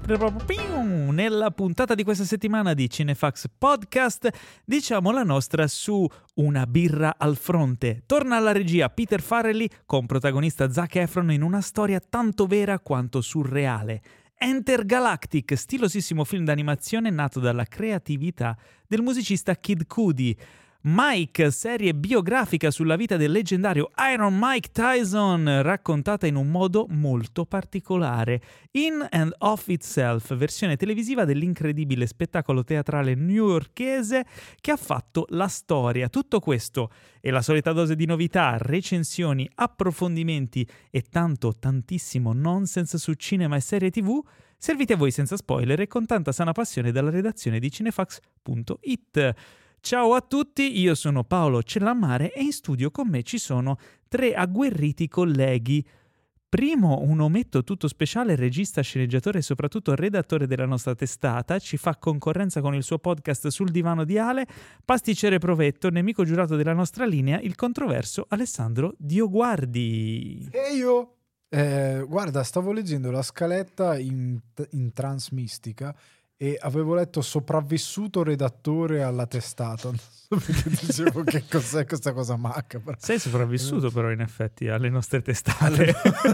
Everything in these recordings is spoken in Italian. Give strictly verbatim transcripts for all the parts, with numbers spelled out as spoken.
Nella puntata di questa settimana di Cinefax Podcast diciamo la nostra su Una birra al fronte. Torna alla regia Peter Farrelly con protagonista Zac Efron in una storia tanto vera quanto surreale. Enter Galactic, stilosissimo film d'animazione nato dalla creatività del musicista Kid Cudi. Mike, serie biografica sulla vita del leggendario Iron Mike Tyson, raccontata in un modo molto particolare. In and of Itself, versione televisiva dell'incredibile spettacolo teatrale newyorkese che ha fatto la storia. Tutto questo e la solita dose di novità, recensioni, approfondimenti e tanto, tantissimo nonsense su cinema e serie tivù, serviti a voi senza spoiler e con tanta sana passione dalla redazione di cinefax punto it. Ciao a tutti, io sono Paolo Cellammare e in studio con me ci sono tre agguerriti colleghi. Primo, un ometto tutto speciale, regista, sceneggiatore e soprattutto redattore della nostra testata, ci fa concorrenza con il suo podcast Sul divano di Ale, pasticcere provetto, nemico giurato della nostra linea, il controverso Alessandro Dioguardi. E io? Eh, guarda, stavo leggendo la scaletta in, in transmistica e avevo letto sopravvissuto redattore alla testata. Non so perché dicevo che cos'è questa cosa macabra. Sei sopravvissuto però in effetti alle nostre testate.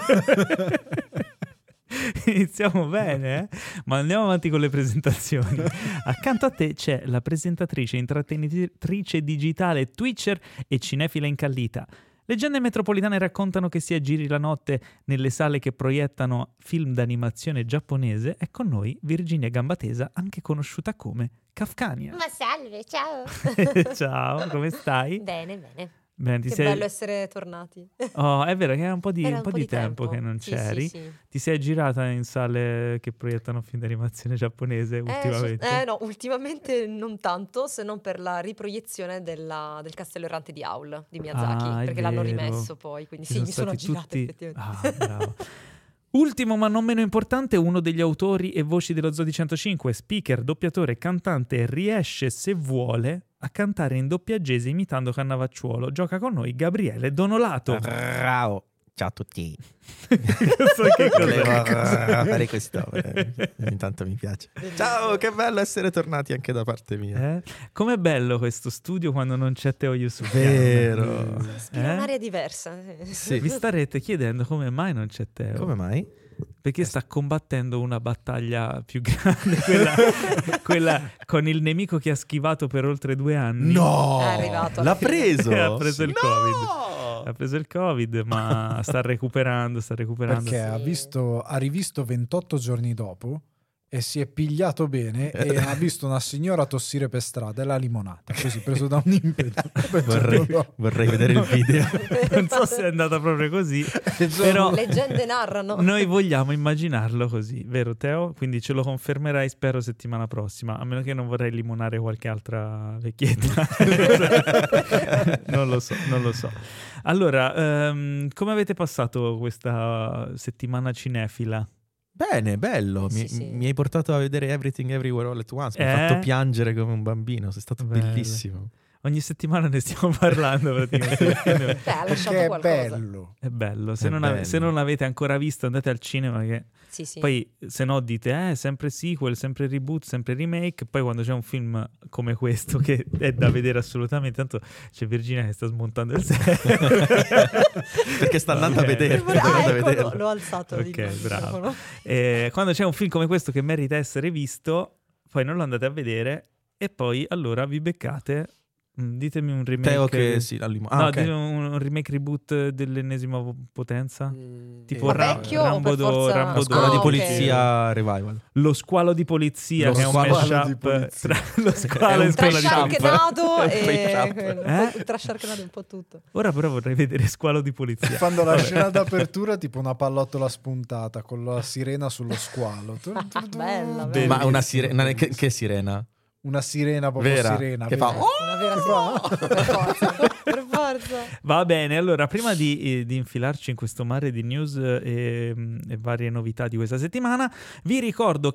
Iniziamo bene, eh? Ma andiamo avanti con le presentazioni. Accanto a te c'è la presentatrice, intrattenitrice digitale, twitcher e cinefila incallita. Leggende metropolitane raccontano che si aggiri la notte nelle sale che proiettano film d'animazione giapponese. È con noi Virginia Gambatesa, anche conosciuta come Kafkania. Ma salve, ciao. Ciao, come stai? Bene, bene. Bene, ti che sei... bello essere tornati. Oh, è vero che è un po' di, Era un po' di tempo, tempo che non sì, c'eri. Sì, sì. Ti sei girata in sale che proiettano film d'animazione giapponese ultimamente? Eh, eh no, ultimamente non tanto, se non per la riproiezione della, del Castello Errante di Howl di Miyazaki, ah, perché l'hanno rimesso poi, quindi Ci sì, sono mi sono girata tutti... effettivamente. Ah, bravo. Ultimo ma non meno importante, uno degli autori e voci dello Zoo di centocinque, speaker, doppiatore, cantante, riesce se vuole a cantare in doppiaggese imitando Cannavacciuolo. Gioca con noi Gabriele Donolato. Ciao, ciao a tutti. Non so che Volevo fare questo, intanto mi piace. Ciao, che bello essere tornati anche da parte mia. Eh? Com'è bello questo studio quando non c'è Teo Yusufian. Vero. Respira Eh? un'aria diversa. Sì. Vi starete chiedendo come mai non c'è Teo. Come mai? Perché sta combattendo una battaglia più grande, quella, quella con il nemico che ha schivato per oltre due anni. No! È arrivato alla L'ha fine. preso! Ha preso il No! Covid. Ha preso il Covid, ma sta recuperando, sta recuperando. Perché ha, visto, ha rivisto ventotto giorni dopo e si è pigliato bene e ha visto una signora tossire per strada e l'ha limonata, così preso da un impeto. Vorrei, vorrei vedere il video. Non so se è andata proprio così, però Leggende narrano. noi vogliamo immaginarlo così, vero Teo? Quindi ce lo confermerai, spero, settimana prossima, a meno che non vorrei limonare qualche altra vecchietta. non lo so, non lo so. Allora, um, come avete passato questa settimana cinefila? Bene, bello. Mi, Sì, sì. mi hai portato a vedere Everything Everywhere All at Once. Mi Eh? hai fatto piangere come un bambino. Sei stato Bello. bellissimo. Ogni settimana ne stiamo parlando praticamente. Beh, ha lasciato Perché è qualcosa. bello. È bello, se, È non ave- bello. se non l'avete ancora visto andate al cinema che... Sì, sì. Poi se no dite eh sempre sequel, sempre reboot, sempre remake. Poi quando c'è un film come questo che è da vedere assolutamente, tanto c'è Virginia che sta smontando il set Perché sta andando Ok. a vedere. Ah, sta andando a ecco, vederlo. l'ho, l'ho alzato. Ok, di il bravo. microfono. Eh, quando c'è un film come questo che merita essere visto, poi non lo andate a vedere e poi allora vi beccate. Mm, ditemi un remake. Teo che sì, la limo- ah, no, ok. ditemi un, un remake reboot dell'ennesima potenza. Mm, Tipo ma Ra- vecchio o Rambo per do- forza- Rambo La scuola Ah, di ok. polizia revival. Lo squalo di polizia, Lo che è un squalo di mashup polizia. tra lo squalo È e un Tra squalo di mashup. polizia. Sharknado È un e mashup. Eh? tra Sharknado un po' tutto. Ora però vorrei vedere squalo di polizia. Fanno la Vabbè. scena d'apertura tipo una pallottola spuntata con la sirena sullo squalo. Bella, bella. Ma una sirena. Che, che sirena? Una sirena proprio Vera, sirena. che vera. fa, "Oh!" Una vera Che sirena. Per forza. Per forza. Va bene, allora prima di, eh, di infilarci in questo mare di news e, e varie novità di questa settimana, vi ricordo che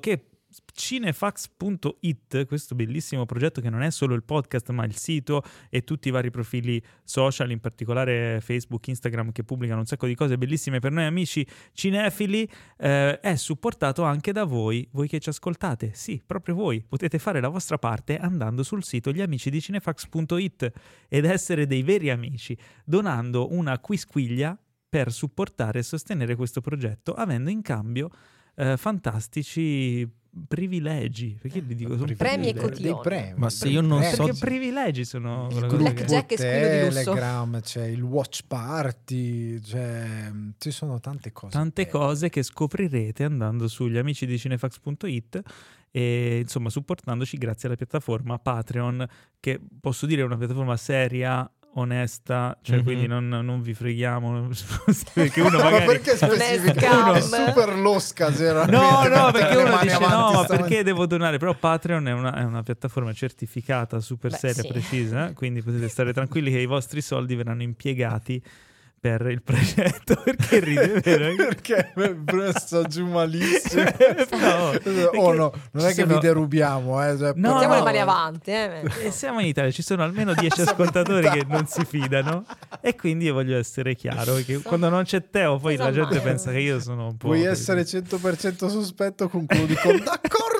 cinefax punto it, questo bellissimo progetto che non è solo il podcast ma il sito e tutti i vari profili social, in particolare Facebook, Instagram, che pubblicano un sacco di cose bellissime per noi amici cinefili, eh, è supportato anche da voi, voi che ci ascoltate. Sì, proprio voi potete fare la vostra parte andando sul sito gli amici di cinefax punto it ed essere dei veri amici, donando una quisquiglia per supportare e sostenere questo progetto, avendo in cambio eh, fantastici privilegi, perché li dico sono Premi e Dei- cotilloni. dei premi. Ma se io non Premi. so- perché privilegi sono il una gruppo cosa che- Blackjack e squillo di lusso. Telegram, c'è il watch party, c'è, ci sono tante cose. tante belle. cose che scoprirete andando sugli amici di cinefax punto it e insomma supportandoci grazie alla piattaforma Patreon, che posso dire è una piattaforma seria, onesta, cioè Mhm. quindi non, non vi freghiamo perché uno Ma magari perché Non è specifica? scam. Uno è super losca veramente, no, no, mettere perché le uno mani dice avanti, no, ma stavano- perché devo donare? Però Patreon è una, è una piattaforma certificata, super Beh, seria, sì. precisa, quindi potete stare tranquilli che i vostri soldi verranno impiegati per il progetto. Perché ride, vero? Perché sta giù malissimo. No, Oh no, non è ci che sono- vi derubiamo, eh, cioè, No, però- Mettiamo le no. mani avanti, eh. E siamo in Italia, ci sono almeno dieci ascoltatori che non si fidano e quindi io voglio essere chiaro che quando non c'è Teo poi la gente Esatto. pensa che io sono un po'... Puoi essere cento per cento sospetto, concludi con d'accordo.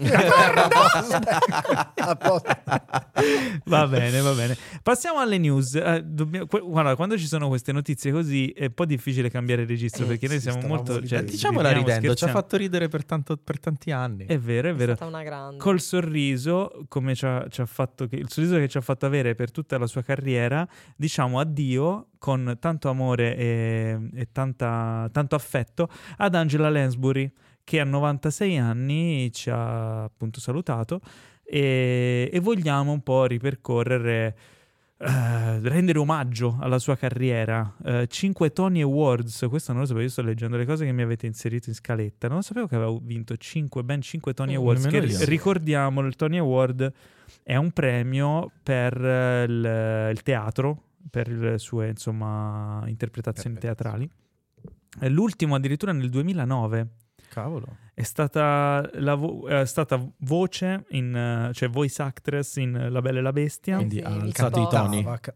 A posto. Va bene, va bene. Passiamo alle news. Eh, dobbiamo- que- guarda, quando ci sono queste notizie così è un po' difficile cambiare registro Eh, perché noi sì, siamo stavamo molto... Cioè, ridendo. Diciamola ridiamo, ridendo, ci ha scherziamo. fatto ridere per, tanto, per tanti anni. È vero, è È vero. stata una grande. Col sorriso, come ci ha, ci ha fatto, che, il sorriso che ci ha fatto avere per tutta la sua carriera, diciamo addio con tanto amore e, e tanta, tanto affetto ad Angela Lansbury, che a novantasei anni ci ha appunto salutato e, e vogliamo un po' ripercorrere, eh, rendere omaggio alla sua carriera. Eh, cinque Tony Awards, questo non lo sapevo, io sto leggendo le cose che mi avete inserito in scaletta, non sapevo che avevo vinto cinque, ben cinque Tony Mm, Awards, che nemmeno io. ricordiamo, il Tony Award è un premio per eh, il, il teatro, per le sue insomma interpretazioni Perfetto. teatrali. Eh, L'ultimo addirittura nel duemilanove. Cavolo. È stata, la vo- è stata voce, in, eh, cioè voice actress in La Bella e la Bestia. Quindi sì, ha mi alzato i capo. toni. Cantava, ca-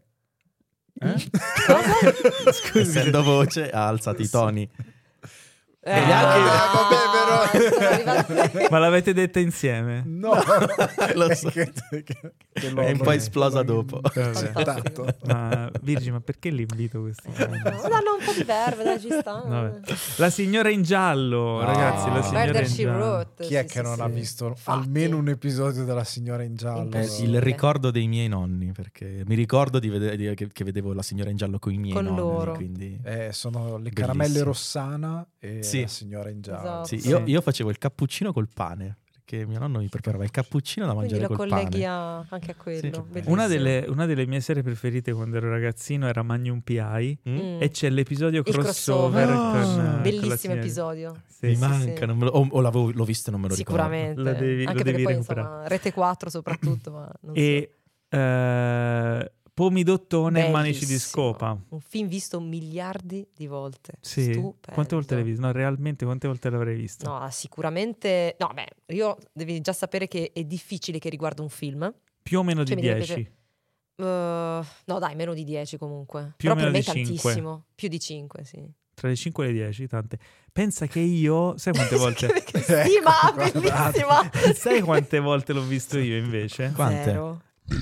Cosa? Scusi, Essendo voce ha alzato i toni. Eh, E neanche- vabbè, però- sono arrivati- ma l'avete detta insieme? No, Lo è so. che- che- che l'ho- È un po' esplosa dopo. Esatto. Ma Virgi, ma perché l'invito questi? No, danno un po' di verve, dai, ci sta. Vabbè. La signora in giallo, No. ragazzi, la signora Murder in She giallo. Wrote. Chi è sì, che sì, non sì. ha visto Infatti. almeno un episodio della Signora in giallo? È Sì. il ricordo dei miei nonni, perché mi ricordo di vedere, di- che, che vedevo la signora in giallo con i miei Con nonni. loro. Quindi... Eh, sono le Bellissimo. caramelle Rossana e Sì. la Signora in giallo. Esatto. Sì, Sì. io, io facevo il cappuccino col pane, perché mio nonno mi preparava il cappuccino da Quindi mangiare lo col colleghi pane. a- anche a quello. Sì. bellissimo. Una delle, una delle mie serie preferite quando ero ragazzino era Magnum P I Mm? Mm. e c'è l'episodio Il crossover, crossover. con, Ah. con la Bellissimo signora- episodio. Sì, Mi sì, manca, sì. non me lo- o, o l'avevo, l'ho visto e non me lo ricordo. Sicuramente. Lo devi- lo anche devi perché poi recuperare. insomma Rete quattro soprattutto. Ma non so. E eh, Pomidottone e Manici di Bellissimo. Scopa. Un film visto miliardi di volte. Sì. Stupendo. Quante volte l'hai visto? No, realmente quante volte l'avrei visto? No, sicuramente. No, beh, io devi già sapere che è difficile che riguardo un film. Più o meno Cioè, di mi devi dieci. Uh, no, dai, meno di dieci comunque. Più o Però per meno me di è cinque. tantissimo. Più di cinque, sì. Tra le cinque e le dieci, tante. Pensa che io, sai quante volte? Che stima, Ecco, guardate. bellissima. sai quante volte l'ho visto io invece? Quante? Zero.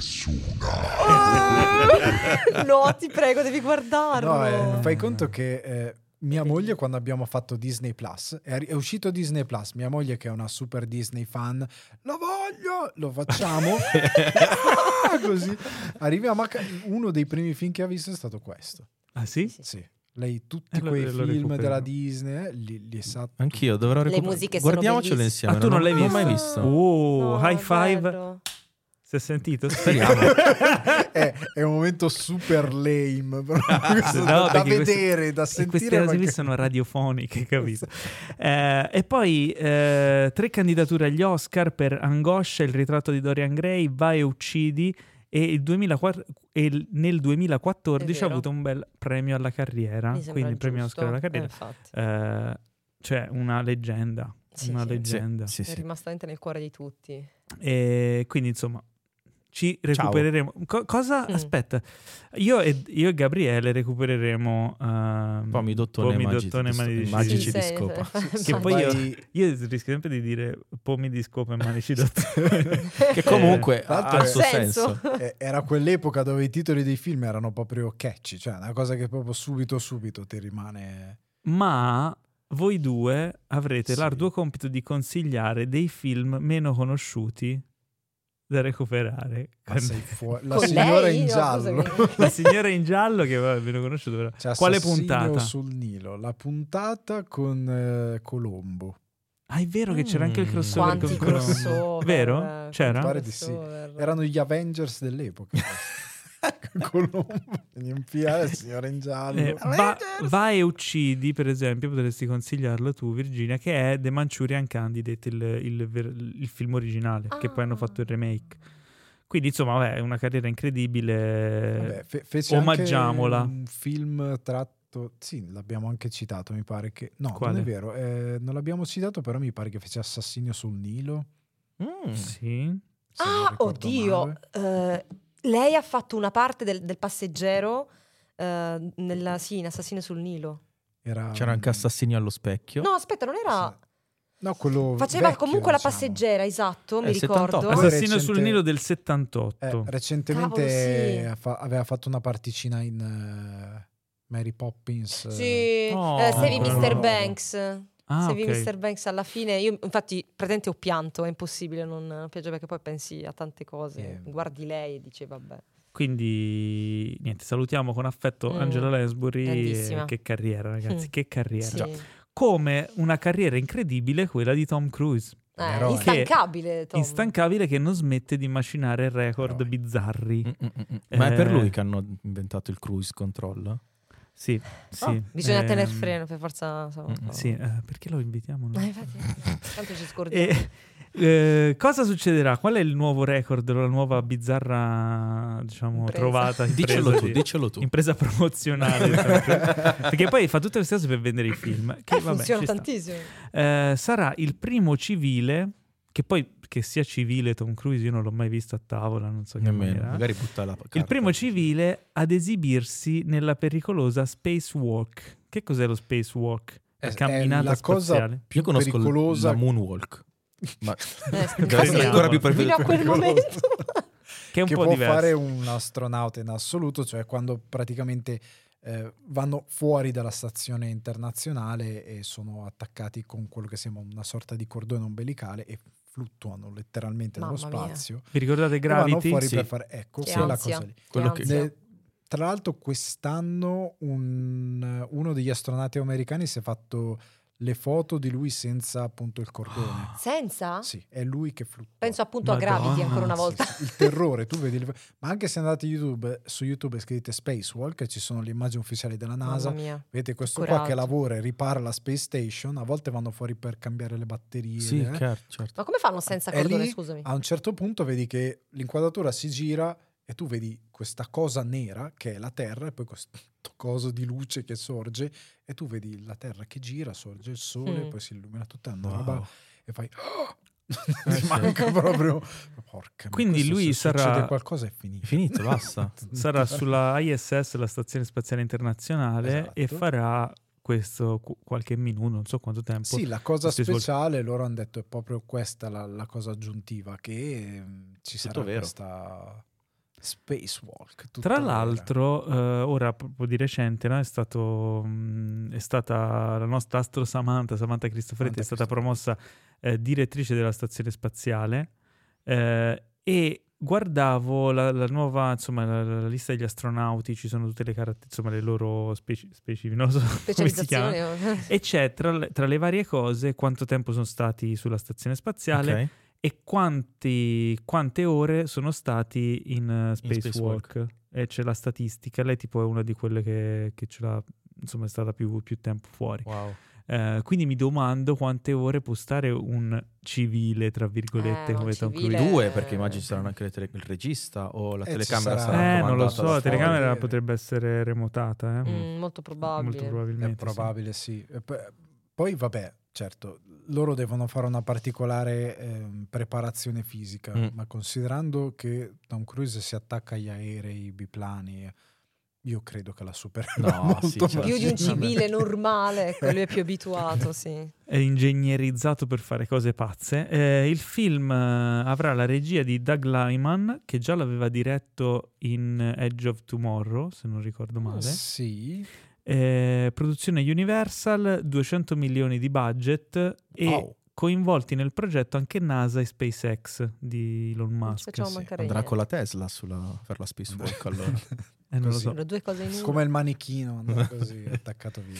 Nessuna. No, ti prego, devi guardarlo. No, eh, fai conto che eh, mia moglie, quando abbiamo fatto Disney Plus, è, arri- è uscito Disney Plus, mia moglie che è una super Disney fan, lo voglio, lo facciamo. Ah, così arriviamo a ca- uno dei primi film che ha visto è stato questo. Ah sì? Sì. Sì. Lei tutti Eh, lo- quei lo film recupero. della Disney eh, li, li sa. Anch'io dovrò Le recuperare. musiche sono Guardiamocelo bellissime. insieme. Ah, tu non l'hai l'ho visto? mai visto. Uh, No, high è five. bello. Si è sentito? Speriamo. è, è un momento super lame, però, questo No, da, da perché queste- vedere, da E sentire. queste cose qui perché- sono radiofoniche, capito? Eh, e poi eh, tre candidature agli Oscar per Angoscia, il ritratto di Dorian Gray, Vai e uccidi, e, il duemilaquattro e il- nel duemilaquattordici È ha vero. avuto un bel premio alla carriera, Mi sembra quindi il premio giusto. Oscar alla Eh, carriera. infatti. Eh, cioè una leggenda. Sì, una sì. leggenda. Sì, È sì. rimasta veramente nel cuore di tutti. E quindi insomma ci recupereremo. Co- cosa? Mm. Aspetta, io e, io e Gabriele recupereremo um, Pomi, dottone, pomi, magici dottone, di- manici, magici Sì, di sei- scopa. sei- Che sai- poi io, Vai- io rischio sempre di dire pomi di scopa e manici dottone. Che comunque Tra ha l'altro il è- suo senso. senso. Eh, Era quell'epoca dove i titoli dei film erano proprio catchy, cioè una cosa che proprio subito subito ti rimane... Ma voi due avrete Sì. l'arduo compito di consigliare dei film meno conosciuti da recuperare. Ma sei fuori. La Con signora lei? in No, giallo. scusami. La signora in giallo che va meno conosciuto. però. C'è Quale Assassino puntata? sul Nilo, la puntata con eh, Colombo. Ah, è vero che c'era anche il Mm. crossover Quanti con Colombo. crossover. Vero? eh, C'era? quanti Pare di sì. crossover. Erano gli Avengers dell'epoca. Colombo, in P A, la signora in giallo. Eh, va, va e uccidi, per esempio, potresti consigliarlo tu, Virginia, che è The Manchurian Candidate, il, il ver- il film originale, che poi hanno Ah. fatto il remake. Quindi, insomma, vabbè, è una carriera incredibile. Vabbè, fe- fece anche omaggiamola. un film tratto, sì, l'abbiamo anche citato, mi pare che... No, Quale? non è vero, eh, non l'abbiamo citato, però mi pare che fece Assassino sul Nilo. Mm. Sì. se non Ah, ricordo oddio. male. eh, lei ha fatto una parte del, del passeggero eh, nella, sì, in Assassino sul Nilo. Era, C'era anche Assassini allo specchio. No, aspetta, non era... No, quello Faceva vecchio, comunque la diciamo. passeggera, esatto, mi Eh, ricordo. settantotto. Poi Assassino sul recente- Nilo del Eh, settantotto. recentemente Cavolo, sì. ha fa- aveva fatto una particina in eh, Mary Poppins. eh, Sì, Oh, eh, Save quello mister nuovo. Banks. Ah, Save ok. mister Banks alla fine. Io infatti praticamente ho pianto, è impossibile non piangere perché poi pensi a tante cose. Eh. Guardi lei e dici vabbè. Quindi, niente, salutiamo con affetto Mm, Angela Lansbury. grandissima. E che carriera, ragazzi, Mm. che carriera. Sì. Come una carriera incredibile quella di Tom Cruise. Eh, Eroe. instancabile, Tom. Instancabile, che non smette di macinare record Eroe. bizzarri. Mm, mm, mm. Ma è per Eh. lui che hanno inventato il cruise control? Sì, sì. Oh, bisogna Ehm, tenere freno per forza. insomma. Mm, Sì, eh, perché lo invitiamo? Eh, noi? infatti, tanto ci scordiamo. E, eh, cosa succederà? Qual è il nuovo record, la nuova bizzarra, diciamo, Impresa. trovata? impresa Dicelo tu, di- dicelo tu. Impresa promozionale. Perché poi fa tutte queste cose per vendere i film. Che, Eh, vabbè, funziona ci sta. tantissimo. Eh, sarà il primo civile, che poi che sia civile Tom Cruise, io non l'ho mai visto a tavola, non so che Nemmeno, maniera. magari butta la carta. Il primo civile ad esibirsi nella pericolosa spacewalk. Che cos'è lo spacewalk? La È- è camminata la cosa spaziale. più Io conosco l- pericolosa la moonwalk. Ma Eh, deve essere ancora più fino a pericoloso. quel momento. Che è un che po' può diverso. fare un astronauta in assoluto, cioè quando praticamente eh, vanno fuori dalla stazione internazionale e sono attaccati con quello che sembra una sorta di cordone ombelicale e fluttuano letteralmente nello Mamma mia. spazio. Vi ricordate E vanno Gravity? fuori Sì. per fare ecco Che quella ansia. cosa lì. Quello Che che- ansia. Ne- tra l'altro quest'anno un- uno degli astronauti americani si è fatto le foto di lui senza appunto il cordone. Senza? Sì, è lui che fluttua. Penso appunto Madonna. a Gravity ancora una Sì, volta. sì, il terrore, tu vedi le- ma anche se andate YouTube, su YouTube e scrivete Spacewalk, ci sono le immagini ufficiali della NASA, Mamma mia. vedete questo Coraggio. qua che lavora e ripara la Space Station, a volte vanno fuori per cambiare le batterie. Sì, eh. chiaro, certo. Ma come fanno senza È cordone, lì, scusami? A un certo punto vedi che l'inquadratura si gira e tu vedi questa cosa nera che è la Terra e poi questo coso di luce che sorge e tu vedi la Terra che gira, sorge il sole, Mm. poi si illumina tutta una Wow. roba e fai Eh, ti sì. manca proprio porca Quindi questo, lui se sarà- succede qualcosa è finito. È finito, basta. Sarà sulla I S S, la Stazione Spaziale Internazionale, Esatto. e farà questo qu- qualche minuto, non so quanto tempo. Sì, la cosa Questi svol- speciale, loro hanno detto è proprio questa la, la cosa aggiuntiva, che ehm, ci Tutto sarà vero. questa spacewalk. tutta Tra vera. l'altro, eh, ora proprio di recente, no, è, stato, mh, è stata la nostra astro Samantha, Samantha Cristoforetti, è Samantha stata promossa eh, direttrice della stazione spaziale, eh, e guardavo la, la nuova, insomma, la, la lista degli astronauti, ci sono tutte le caratteristiche, insomma, le loro speci- specifiche, non so come si chiama, Specializzazione. e c'è tra le, tra le varie cose quanto tempo sono stati sulla stazione spaziale Ok. e quanti, quante ore sono stati in uh, spacewalk. spacewalk. E c'è la statistica. Lei tipo è una di quelle che, che ce l'ha, insomma, è stata più, più tempo fuori. Wow. Eh, quindi mi domando quante ore può stare un civile, tra virgolette, Eh, un come Tom civile- Cruise. Due, perché immagino ci saranno anche le tele- il regista o la Eh, ci telecamera sarà- sarà Eh, non lo comandata so, da la fuori. telecamera fuori. potrebbe essere remotata, eh. Mm, molto probabile. Molto È probabilmente. sì. probabile, sì. E p- Poi, vabbè, certo, loro devono fare una particolare eh, preparazione fisica, Mm. ma considerando che Tom Cruise si attacca agli aerei, ai biplani, io credo che la supererà No, molto sì, certo. Più di un facilmente. civile normale, quello è più abituato, sì. È ingegnerizzato per fare cose pazze. Eh, il film eh, avrà la regia di Doug Liman, che già l'aveva diretto in Edge of Tomorrow, se non ricordo male. Sì. Eh, produzione Universal, duecento milioni di budget e Wow. coinvolti nel progetto anche NASA e SpaceX di Elon Non ci Musk. facciamo sì. mancare Andrà niente. con la Tesla sulla, per la spacewalk allora. Eh, non lo Così. so. Sono due cose in una. Come il manichino, andava così, attaccato via.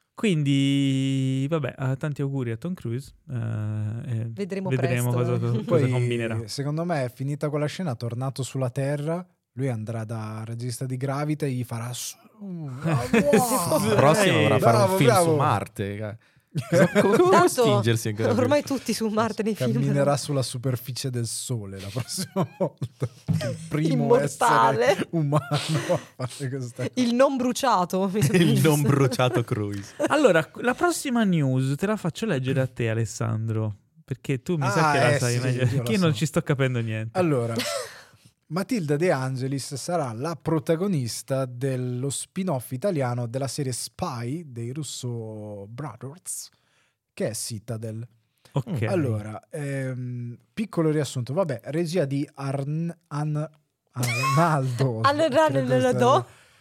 Quindi, vabbè, eh, tanti auguri a Tom Cruise. eh, e Vedremo vedremo presto. cosa, cosa Poi, combinerà. secondo me, è finita quella scena, tornato sulla Terra, lui andrà da regista di Gravita e gli farà su, bravo! Sì. Il prossimo Ehi, dovrà fare bravo, un film bravo. su Marte. ca- Cosa- Come come può Tanto spingersi in gravità? ormai tutti su Marte nei film. Camminerà sulla superficie del Sole la prossima volta. Il primo Immortale. essere umano a fare questa Il non bruciato. mi sembra Il giusto. non bruciato Cruise. Allora, la prossima news te la faccio leggere a te, Alessandro, perché tu mi sa Ah, che la eh, sai sì, meglio. io la Che io non so. ci sto capendo niente. Allora, Matilda De Angelis sarà la protagonista dello spin-off italiano della serie Spy dei Russo Brothers, che è Citadel. Ok. Allora, ehm, piccolo riassunto, vabbè, regia di Arn, An- Arnaldo Arnaldo. credo sta-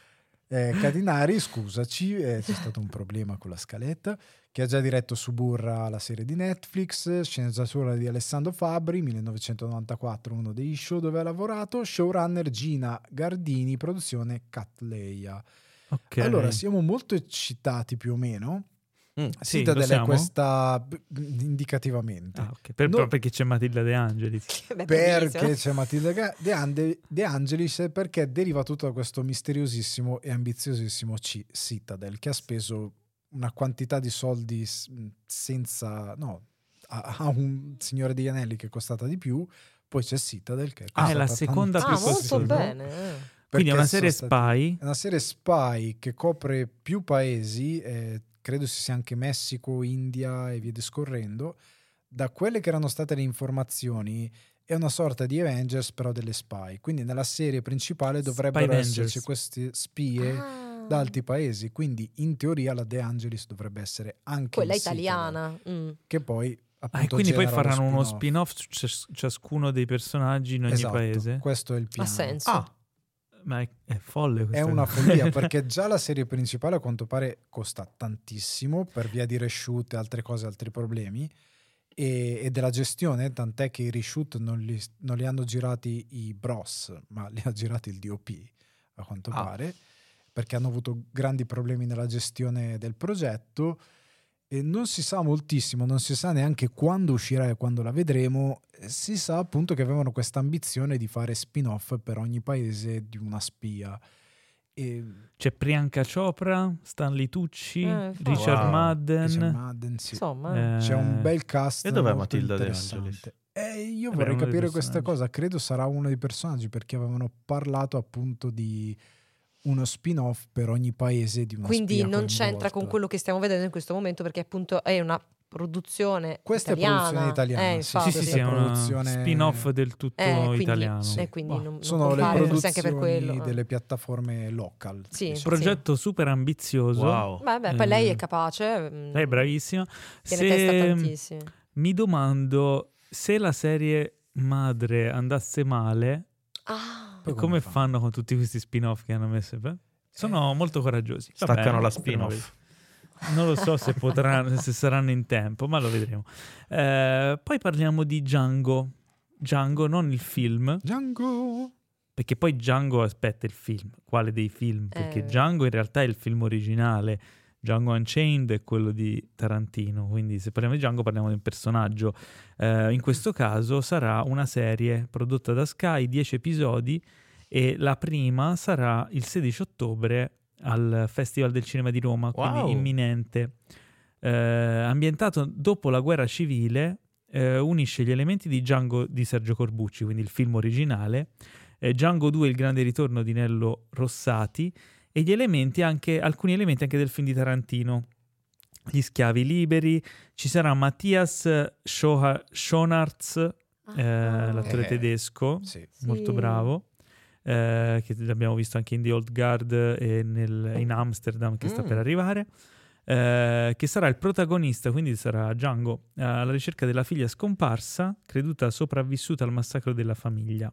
eh, Catinari, scusaci, eh, c'è stato un problema con la scaletta, che ha già diretto Suburra, la serie di Netflix, sceneggiatura di Alessandro Fabbri, millenovecentonovantaquattro, uno dei show dove ha lavorato, showrunner Gina Gardini, produzione Catleya. Ok. Allora, siamo molto eccitati più o meno. Mm. Sì, Citadel lo è siamo? questa b- indicativamente. Ah, ok. Per- No. però perché c'è Matilda De Angelis. Beh, Perché bellissimo. c'è Matilda Ga- De, Ande- De Angelis, perché deriva tutto da questo misteriosissimo e ambiziosissimo C- Citadel, che ha speso una quantità di soldi s- senza, no, a, a un Signore degli Anelli che è costata di più. Poi c'è Citadel che è Ah, è costata la seconda Ah, più molto costosa. bene. eh. Quindi è perché una sono serie stati- spy. È una serie spy che copre più paesi, eh, credo si sia anche Messico, India e via discorrendo. Da quelle che erano state le informazioni, è una sorta di Avengers però delle spy. Quindi nella serie principale dovrebbero Avengers. esserci queste spie Ah, da altri paesi. Quindi in teoria la De Angelis dovrebbe essere anche quella in Citadel, italiana. mm. che poi Ah, e appunto quindi poi genera lo faranno uno spin-off. spin-off su cias- ciascuno dei personaggi in ogni Esatto, paese. questo è il Ha piano. senso. Ah, Ma è, è folle È questa una cosa. follia perché già la serie principale a quanto pare costa tantissimo per via di reshoot e altre cose, altri problemi e, e della gestione, tant'è che i reshoot non li, non li hanno girati i bros, ma li ha girati il D O P a quanto Ah. pare, perché hanno avuto grandi problemi nella gestione del progetto e non si sa moltissimo, non si sa neanche quando uscirà e quando la vedremo. Si sa appunto che avevano questa ambizione di fare spin-off per ogni paese di una spia. E C'è Priyanka Chopra, Stanley Tucci, Eh, infatti. Richard Wow. Madden. Richard Madden, sì. Insomma, eh. C'è un eh, bel cast. E dov'è molto Matilda De interessante. Angelis? Eh, io Vabbè, vorrei uno dei capire questa personaggi. cosa. Credo sarà uno dei personaggi perché avevano parlato appunto di uno spin-off per ogni paese di una quindi spia non c'entra con coinvolta. quello che stiamo vedendo in questo momento perché appunto è una produzione Questa è italiana. produzione italiana, Eh, sì, Sì, infatti. sì, questa sì, è è una produzione- spin-off del tutto Eh, quindi- italiano. sì. E quindi Ma non- non sono può le fare, forse anche per produzioni quello, eh. delle piattaforme local. Sì. diciamo. Progetto super ambizioso. wow. Beh, beh, poi lei Eh, è capace. mm, Lei è bravissima. Tiene testa Se tantissimo. mi domando se la serie madre andasse male, Ah, Poi e come come fa? fanno con tutti questi spin-off che hanno messo? Beh, sono molto coraggiosi. Vabbè, Staccano la spero- spin-off. Non lo so se potranno, se saranno in tempo, ma lo vedremo. Eh, poi parliamo di Django. Django, non il film, Django. perché poi Django aspetta il film. Quale dei film? Perché Eh. Django in realtà è il film originale. Django Unchained è quello di Tarantino, quindi se parliamo di Django parliamo di un personaggio. Eh, in questo caso sarà una serie prodotta da Sky, dieci episodi, e la prima sarà il sedici ottobre al Festival del Cinema di Roma, quindi Wow. imminente. Eh, ambientato dopo la guerra civile, eh, unisce gli elementi di Django di Sergio Corbucci, quindi il film originale, eh, Django due, il grande ritorno di Nello Rossati, e gli elementi anche, alcuni elementi anche del film di Tarantino. Gli schiavi liberi. Ci sarà Matthias Schoha- Schonartz, eh, l'attore Eh, tedesco, Sì. molto Sì. bravo, eh, che l'abbiamo visto anche in The Old Guard e nel- in Amsterdam, che sta Mm. per arrivare, eh, che sarà il protagonista, quindi sarà Django, eh, alla ricerca della figlia scomparsa, creduta sopravvissuta al massacro della famiglia.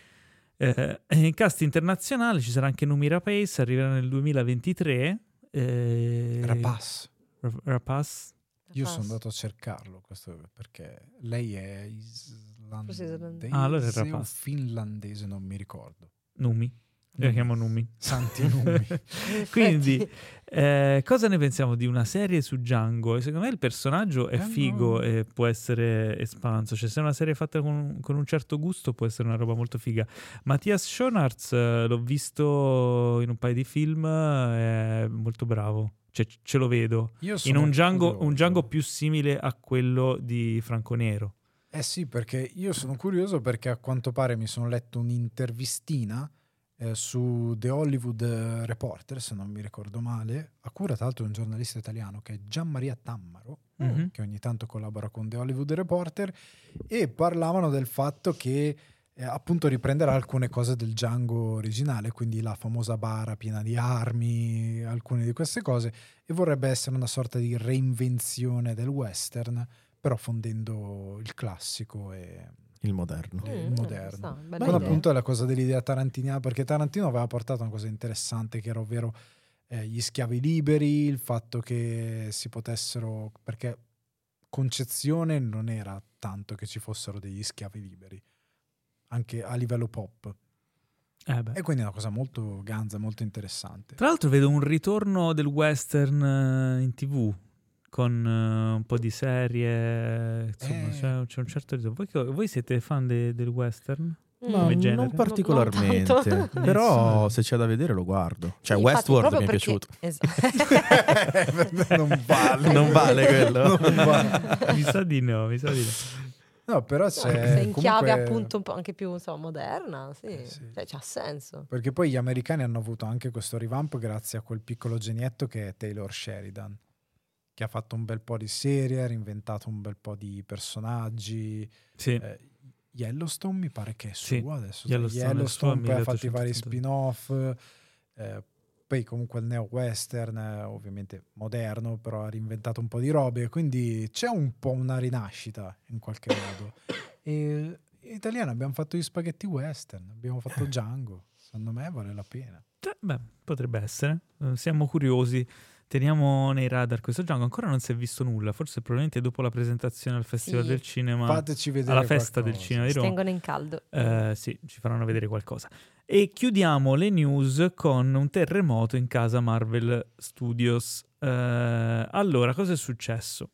Eh, in cast internazionale ci sarà anche Numi Rapace, arriverà nel duemilaventitré. Eh, Rapaz. Ra- Rapace. Io sono andato a cercarlo questo perché lei è Forse islandese islandese. Ah, allora è o Rapaz. finlandese, non mi ricordo. Numi. Io la chiamo Numi. Santi Numi. Quindi, eh, cosa ne pensiamo di una serie su Django? Secondo me il personaggio è Eh, figo no. e può essere espanso. Cioè, se è una serie fatta con, con un certo gusto, può essere una roba molto figa. Matthias Schonartz, eh, l'ho visto in un paio di film, è molto bravo. Cioè, c- ce lo vedo. Io In sono un Django, curioso. un Django più simile a quello di Franco Nero. Eh sì, perché io sono curioso perché a quanto pare mi sono letto un'intervistina eh, su The Hollywood Reporter, se non mi ricordo male, a cura tra l'altro di un giornalista italiano che è Gianmaria Tammaro, Mhm. che ogni tanto collabora con The Hollywood Reporter, e parlavano del fatto che eh, appunto riprenderà alcune cose del Django originale, quindi la famosa bara piena di armi, alcune di queste cose, e vorrebbe essere una sorta di reinvenzione del western, però fondendo il classico e Il moderno. il Mm, moderno. sta, bella Quello idea. appunto è la cosa dell'idea tarantiniana, perché Tarantino aveva portato una cosa interessante, che era ovvero eh, gli schiavi liberi, il fatto che si potessero, perché concezione non era tanto che ci fossero degli schiavi liberi, anche a livello pop, Eh beh. e quindi è una cosa molto ganza, molto interessante. Tra l'altro vedo un ritorno del western eh, in tivù con eh, un po' di serie, insomma, Eh. c'è, c'è un certo ritorno. Voi, che- voi siete fan de- del western? Mm. Come No, genere? non Non- particolarmente, non tanto. però Nessuno. se c'è da vedere lo guardo. Cioè Sì, infatti, Westworld mi proprio è perché- piaciuto. Esatto. Non vale. Non vale quello. Non vale. mi sa di no, mi sa di no. No, però No, c'è se in chiave comunque- appunto un po' anche più insomma, moderna, sì, Eh, sì. Cioè, c'ha senso. Perché poi gli americani hanno avuto anche questo revamp grazie a quel piccolo genietto che è Taylor Sheridan, che ha fatto un bel po' di serie, ha reinventato un bel po' di personaggi. Sì. Eh, Yellowstone mi pare che è Sì, sua adesso. Yellowstone è Yellowstone, sua, poi ha fatto i vari milleottocentottantasei. spin-off. eh, poi comunque il neo-western, eh, ovviamente moderno, però ha reinventato un po' di robe. Quindi c'è un po' una rinascita in qualche modo. E in italiano abbiamo fatto gli spaghetti western, abbiamo fatto Django. Secondo me vale la pena. Cioè, beh, potrebbe essere. Eh, siamo curiosi. Teniamo nei radar questo Django. Ancora non si è visto nulla. Forse probabilmente dopo la presentazione al Festival Sì. del Cinema, Fateci vedere alla festa qualcosa. del cinema di Si Roma. tengono in caldo. Eh, sì, ci faranno vedere qualcosa. E chiudiamo le news con un terremoto in casa Marvel Studios. Eh, allora, cosa è successo?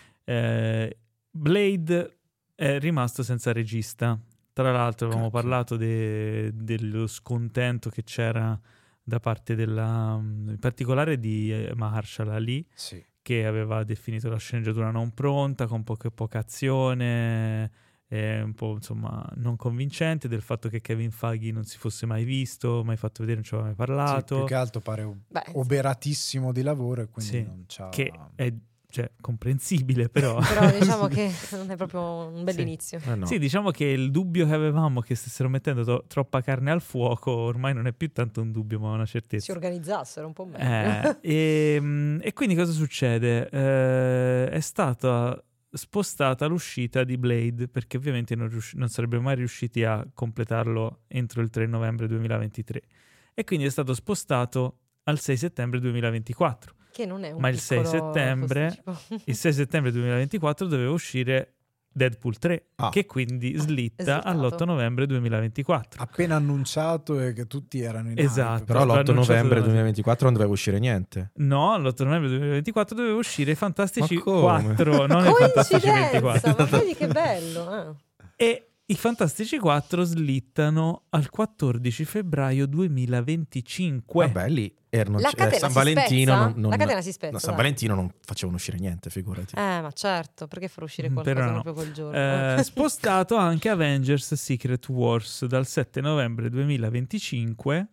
Eh, Blade è rimasto senza regista. Tra l'altro avevamo Cacchio. parlato de- dello scontento che c'era da parte della, in particolare di eh, Mahershala Ali, Sì. che aveva definito la sceneggiatura non pronta, con poca, poca azione, e un po' insomma non convincente, del fatto che Kevin Feige non si fosse mai visto, mai fatto vedere, non ci aveva mai Sì, parlato, più che altro pare o- Beh, oberatissimo di lavoro e quindi Sì, non c'ha... che è cioè, comprensibile però. però diciamo che non è proprio un bel Sì. inizio. Eh no. Sì, diciamo che il dubbio che avevamo che stessero mettendo to- troppa carne al fuoco ormai non è più tanto un dubbio ma una Si certezza. organizzassero un po' meglio. Eh, e, mm, e quindi cosa succede? Eh, è stata spostata l'uscita di Blade perché ovviamente non, riusci- non sarebbero mai riusciti a completarlo entro il tre novembre duemilaventitré e quindi è stato spostato al sei settembre duemilaventiquattro. Che non è un Ma il sei piccolo settembre- posticipo. Il sei settembre duemilaventiquattro doveva uscire Deadpool tre, Ah. che quindi slitta Slittato. all'otto novembre duemilaventiquattro. Appena annunciato e che tutti erano in Esatto. hype. Però L'ho l'otto annunciato novembre davanti. duemilaventiquattro non doveva uscire niente. No, l'otto novembre duemilaventiquattro doveva uscire i Fantastici Ma come? quattro, non i Fantastici Coincidenza, ventiquattro. ma vedi che bello. eh. E i Fantastici quattro slittano al quattordici febbraio duemilaventicinque. Vabbè, lì erano La eh, catena San si Valentino spezza? non, non- La catena si spezza, no, San dai. Valentino non facevano uscire niente, figurati. Eh, ma certo, perché far uscire Mm, qualcosa però no. proprio quel giorno? Eh, spostato anche Avengers Secret Wars dal sette novembre duemilaventicinque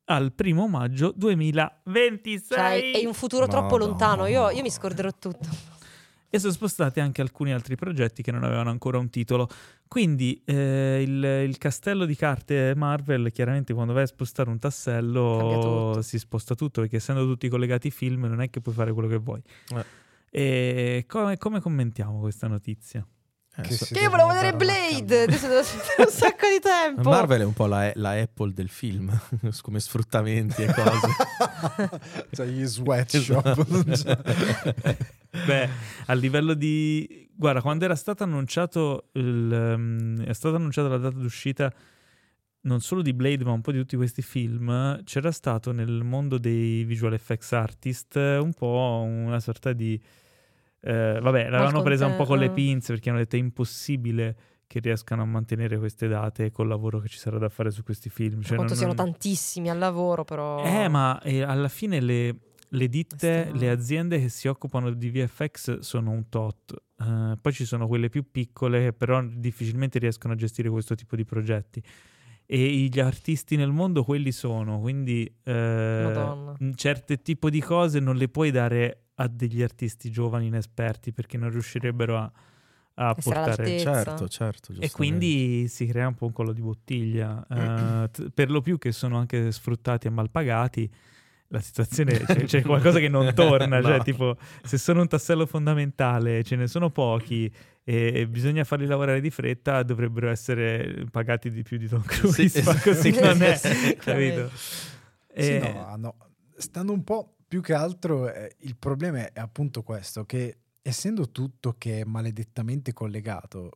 al primo maggio duemilaventisei. Cioè, è un futuro troppo Madonna. lontano, io, io mi scorderò tutto. E sono spostati anche alcuni altri progetti che non avevano ancora un titolo. Quindi eh, il, il castello di carte Marvel, chiaramente quando vai a spostare un Cambia tassello tutto. si sposta tutto, perché essendo tutti collegati ai film non è che puoi fare quello che vuoi. Eh. E come, come commentiamo questa notizia? Eh, Che so- si Che io volevo devono vedere dare una Blade, adesso devo aspettare un sacco di tempo. Marvel è un po' la, la Apple del film, come sfruttamenti e cose. Cioè gli sweatshop. non c'è. Beh, a livello di... Guarda, quando era stato annunciato il, um, è stata annunciata la data d'uscita non solo di Blade ma un po' di tutti questi film, c'era stato nel mondo dei visual effects artist un po' una sorta di... Eh, vabbè, l'avevano presa un po' con le Malconte- pinze perché hanno detto è impossibile che riescano a mantenere queste date col lavoro che ci sarà da fare su questi film. Per Cioè, quanto non- siano non- tantissimi al lavoro, però... Eh, ma eh, alla fine le, le ditte, Stiamo- le aziende che si occupano di V F X sono un tot. Eh, poi ci sono quelle più piccole che però difficilmente riescono a gestire questo tipo di progetti. E gli artisti nel mondo quelli sono, quindi eh, Madonna. un certo tipo di cose non le puoi dare a degli artisti giovani inesperti perché non riuscirebbero a, a Essere portare... all'altezza. Certo, certo. E quindi si crea un po' un collo di bottiglia, eh, t- per lo più che sono anche sfruttati e mal pagati. La situazione c'è, c'è qualcosa che non torna, cioè No. tipo se sono un tassello fondamentale, ce ne sono pochi e, e bisogna farli lavorare di fretta, dovrebbero essere pagati di più di Tom Cruise, Sì, ma così non è, sì, capito? Sì, E- no, hanno- stanno un po' più che altro. Eh, il problema è appunto questo: che essendo tutto che è maledettamente collegato,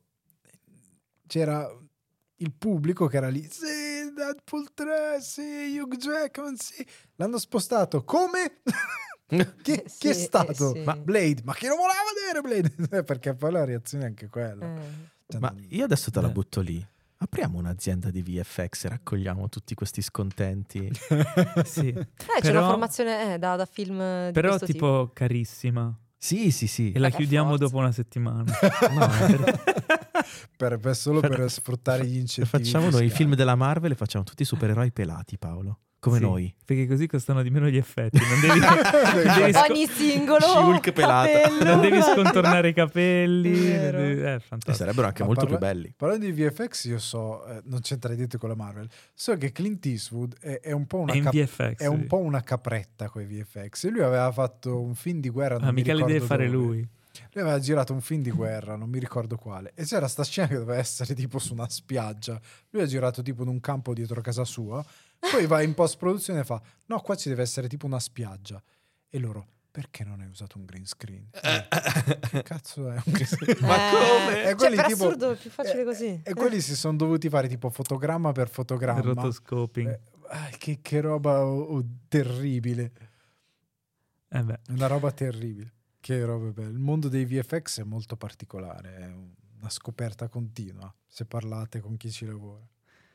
c'era il pubblico che era lì. Sì, Deadpool tre, sì, Hugh Jackman, sì. L'hanno spostato come? chi, Eh, chi è sì, stato? eh, sì. Ma Blade, ma chi lo voleva vedere Blade? Perché poi la reazione è anche quella. Eh. Cioè, Ma non- io adesso te la Beh. butto lì. Apriamo un'azienda di V F X e raccogliamo tutti questi scontenti. sì. Eh, c'è Però- una formazione eh, da, da film di Però questo tipo carissima Sì, sì, sì. e la Eh, chiudiamo forza. dopo una settimana. No, per- per, per- solo per sfruttare gli incentivi facciamo noi i fiscali. film della Marvel e facciamo tutti i supereroi pelati, Paolo. Come Sì, noi. perché così costano di meno gli effetti. Non devi, non devi sco- Ogni singolo She-Hulk pelata. capello. non devi scontornare i capelli. Vero. non devi- Eh, E fantastico. sarebbero anche Ma molto parla- più belli. Parlando di V F X, io so, eh, non c'entra niente con la Marvel, so che Clint Eastwood è, è un po' una È in cap- V F X. è un sì. po' una capretta con i V F X. E lui aveva fatto un film di guerra, non Ah, mi mica li ricordo deve fare dove. lui. Lui aveva girato un film di guerra, non mi ricordo quale. E c'era sta scena che doveva essere tipo su una spiaggia. Lui ha girato tipo in un campo dietro casa sua. Poi va in post-produzione e fa: no, qua ci deve essere tipo una spiaggia. E loro: perché non hai usato un green screen? Eh, che cazzo è un green screen? Ma Eh, come? E Cioè, quelli per tipo- assurdo è più facile Eh, così. E quelli si sono dovuti fare tipo fotogramma per fotogramma. Il rotoscoping. Eh, ah, che, che roba oh, oh, terribile. Eh beh. Una roba terribile. Che roba bella. Il mondo dei V F X è molto particolare, è una scoperta continua se parlate con chi ci lavora.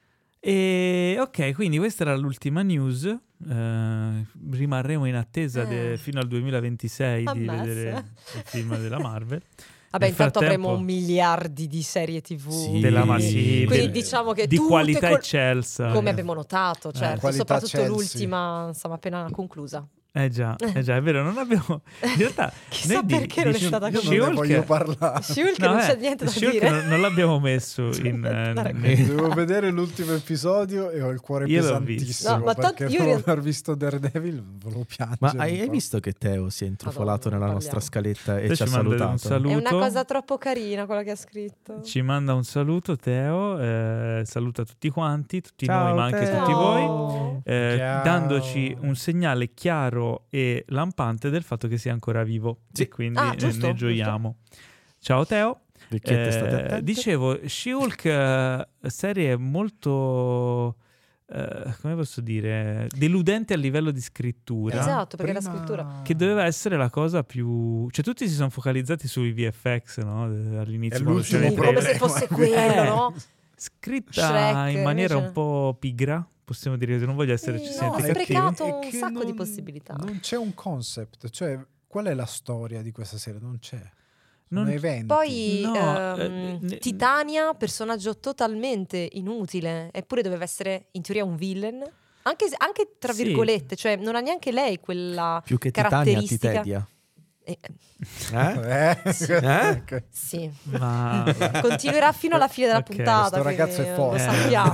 E ok, quindi questa era l'ultima news. Eh, rimarremo in attesa de- Eh. fino al duemilaventisei di Ammazza. vedere il film della Marvel. Vabbè, Nel intanto frattempo- avremo miliardi di serie tivù. Sì. Della ma- sì, Quindi de- diciamo che di tutte qualità col- eccelsa. Come abbiamo notato, certo, qualità soprattutto Chelsea. l'ultima, insomma, appena conclusa. Eh già, eh già, è vero, non abbiamo... In realtà, Chissà noi di- perché non è di- stata Io così. non ne She-Hulk- voglio parlare. She-Hulk No, non eh, c'è niente da She-Hulk dire. non, non l'abbiamo messo in... eh, Dai, nel- Devo vedere l'ultimo episodio e ho il cuore Io l'ho pesantissimo. visto. No, ma tanto perché io in dopo realtà- aver visto Daredevil volevo piangere. Ma un hai, hai po'. visto che Teo si è intrufolato Madonna, nella parliamo. nostra scaletta e Te ci ha ci manda un salutato? saluto. È una cosa troppo carina quella che ha scritto. Ci manda un saluto Teo, eh, saluta tutti quanti, tutti Ciao, noi ma anche Teo. tutti voi, No. eh, Ciao. dandoci un segnale chiaro e lampante del fatto che sia ancora vivo Sì. e quindi Ah, eh, giusto, ne gioiamo. Ciao Teo. Vecchiette, state Eh, attenti. dicevo, She-Hulk eh, serie molto, eh, come posso dire, deludente a livello di scrittura. Esatto, perché la Prima- scrittura- Che doveva essere la cosa più... Cioè tutti si sono focalizzati sui V F X, no? All'inizio È quando l'ultimo c'era il Sì, come trailer. se fosse Eh. quello, no? Scritta Shrek, in maniera invece- un po' pigra, possiamo dire, che non voglio essere Sì, eccessivamente no, è cattivo. sprecato è un che sacco di non- possibilità. Non c'è un concept, cioè qual è la storia di questa serie? Non c'è. Sono Non- eventi. Poi No, ehm, eh, ne- Titania, personaggio totalmente inutile, eppure doveva essere in teoria un villain. Anche, anche tra Sì. virgolette, cioè non ha neanche lei quella Più che Titania, caratteristica. Titedia. Eh, Eh? Eh? Sì. Eh? sì. Ma continuerà fino alla fine della Ok. puntata. Questo ragazzo è quindi forte. Lo sappiamo.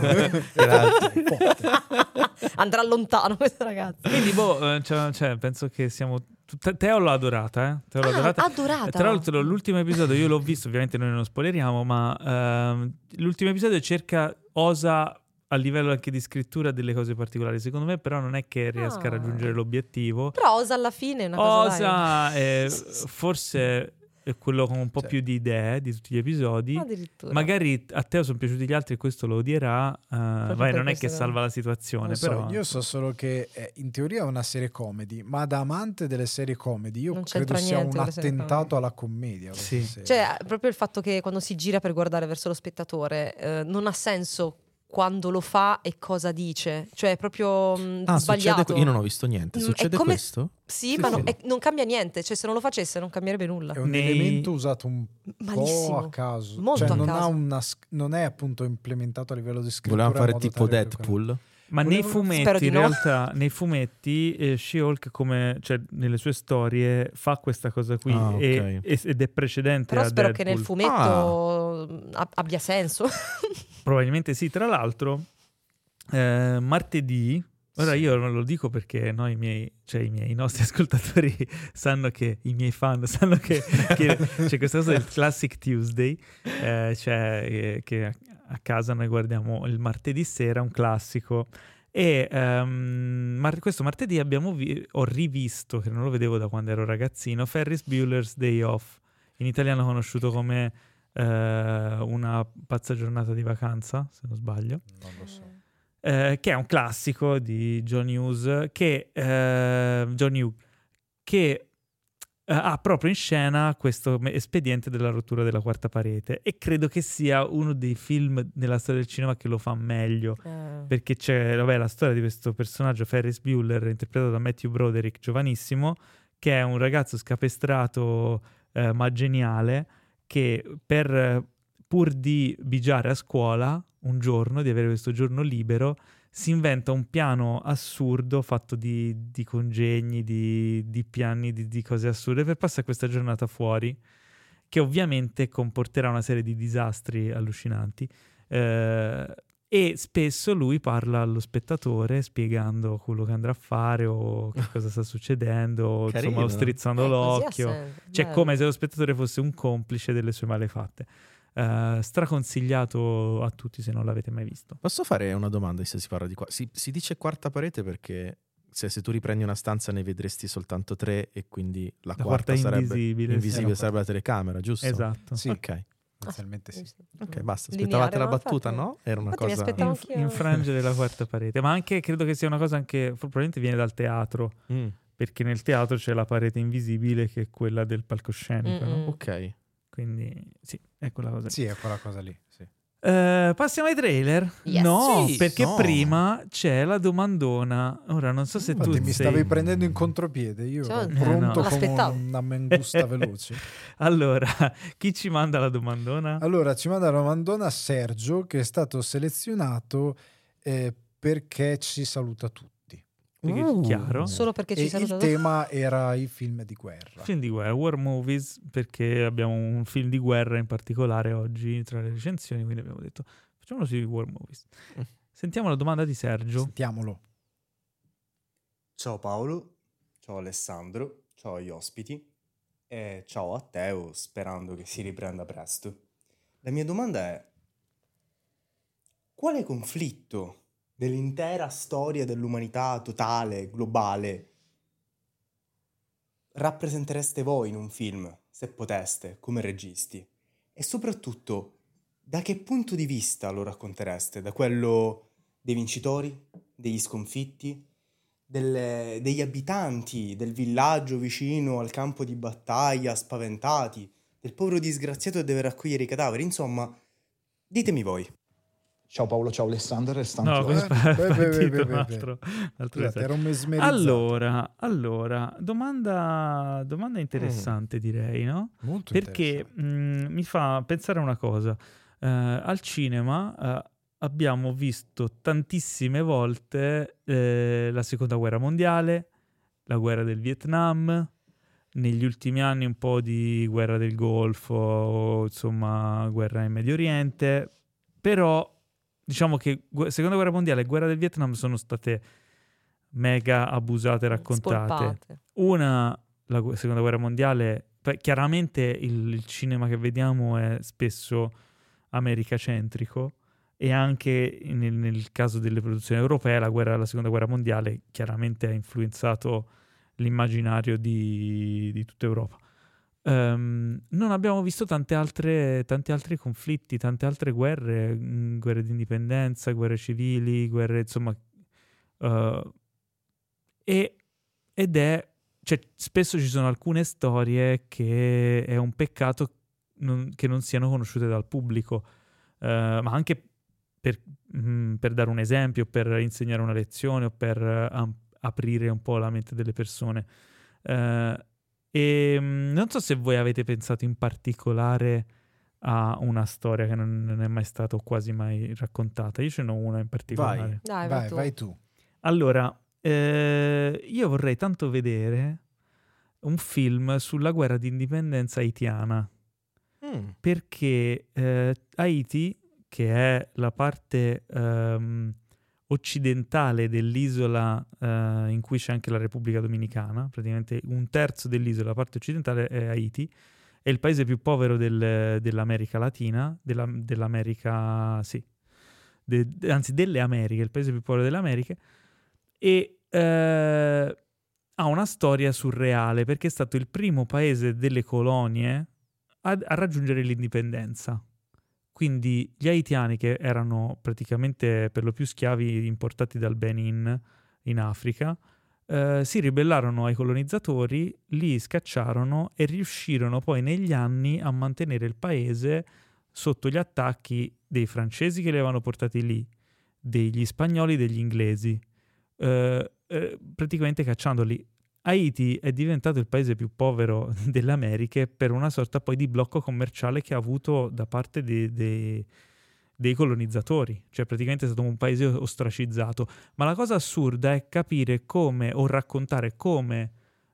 Grazie. Andrà lontano questo ragazzo. quindi boh, eh, cioè, cioè, penso che siamo Te- Teo l'ho adorata, eh? Teo l'ho Ah, adorata. adorata. Eh, Tra l'altro l'ultimo episodio io l'ho visto, ovviamente noi non lo spoileriamo, ma ehm, l'ultimo episodio cerca, osa a livello anche di scrittura delle cose particolari. Secondo me però non è che riesca Ah. a raggiungere l'obiettivo. Però Osa alla fine è una cosa, dai. Osa è forse è quello con un po' Cioè. più di idee di tutti gli episodi. Addirittura. Magari a Teo sono piaciuti gli altri e questo lo odierà. eh, vai, per non è questo che che- salva la situazione, Non so, però io so solo che è, in teoria è una serie comedy, ma da amante delle serie comedy io Non credo c'entra sia niente un con le serie attentato comedy. alla commedia. questa Sì. serie. Cioè, proprio il fatto che quando si gira per guardare verso lo spettatore eh, non ha senso quando lo fa e cosa dice. Cioè, è proprio mh, Ah, sbagliato. succede, io non ho visto niente. Mm, è Succede come- questo? Sì, Sì, ma sì. non, è- non cambia niente. Cioè, se non lo facesse non cambierebbe nulla. È un Nei- elemento usato un Malissimo. po' a caso. Molto Cioè, a non, caso. ha una, sc- non è appunto implementato a livello di scrittura. Volevano fare in modo tipo tale che- Deadpool? Ma nei Volevo- fumetti, Spero di in no. realtà, nei fumetti, eh, She-Hulk, come, cioè, nelle sue storie, fa questa cosa qui Ah, e- ok. e- ed è precedente Però a spero Deadpool. che nel fumetto ab- abbia senso. Probabilmente sì. Tra l'altro, eh, martedì, ora Sì. io non lo dico perché no, i miei, cioè i miei i nostri ascoltatori sanno che, i miei fan sanno che, che c'è questa cosa del Classic Tuesday, eh, cioè eh, che a, a casa noi guardiamo il martedì sera un classico. E ehm, mar- questo martedì abbiamo vi- ho rivisto, che non lo vedevo da quando ero ragazzino, Ferris Bueller's Day Off, in italiano conosciuto come eh, Una pazza giornata di vacanza, se non sbaglio, Non lo so. eh, che è un classico di John Hughes, che, eh, John Hughes, che eh, ha proprio in scena questo me- espediente della rottura della quarta parete, e credo che sia uno dei film nella storia del cinema che lo fa meglio. Eh, Perché c'è vabbè, la storia di questo personaggio, Ferris Bueller, interpretato da Matthew Broderick, giovanissimo, che è un ragazzo scapestrato eh, ma geniale, che per, pur di bigiare a scuola un giorno, di avere questo giorno libero, si inventa un piano assurdo fatto di, di congegni, di, di piani, di, di cose assurde per passare questa giornata fuori, che ovviamente comporterà una serie di disastri allucinanti. Eh, e spesso lui parla allo spettatore spiegando quello che andrà a fare o che cosa sta succedendo, o, Carino. insomma, o strizzando eh, così ha l'occhio. senso. Cioè, Bello. come se lo spettatore fosse un complice delle sue malefatte. Eh, straconsigliato a tutti se non l'avete mai visto. Posso fare una domanda se si parla di qua? Si, si dice quarta parete perché se, se tu riprendi una stanza ne vedresti soltanto tre e quindi la, La quarta quarta sarebbe invisibile, invisibile sì. sarebbe la telecamera, giusto? Esatto. Sì, Ok, inizialmente sì. ok, basta. Lineare, Aspettavate la no? battuta, Infatti- no? Era una infatti mi cosa... aspettavo Inf- anch'io. infrangere la quarta parete, ma anche credo che sia una cosa anche probabilmente viene dal teatro, Mm, perché nel teatro c'è la parete invisibile che è quella del palcoscenico, no? Mm-mm. ok. Quindi sì, è quella cosa. Sì, è quella cosa lì. Sì. Eh, passiamo ai trailer? Yes. No, Sì, perché no. prima c'è la domandona. Ora non so se Infatti tu mi sei... stavi prendendo in contropiede, io Cioè, ero eh, pronto no. come L'aspettavo. una mangusta veloce. Allora, chi ci manda la domandona? Allora, ci manda la domandona Sergio, che è stato selezionato eh, perché ci saluta tutti. Perché è Uh. chiaro. Solo perché ci E saluta il tutti. tema era i film di guerra. Film di guerra, war movies, perché abbiamo un film di guerra in particolare oggi tra le recensioni, quindi abbiamo detto facciamolo sui war movies. Mm. Sentiamo la domanda di Sergio. Sentiamolo. Ciao Paolo, ciao Alessandro, ciao agli ospiti e ciao a Teo, sperando che si riprenda presto. La mia domanda è: quale conflitto dell'intera storia dell'umanità totale, globale, rappresentereste voi in un film, se poteste, come registi? E soprattutto, da che punto di vista lo raccontereste? Da quello dei vincitori, degli sconfitti, delle- degli abitanti del villaggio vicino al campo di battaglia, spaventati, del povero disgraziato che deve raccogliere i cadaveri? Insomma, ditemi voi. Ciao Paolo, ciao Alessandro. Restando No, Eh, questo beh, è beh, beh, partito beh, un beh, altro, un altro Scusate, messaggio. ero mesmerizzato. Allora, allora domanda, domanda interessante direi, no? Molto Perché interessante. mh, mi fa pensare a una cosa. Eh, al cinema, eh, abbiamo visto tantissime volte eh, la seconda guerra mondiale, la guerra del Vietnam, negli ultimi anni un po' di guerra del Golfo, insomma guerra in Medio Oriente, però diciamo che gu- seconda guerra mondiale e guerra del Vietnam sono state mega abusate e raccontate. Spolpate. Una, la gu- seconda guerra mondiale, poi chiaramente il, il cinema che vediamo è spesso americacentrico, e anche nel, nel caso delle produzioni europee la guerra, la seconda guerra mondiale chiaramente ha influenzato l'immaginario di, di tutta Europa. Um, non abbiamo visto tante altre, tanti altri conflitti, tante altre guerre, mh, guerre di indipendenza, guerre civili, guerre insomma, uh, e, ed è, cioè, spesso ci sono alcune storie che è un peccato non, che non siano conosciute dal pubblico, uh, ma anche per, mh, per dare un esempio, per insegnare una lezione o per uh, aprire un po' la mente delle persone. Uh, e mh, non so se voi avete pensato in particolare a una storia che non, non è mai stata o quasi mai raccontata. Io ce n'ho una in particolare. Dai, vai, Vai, tu. vai tu. Allora, eh, io vorrei tanto vedere un film sulla guerra di indipendenza haitiana, Mm. perché eh, Haiti, che è la parte ehm, occidentale dell'isola eh, in cui c'è anche la Repubblica Dominicana, praticamente un terzo dell'isola, la parte occidentale è Haiti, è il paese più povero del- dell'America Latina, della- dell'America, sì, de- de- anzi delle Americhe, il paese più povero delle Americhe, e eh, ha una storia surreale perché è stato il primo paese delle colonie a, a raggiungere l'indipendenza. Quindi gli haitiani, che erano praticamente per lo più schiavi importati dal Benin in Africa, eh, si ribellarono ai colonizzatori, li scacciarono e riuscirono poi negli anni a mantenere il paese sotto gli attacchi dei francesi che li avevano portati lì, degli spagnoli, degli inglesi, eh, eh, praticamente cacciandoli. Haiti è diventato il paese più povero delle Americhe per una sorta poi di blocco commerciale che ha avuto da parte dei, dei, dei colonizzatori, cioè praticamente è stato un paese ostracizzato. Ma la cosa assurda è capire come, o raccontare come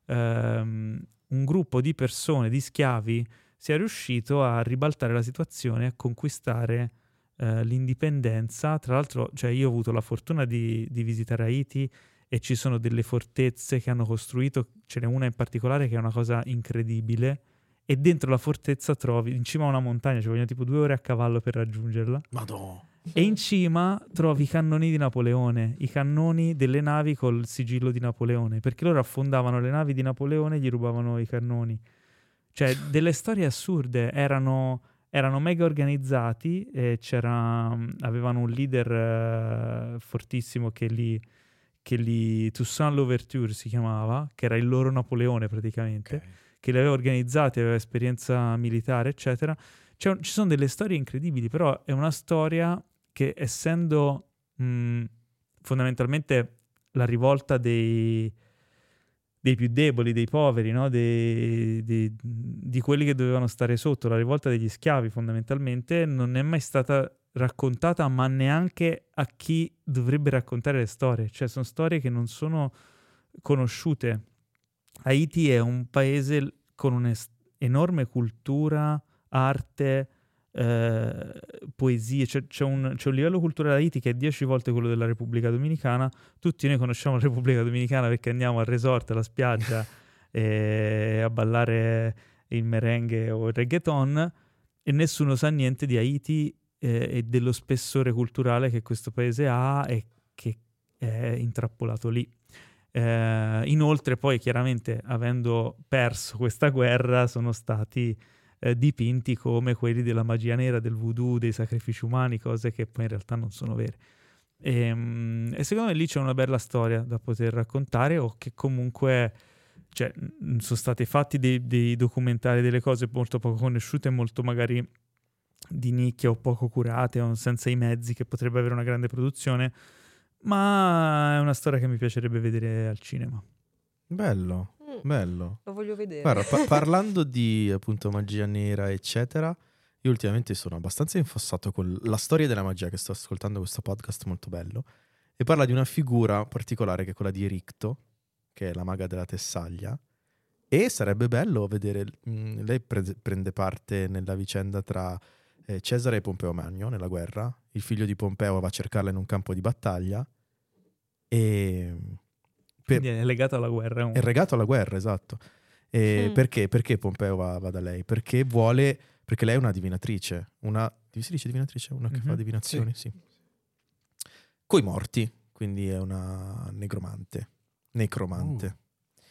ehm, un gruppo di persone, di schiavi, sia riuscito a ribaltare la situazione, a conquistare eh, l'indipendenza. Tra l'altro, cioè, io ho avuto la fortuna di, di visitare Haiti, e ci sono delle fortezze che hanno costruito, ce n'è una in particolare che è una cosa incredibile, e dentro la fortezza trovi, in cima a una montagna, ci vogliono tipo due ore a cavallo per raggiungerla, Madò. e in cima trovi i cannoni di Napoleone, i cannoni delle navi col sigillo di Napoleone, perché loro affondavano le navi di Napoleone e gli rubavano i cannoni. Cioè, delle storie assurde, erano, erano mega organizzati, e c'era, avevano un leader eh, fortissimo che li... che li Toussaint Louverture si chiamava, che era il loro Napoleone praticamente, Ok. che li aveva organizzati, aveva esperienza militare, eccetera. C'è un- ci sono delle storie incredibili, però è una storia che, essendo mh, fondamentalmente la rivolta dei, dei più deboli, dei poveri, no? dei, dei- di quelli che dovevano stare sotto, la rivolta degli schiavi fondamentalmente, non è mai stata raccontata, ma neanche a chi dovrebbe raccontare le storie. Cioè, sono storie che non sono conosciute. Haiti è un paese con un'enorme cultura, arte, eh, poesie. C'è, c'è, un, c'è un livello culturale a Haiti che è dieci volte quello della Repubblica Dominicana. Tutti noi conosciamo la Repubblica Dominicana perché andiamo al resort, alla spiaggia e a ballare il merengue o il reggaeton, e nessuno sa niente di Haiti eh, e dello spessore culturale che questo paese ha e che è intrappolato lì. Eh, inoltre poi chiaramente, avendo perso questa guerra, sono stati eh, dipinti come quelli della magia nera, del voodoo, dei sacrifici umani, cose che poi in realtà non sono vere. E, mm, e secondo me lì c'è una bella storia da poter raccontare, o che comunque, cioè, mm, sono stati fatti dei, dei documentari, delle cose molto poco conosciute, molto magari di nicchia o poco curate o senza i mezzi che potrebbe avere una grande produzione, ma è una storia che mi piacerebbe vedere al cinema. Bello, Mm, bello. lo voglio vedere. Guarda, pa- parlando di appunto magia nera, eccetera, Io ultimamente sono abbastanza infossato con la storia della magia, che sto ascoltando questo podcast molto bello, e parla di una figura particolare che è quella di Ericto, che è la maga della Tessaglia, e sarebbe bello vedere, mh, lei pre- prende parte nella vicenda tra eh, Cesare e Pompeo Magno nella guerra, il figlio di Pompeo va a cercarla in un campo di battaglia, e per, Quindi è legato alla guerra. è legato alla guerra, esatto. E Mm. perché? Perché Pompeo va, va da lei? Perché vuole, perché lei è una divinatrice, una, si dice divinatrice? Una che Mhm. fa divinazioni, sì. Coi morti, quindi è una negromante, necromante. Uh.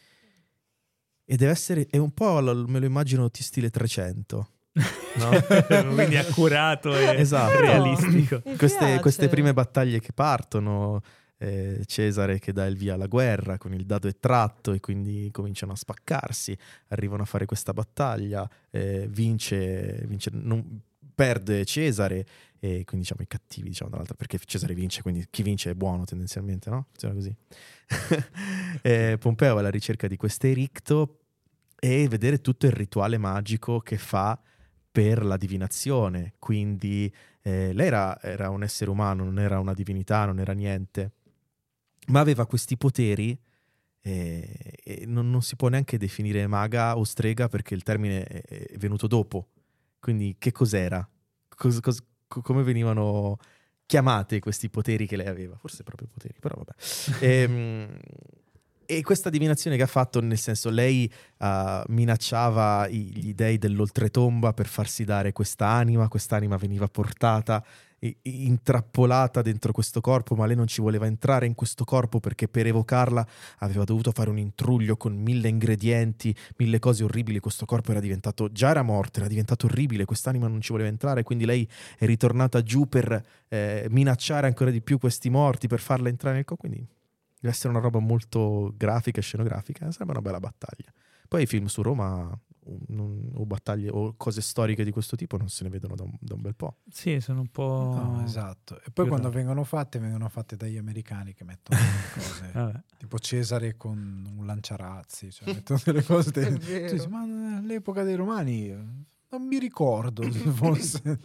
E deve essere, è un po', lo- me lo immagino ti stile trecento, no? Quindi accurato e Esatto. realistico. Mi queste, piace. queste prime battaglie che partono, eh, Cesare che dà il via alla guerra con il dado è tratto e quindi cominciano a spaccarsi, arrivano a fare questa battaglia, eh, vince, vince non, perde Cesare e quindi diciamo i cattivi, diciamo dall'altra, perché Cesare vince, quindi chi vince è buono tendenzialmente, no? Funziona così. eh, Pompeo è alla ricerca di questo Ericto e vedere tutto il rituale magico che fa per la divinazione, quindi eh, lei era, era un essere umano, non era una divinità, non era niente, ma aveva questi poteri eh, e non, non si può neanche definire maga o strega perché il termine è, è venuto dopo. Quindi che cos'era? Cos, cos, co- come venivano chiamate questi poteri che lei aveva? Forse proprio poteri, però vabbè. Ehm, E questa divinazione che ha fatto, nel senso, lei uh, minacciava i, gli dei dell'oltretomba per farsi dare quest'anima, quest'anima veniva portata, e, intrappolata dentro questo corpo, ma lei non ci voleva entrare in questo corpo perché per evocarla aveva dovuto fare un intruglio con mille ingredienti, mille cose orribili, questo corpo era diventato, già era morto, era diventato orribile, quest'anima non ci voleva entrare, quindi lei è ritornata giù per eh, minacciare ancora di più questi morti, per farla entrare nel corpo, quindi deve essere una roba molto grafica e scenografica, sarebbe una bella battaglia. Poi i film su Roma non, o battaglie o cose storiche di questo tipo non se ne vedono da un, da un bel po'. Sì, sono un po'... No, esatto. E poi Io quando no. vengono fatte, vengono fatte dagli americani che mettono delle cose Vabbè. tipo Cesare con un lanciarazzi, cioè mettono delle cose. È Tu vero. dici, ma all'epoca dei romani non mi ricordo se fosse.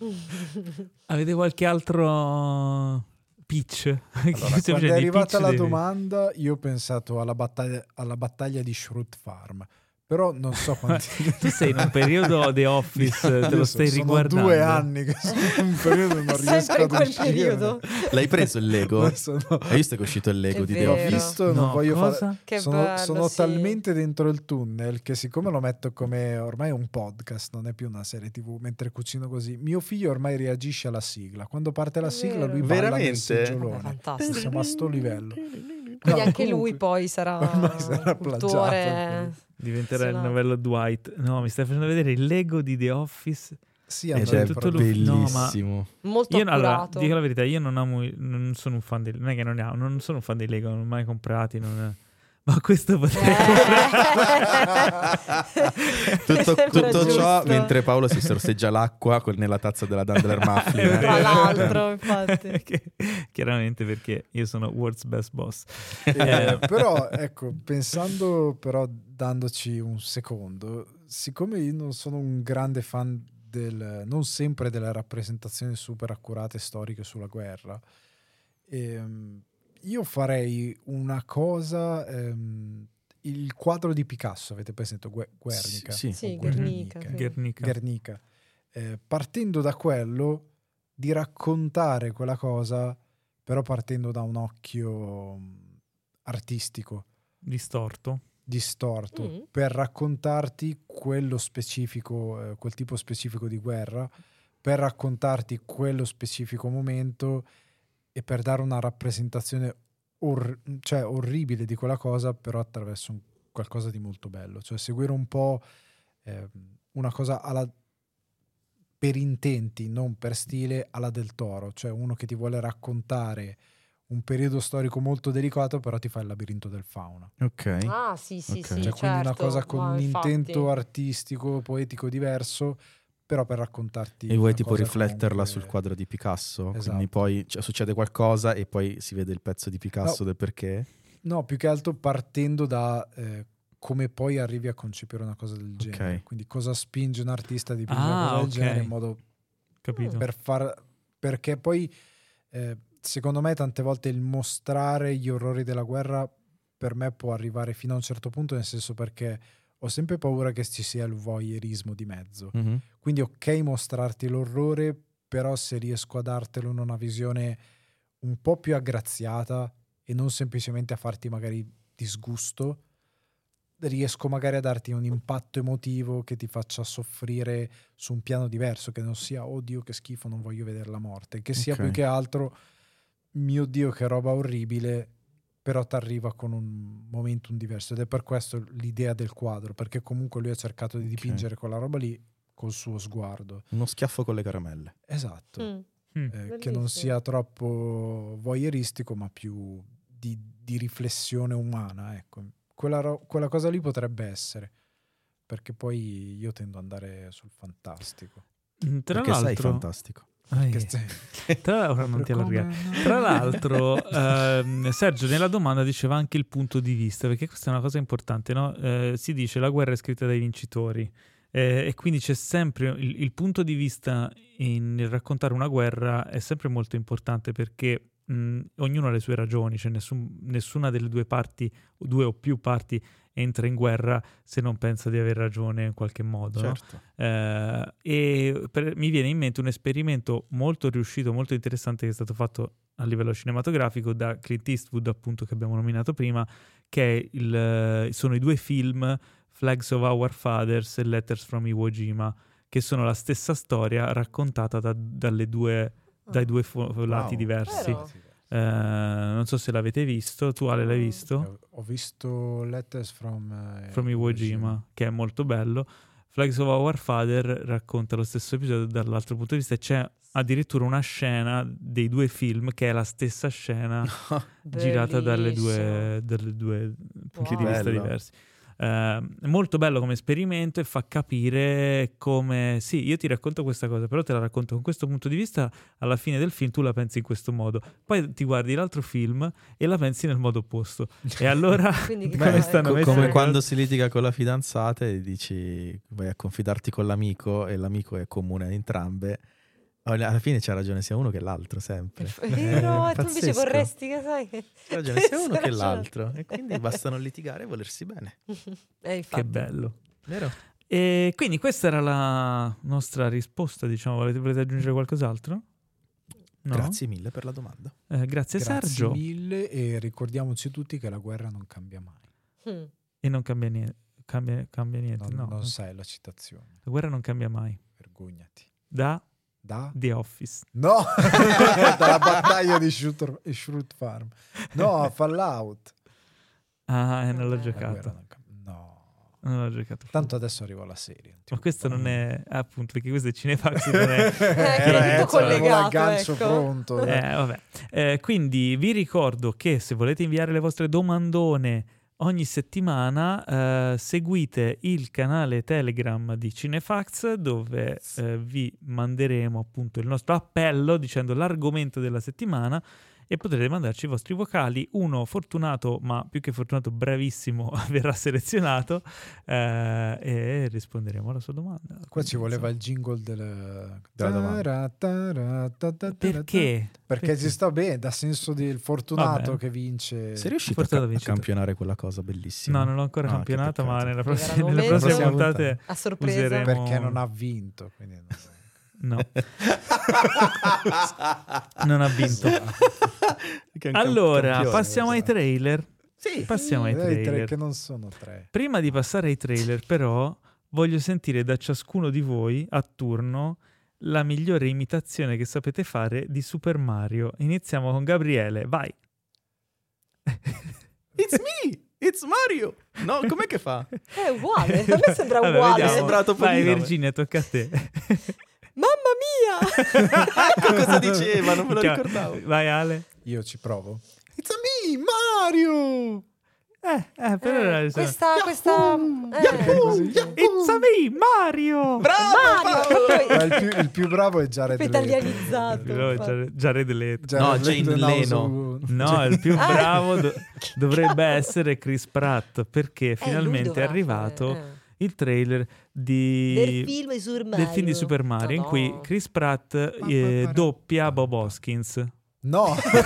Avete qualche altro pitch? Allora, quando è arrivata la domanda, io ho pensato alla battaglia, alla battaglia di Shrewd Farm, però non so quanti. Tu sei in un periodo The Office, te lo Io stai sono riguardando. due anni che sono in un periodo non riesco Sempre in ad quel uscire. periodo. L'hai preso il Lego? Sono... Hai visto che è uscito il Lego È di The vero. Ho Office? visto, non No, voglio cosa? fare. Che sono bello, sono sì. talmente dentro il tunnel che siccome lo metto come ormai è un podcast, non è più una serie tivù, mentre cucino così, mio figlio ormai reagisce alla sigla. Quando parte la È sigla vero. lui balla nel Veramente? seggiolone. Vabbè, fantastico. Siamo a sto livello. Quindi No, anche comunque, lui poi sarà ormai sarà cultore. plagiato. Diventerà il Sì, no. novello Dwight. No, mi stai facendo vedere il Lego di The Office. Sì, Ed Andrea, è tutto proprio- lui- no, ma- bellissimo. Molto Io allora, accurato. dico la verità, io non amo, i- non sono un fan dei, non è che non ne amo, non sono un fan dei Lego, non ho mai comprati, non, ma questo potrei Tutto, Sembra tutto ciò giusto. mentre Paolo si sorseggia l'acqua col- nella tazza della Dandler Muffin. È Tra vero. l'altro, infatti. Che- chiaramente perché io sono World's Best Boss. Eh, però ecco, pensando però dandoci un secondo, siccome io non sono un grande fan del, non sempre delle rappresentazioni super accurate storiche sulla guerra, ehm, io farei una cosa, ehm, il quadro di Picasso, avete presente? Gue- Guernica? Sì, Sì, O Guernica, sì. Guernica. Guernica. Eh, partendo da quello, di raccontare quella cosa, però partendo da un occhio mh, artistico, Distorto. distorto, Mm. per raccontarti quello specifico, eh, quel tipo specifico di guerra, per raccontarti quello specifico momento e per dare una rappresentazione or- cioè orribile di quella cosa, però attraverso un- qualcosa di molto bello, cioè seguire un po' eh, una cosa alla, per intenti, non per stile, alla Del Toro, cioè uno che ti vuole raccontare un periodo storico molto delicato, però ti fa il labirinto del fauno. Ok. Ah, sì, sì, Ok. sì, Cioè, certo. quindi una cosa con Ma un infatti. intento artistico, poetico diverso, però per raccontarti E vuoi una tipo cosa rifletterla comunque- sul quadro di Picasso? Esatto. Quindi poi cioè, succede qualcosa e poi si vede il pezzo di Picasso No. del perché? No, più che altro partendo da eh, come poi arrivi a concepire una cosa del genere. Ok. Quindi cosa spinge un artista a dipingere Ah, una cosa del ok. genere in modo Capito? per far, perché poi eh, secondo me tante volte il mostrare gli orrori della guerra per me può arrivare fino a un certo punto, nel senso perché ho sempre paura che ci sia il voyeurismo di mezzo. Mhm. Quindi ok mostrarti l'orrore, però se riesco a dartelo in una visione un po' più aggraziata e non semplicemente a farti magari disgusto, riesco magari a darti un impatto emotivo che ti faccia soffrire su un piano diverso, che non sia oddio che schifo, non voglio vedere la morte, che sia Ok. più che altro mio Dio che roba orribile, però ti arriva con un momentum diverso, ed è per questo l'idea del quadro, perché comunque lui ha cercato di Ok. dipingere quella roba lì col suo sguardo. Uno schiaffo con le caramelle. Esatto. Mm. Mm. Eh, che non Bellissimo. sia troppo voyeuristico, ma più di, di riflessione umana, ecco. Quella, ro- quella cosa lì potrebbe essere, perché poi io tendo ad andare sul fantastico. Mm, Tra Perché sei l'altro, fantastico. Ah, Che eh. se- Tra, ora non ti allargare. Tra l'altro, ehm, Sergio nella domanda diceva anche il punto di vista, perché questa è una cosa importante, no? Eh, si dice la guerra è scritta dai vincitori, eh, e quindi c'è sempre il, il punto di vista in, nel raccontare una guerra è sempre molto importante, perché mh, ognuno ha le sue ragioni, cioè nessun- nessuna delle due parti, due o più parti, entra in guerra se non pensa di aver ragione in qualche modo, no? Certo. Eh, e per- mi viene in mente un esperimento molto riuscito, molto interessante, che è stato fatto a livello cinematografico da Clint Eastwood, appunto, che abbiamo nominato prima, che è il, eh, sono i due film Flags of Our Fathers e Letters from Iwo Jima, che sono la stessa storia raccontata da- dalle due, dai due fo- lati Wow. diversi. Vero? Eh, non so se l'avete visto, tu Ale l'hai No. visto? Ho, ho visto Letters from, eh, From Iwo Jima, che è molto bello. Flags of Our Father racconta lo stesso episodio dall'altro punto di vista, e c'è addirittura una scena dei due film che è la stessa scena girata dalle due, dalle due punti di Wow. vista Bello. diversi. Eh, è molto bello come esperimento e fa capire come, sì, io ti racconto questa cosa, però te la racconto con questo punto di vista, alla fine del film tu la pensi in questo modo, poi ti guardi l'altro film e la pensi nel modo opposto, e allora Quindi che come fai? stanno Co- messe come le quando cose? si litiga con la fidanzata e dici vai a confidarti con l'amico e l'amico è comune a entrambe, alla fine c'ha ragione sia uno che l'altro, sempre. È vero, È e tu invece pazzesco. vorresti che sai che... C'ha ragione sia uno Hai che ragione. l'altro, e quindi bastano litigare e volersi bene, Eh, infatti. Che bello. vero? E quindi questa era la nostra risposta, diciamo. Volete, volete aggiungere qualcos'altro? No? Grazie mille per la domanda. Eh, grazie, Grazie Sergio. mille, e ricordiamoci tutti che la guerra non cambia mai. Mm. E non cambia niente. Cambia, cambia niente, Non, no. non sai la citazione. La guerra non cambia mai. Vergognati. Da Da? The Office. No! Dalla battaglia di Shooter- Shrewd Farm. No, Fallout. Ah, eh, non l'ho La La guerra giocato. non cambia. No. Non l'ho giocato. Tanto adesso arriva la serie. Ma questo non è... appunto, perché questo è Cinefax, non è... che è Era, tutto eh, avevo collegato, l'aggancio ecco. pronto. Eh, vabbè. Eh, quindi vi ricordo che se volete inviare le vostre domandone ogni settimana, eh, seguite il canale Telegram di Cinefax, dove eh, vi manderemo appunto il nostro appello dicendo l'argomento della settimana, e potrete mandarci i vostri vocali. Uno fortunato, ma più che fortunato bravissimo, verrà selezionato, eh, e risponderemo alla sua domanda. Qua Quindi, ci voleva insomma, il jingle del... Della domanda. Tara, tara, ta, ta, ta, ta. perché? Perché ci sta bene, dà senso del fortunato Vabbè. che vince. Sei riuscito a, Forse ca- l'ho a vincito. campionare quella cosa bellissima? No, non l'ho ancora Ah, che campionata, ma peccato. nella Arriverà prossima, il nelle momento. prossime Prossima puntate A sorpresa. useremo- Perché non ha vinto. Quindi non... no, non ha vinto. Che è un camp- Allora, campione, passiamo ai esatto. trailer. Sì. Passiamo ai Dai, tre trailer. che non sono tre. Prima di passare ai trailer, però, voglio sentire da ciascuno di voi a turno la migliore imitazione che sapete fare di Super Mario. Iniziamo con Gabriele, vai. It's me! It's Mario! No, com'è che fa? È uguale, a me sembra Vabbè, uguale. vediamo. Sembra Vai Topolino. Virginia, tocca a te. Mamma mia! Ecco cosa diceva, non me lo Chiama- ricordavo. Vai Ale. Io ci provo. It's a me, Mario! Eh, eh, però era Eh, il- questa, questa... eh. Perché così? It's a me, Mario! Mario! Ma Poi- il, più, il più bravo è Jared Poi Leto. italianizzato. No, infatti. Jared- Jared Leto. Jared No, Leto Jane in House Leno. of- No, il più Ah. bravo do- dovrebbe essere Chris Pratt, perché Eh, lui finalmente è dovrà arrivato fare, il trailer di, del film di Super Mario, del film di Super Mario no, in cui no. Chris Pratt eh, doppia Bob Hoskins. No. Beh,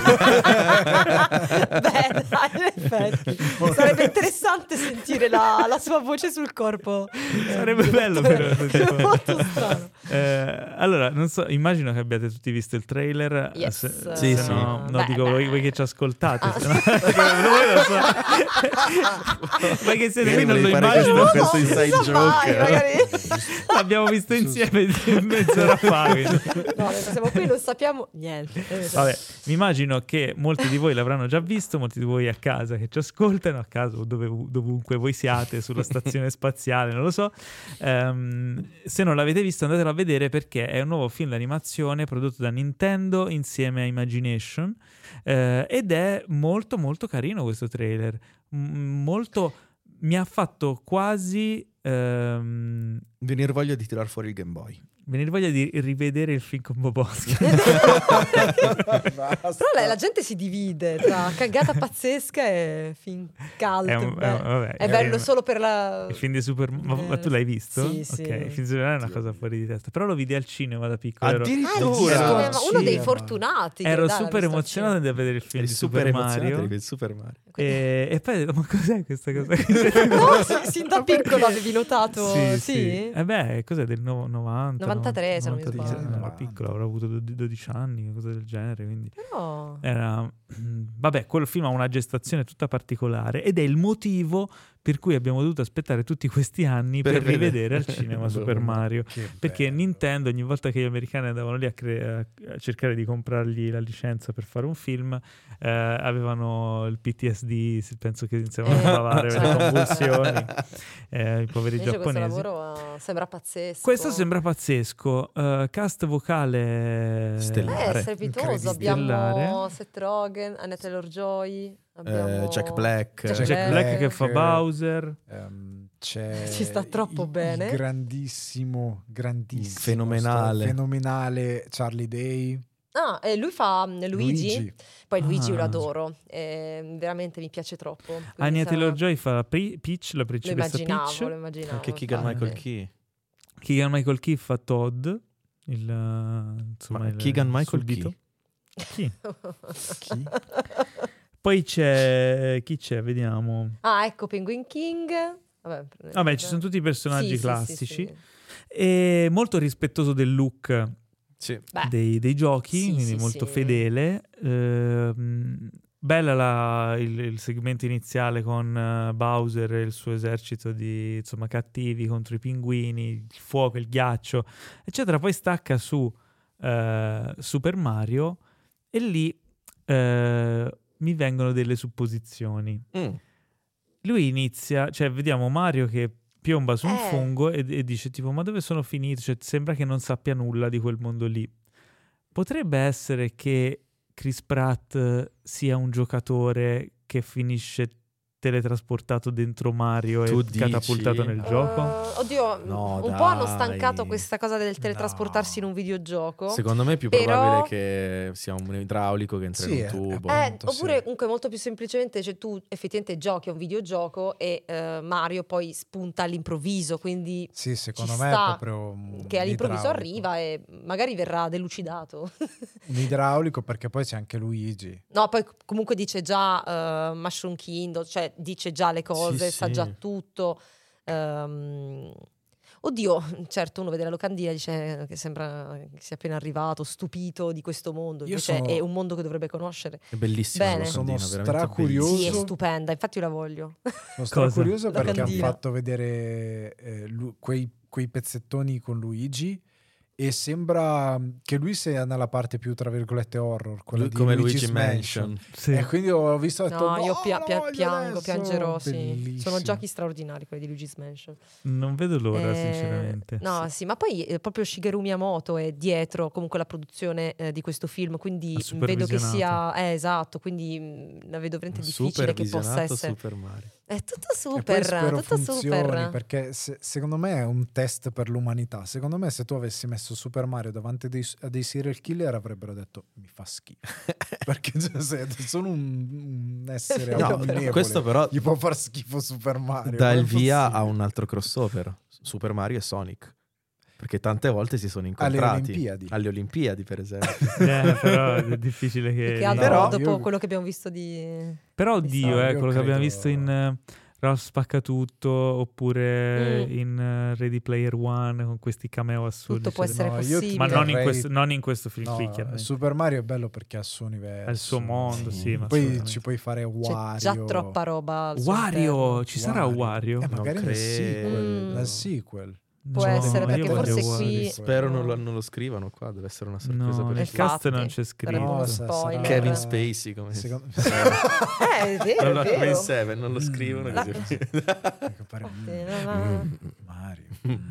dai, in effetti sarebbe interessante sentire la, la sua voce sul corpo. Sarebbe bello però. È molto strano. Eh, allora, non so, immagino che abbiate tutti visto il trailer. Yes. Se, Sì, se sì. no, no Beh, dico beh. voi, voi che ci ascoltate. Ah. Se no, voi lo so. Ma che siete qui non lo Volevi fare immagino. questo inside non si sa mai, joke. magari. L'abbiamo visto insieme mezz'ora fa. quindi. No, noi siamo qui, non sappiamo niente. Vabbè, mi immagino che molti di voi l'avranno già visto, molti di voi a casa che ci ascoltano, a casa o dove, dovunque voi siate, sulla stazione spaziale, non lo so. Ehm, se non l'avete visto andatelo a vedere perché è un nuovo film d'animazione prodotto da Nintendo insieme a Imagination eh, ed è molto molto carino questo trailer. M- molto... mi ha fatto quasi ehm, Venire voglia di tirar fuori il Game Boy. venire voglia di rivedere il film con Bob Hoskins. Però la, la gente si divide tra cagata pazzesca e film cult. È un- beh. è un- vabbè, è è bello un- solo per la... Il film di Super ma, ma tu l'hai visto? Sì, sì. Ok, il film di Super Mario è una cosa fuori di testa. Però lo vidi al cinema da piccolo. Ero, Ah, Addirittura. sì, Ero- ma uno dei cinema. fortunati. che, ero dai, l'ha super visto al emozionato di vedere il film Eri di super Super emozionato Mario. di il Super Mario. E, e poi ho detto, ma cos'è questa cosa? cinema. No, sì, sin da piccolo avevi notato. Sì, Sì, sì. Eh beh, cos'è del no- novanta? novantatré, se non mi novantatré, sbaglio. ero piccolo, avrò avuto dodici dodici anni, cosa del genere, quindi Però... era... Vabbè, quel film ha una gestazione tutta particolare ed è il motivo per cui abbiamo dovuto aspettare tutti questi anni per, Per vedere. rivedere al cinema Super Mario. Che Perché bello. Nintendo ogni volta che gli americani andavano lì a, cre- a cercare di comprargli la licenza per fare un film eh, avevano il P T S D, penso che iniziavano a Eh, bavare per le certo. convulsioni, eh, i poveri Invece questo giapponesi. lavoro eh, sembra pazzesco. Questo sembra pazzesco. eh, cast vocale Stellare. Eh, è strepitoso. Incredibile. Abbiamo Seth Rogen, Anna Taylor-Joy, abbiamo Eh, Jack Black. Jack Jack Black. Black che fa che- Bowser. Ehm, c'è Ci sta troppo il- bene. il grandissimo, grandissimo, Fenomenale. sto- fenomenale Charlie Day. Ah, e lui fa mm, Luigi. Poi Luigi io lo Ah. adoro. eh, veramente mi piace troppo. quindi Anya sarà- Taylor-Joy fa Pri- Peach, la Lo principessa immaginavo, Peach. lo immaginavo. Anche Keegan infatti. Michael Key. Keegan Michael Key fa Todd. Il, eh, insomma, Ma il Keegan Michael suddito. Key? Chi? Chi? Poi c'è... Chi c'è? Vediamo. Ah, ecco Penguin King. Vabbè, Vabbè, ci sono tutti i personaggi Sì, sì, sì, classici. sì. E molto rispettoso del look Sì. Beh, dei, dei giochi, sì, quindi sì, molto sì. fedele. Ehm, bella la- il, il segmento iniziale con eh, Bowser e il suo esercito di insomma, cattivi contro i pinguini, il fuoco, il ghiaccio, eccetera. Poi stacca su eh, Super Mario e lì eh, mi vengono delle supposizioni. Mm. Lui inizia, cioè vediamo Mario che piomba su un Eh. fungo e, e dice tipo ma dove sono finito? Cioè sembra che non sappia nulla di quel mondo lì. Potrebbe essere che Chris Pratt eh, sia un giocatore che finisce teletrasportato dentro Mario Tu e dici? catapultato nel gioco? Eh, oddio, No, un po' hanno dai. stancato questa cosa del teletrasportarsi No. in un videogioco. Secondo me è più Però- probabile che sia un idraulico che entra Sì, in un è- tubo. è- Eh, appunto, oppure sì. comunque molto più semplicemente, cioè tu effettivamente giochi a un videogioco e eh, Mario poi spunta all'improvviso, quindi Sì, secondo Ci me sta è proprio un che all'improvviso idraulico. arriva e magari verrà delucidato. Un idraulico perché poi c'è anche Luigi. No, poi comunque dice già eh, Mushroom Kingdom, cioè dice già le cose, Sì, sa sì. già tutto. Ehm, oddio, certo, uno vede la locandina e dice che sembra che sia appena arrivato, stupito di questo mondo. Io Invece sono- è un mondo che dovrebbe conoscere. È bellissima Bene. la locandina, Sono veramente stracurioso. Sì, è Curioso. stupenda, infatti io la voglio. Sono stato curioso La perché hanno candina. fatto vedere eh, lu- quei, quei pezzettoni con Luigi e sembra che lui sia nella parte più tra virgolette horror, quella Lui- di come Luigi's Luigi Mansion. Sì. E quindi ho visto e ho detto, No, io "No, pia- la pia- voglio piango, adesso!" piangerò, sì. Bellissimo. Sono giochi straordinari quelli di Luigi's Mansion. Non vedo l'ora, Eh, sinceramente. No, sì. ma poi eh, proprio Shigeru Miyamoto è dietro comunque la produzione eh, di questo film, quindi Ha mh, vedo che sia... supervisionato. Eh, esatto, quindi mh, la vedo veramente difficile che possa Supervisionato essere... Super Mario. È tutto E poi super, spero tutto funzioni super. perché se- secondo me è un test per l'umanità. Secondo me se tu avessi messo messo Super Mario davanti a dei, a dei serial killer avrebbero detto mi fa schifo. Perché cioè, se sono un, un essere No, abominevole, questo però gli può far schifo Super Mario. dà ma è il via a possibile. un altro crossover, Super Mario e Sonic. Perché tante volte si sono Alle incontrati. Olimpiadi. Alle Olimpiadi, per esempio. Eh, però è difficile che... Più che altro Però dopo io- quello che abbiamo visto di... Però di oddio, No, eh, io quello che abbiamo credo- visto in eh, Ralph Spaccatutto oppure Mm. in eh, Ready Player One con questi cameo assurdi. Tutto può eccetera. essere No, io possibile. Ma non in, terrei- questo, non in questo film No, qui, chiaramente. Super Mario è bello perché ha il suo universo. È il suo mondo, sì, ma Poi assolutamente. ci puoi fare C'è Wario. già troppa roba al suo Wario, interno. ci sarà Wario? Eh, Non magari nel credo. sequel. Mm. Nel sequel. Può No, essere, io perché voglio forse Wario. qui- Spero non lo, No. non lo scrivano qua, deve essere una sorpresa No, per nel il cast Infatti, non c'è sarebbe scritto. uno sa- spoiler. sarà- Kevin Spacey come Secondo- Eh, è vero, Allora, è come in vero. Seven, non lo scrivono La- così. Perché pare- Infatti, mm, no, no. Mm. Mario.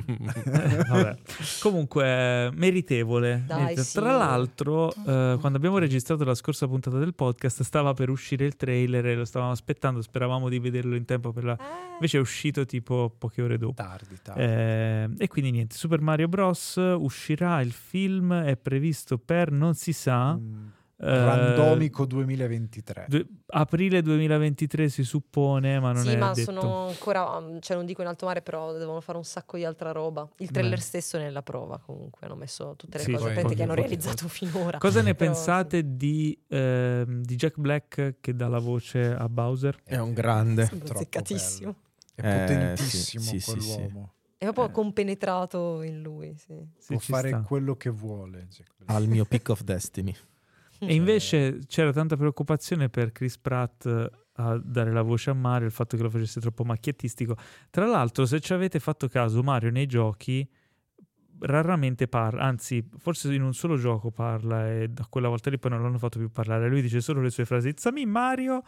Vabbè. Comunque, meritevole. Dai, Meritevole. sì. Tra l'altro, eh, quando abbiamo registrato la scorsa puntata del podcast, stava per uscire il trailer e lo stavamo aspettando. Speravamo di vederlo in tempo per la. Eh, Invece è uscito tipo poche ore dopo. Tardi, tardi. Eh, e quindi niente, Super Mario Bros. Uscirà, il film è previsto per non si sa. Un eh, randomico duemilaventitré. due- aprile duemilaventitré si suppone, ma non sì, è ma detto. sono ancora, cioè non dico in alto mare, però devono fare un sacco di altra roba. Il trailer Beh. stesso è nella prova, comunque hanno messo tutte le Sì, cose poi- praticamente che hanno poi- realizzato finora. Cosa ne Però, pensate di, ehm, di Jack Black che dà la voce a Bowser? È un grande. sì. Sembra Troppo azzeccatissimo. È Eh, potentissimo sì, sì, sì, quell'uomo. È proprio Eh. compenetrato in lui, sì. Sì, Può ci fare sta. quello che vuole. Jack Black. Al mio Pick of Destiny. E invece c'era tanta preoccupazione per Chris Pratt eh, a dare la voce a Mario, il fatto che lo facesse troppo macchiettistico. Tra l'altro, se ci avete fatto caso, Mario nei giochi raramente parla, anzi forse in un solo gioco parla e da quella volta lì poi non l'hanno fatto più parlare. Lui dice solo le sue frasi "It's a me Mario",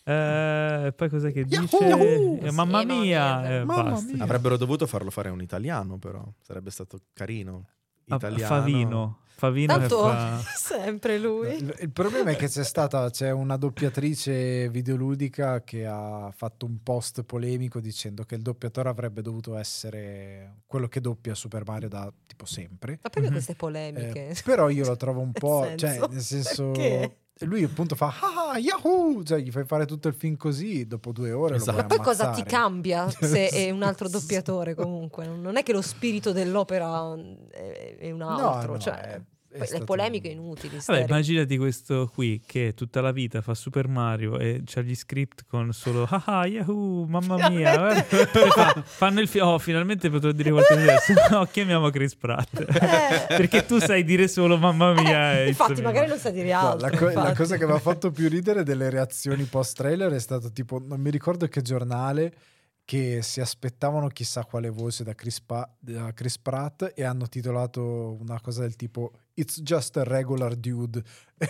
eh, poi cos'è che dice? Yahoo! Eh, mamma Sì, no, mia, niente. eh, Mamma basta. mia. Avrebbero dovuto farlo fare a un italiano, però sarebbe stato carino. Ah, Italiano. Favino, Favino che Tanto fa... sempre lui. Il, il problema è che c'è stata c'è una doppiatrice videoludica che ha fatto un post polemico dicendo che il doppiatore avrebbe dovuto essere quello che doppia Super Mario da tipo sempre. Ma perché Mhm. queste polemiche? Eh, però io lo trovo un po', Nel cioè senso? nel senso Perché? lui appunto fa ah yahoo, cioè gli fai fare tutto il film così, dopo due ore Esatto. lo Ma puoi poi cosa ti ammazzare. cambia se è un altro doppiatore comunque? Non è che lo spirito dell'opera è, è un No, altro, no, cioè, è- è poi le stato- polemiche inutili. Vabbè, sterili. immaginati questo qui che tutta la vita fa Super Mario e c'ha gli script con solo ah ah yahoo mamma mia. Finalmente. E fa- fanno il film, oh finalmente potrò dire qualcosa di diverso. No, chiamiamo Chris Pratt Eh. perché tu sai dire solo mamma mia. Eh, e infatti it's a me. magari non sa dire No, altro. la, co- la infatti. cosa che mi ha fatto più ridere delle reazioni post trailer è stato tipo, non mi ricordo che giornale, che si aspettavano chissà quale voce da Chris, Pa- da Chris Pratt e hanno titolato una cosa del tipo It's just a regular dude.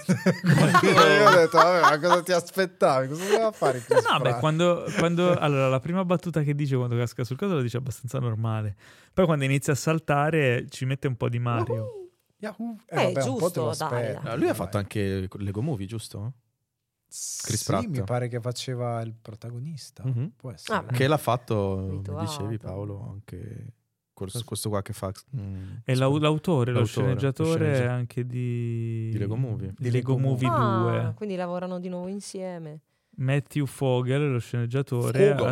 Quindi io ho detto, vabbè, ma cosa ti aspettavi? Cosa doveva fare Chris No, beh, Pratt? quando, quando allora la prima battuta che dice quando casca sul caso la dice abbastanza normale. Poi quando inizia a saltare ci mette un po' di Mario. Yahoo! Eh, vabbè, un po' te lo giusto, dai, aspetti, dai. Ah, lui ha dai. fatto anche Lego Movie, giusto? Chris sì, Pratt. mi pare che faceva il protagonista. Mhm. Può essere. Ah, beh. Che l'ha fatto, mi Abituato. dicevi Paolo, anche questo, questo qua che fa... mm, È l'au- l'autore, lo L'autore, sceneggiatore lo sceneggiatore. anche di... Di Lego Movie. Di Lego Lego Movie Ah, due. quindi lavorano di nuovo insieme. Matthew Fogel, lo sceneggiatore, Fogel. ha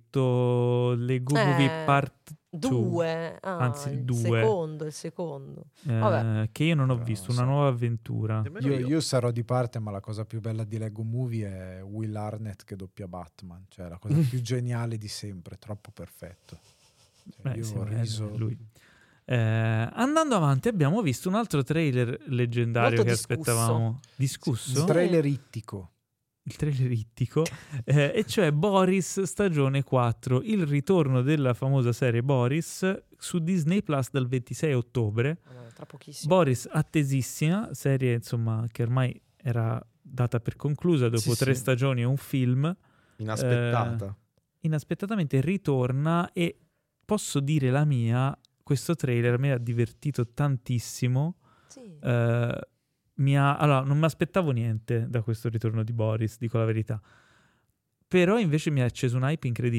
scritto Lego Eh, Movie Part Due, ah, Anzi, il due. secondo, il secondo. eh, Vabbè. che io non ho Però visto, non una so. nuova avventura. Io, io sarò di parte, ma la cosa più bella di Lego Movie è Will Arnett che doppia Batman, cioè la cosa più geniale di sempre, troppo perfetto. Cioè, Beh, io sì, ho è riso. lui. Eh, andando avanti abbiamo visto un altro trailer leggendario Molto che discusso. aspettavamo. Discusso? Un trailer ittico. Il trailer ittico, eh, e cioè Boris stagione quattro, il ritorno della famosa serie Boris su Disney Plus dal ventisei ottobre. Ah, no, tra pochissimo. Boris attesissima, serie insomma che ormai era data per conclusa dopo Sì, tre sì. stagioni e un film. Inaspettata. Inaspettatamente ritorna e posso dire la mia, questo trailer mi ha divertito tantissimo. Sì. Eh, mi ha, allora, non mi aspettavo niente da questo ritorno di Boris, dico la verità. Però invece mi ha acceso un hype incredibile.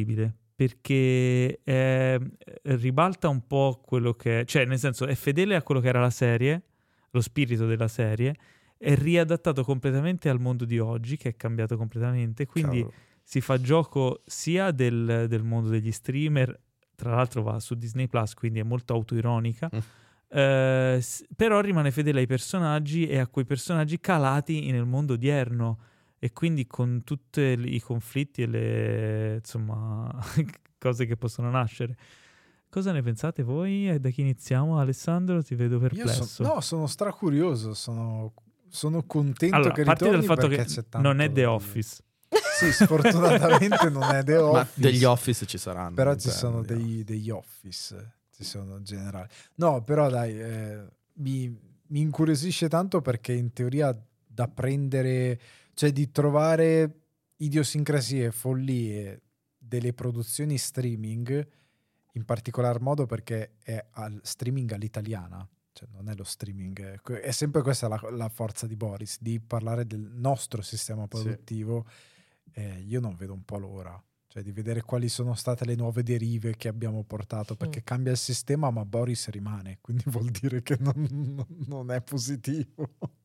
perché eh, ribalta un po' quello che... Cioè, nel senso, è fedele a quello che era la serie, lo spirito della serie, è riadattato completamente al mondo di oggi, che è cambiato completamente, quindi Cavolo. si fa gioco sia del, del mondo degli streamer, tra l'altro va su Disney Plus, quindi è molto autoironica, Mm. eh, s- però rimane fedele ai personaggi e a quei personaggi calati nel mondo odierno, e quindi con tutti i conflitti e le insomma cose che possono nascere. Cosa ne pensate voi? E da chi iniziamo? Alessandro, ti vedo Io perplesso. so- no, sono stracurioso, sono, sono contento Allora, che a partire dal ritorni fatto perché che c'è tanto non è da The dire. Office. Sì, sfortunatamente non è The Ma Office. degli Office ci saranno. Però ci all'interno sono di dei, degli Office, ci sono in generale. No, però dai, eh, mi, mi incuriosisce tanto perché in teoria da prendere, cioè di trovare idiosincrasie e follie delle produzioni streaming, in particolar modo perché è al streaming all'italiana, cioè non è lo streaming, è sempre questa la, la forza di Boris, di parlare del nostro sistema produttivo. Eh, io non vedo un po' l'ora, cioè di vedere quali sono state le nuove derive che abbiamo portato, perché Mm. cambia il sistema ma Boris rimane, quindi vuol dire che non, non- non è positivo.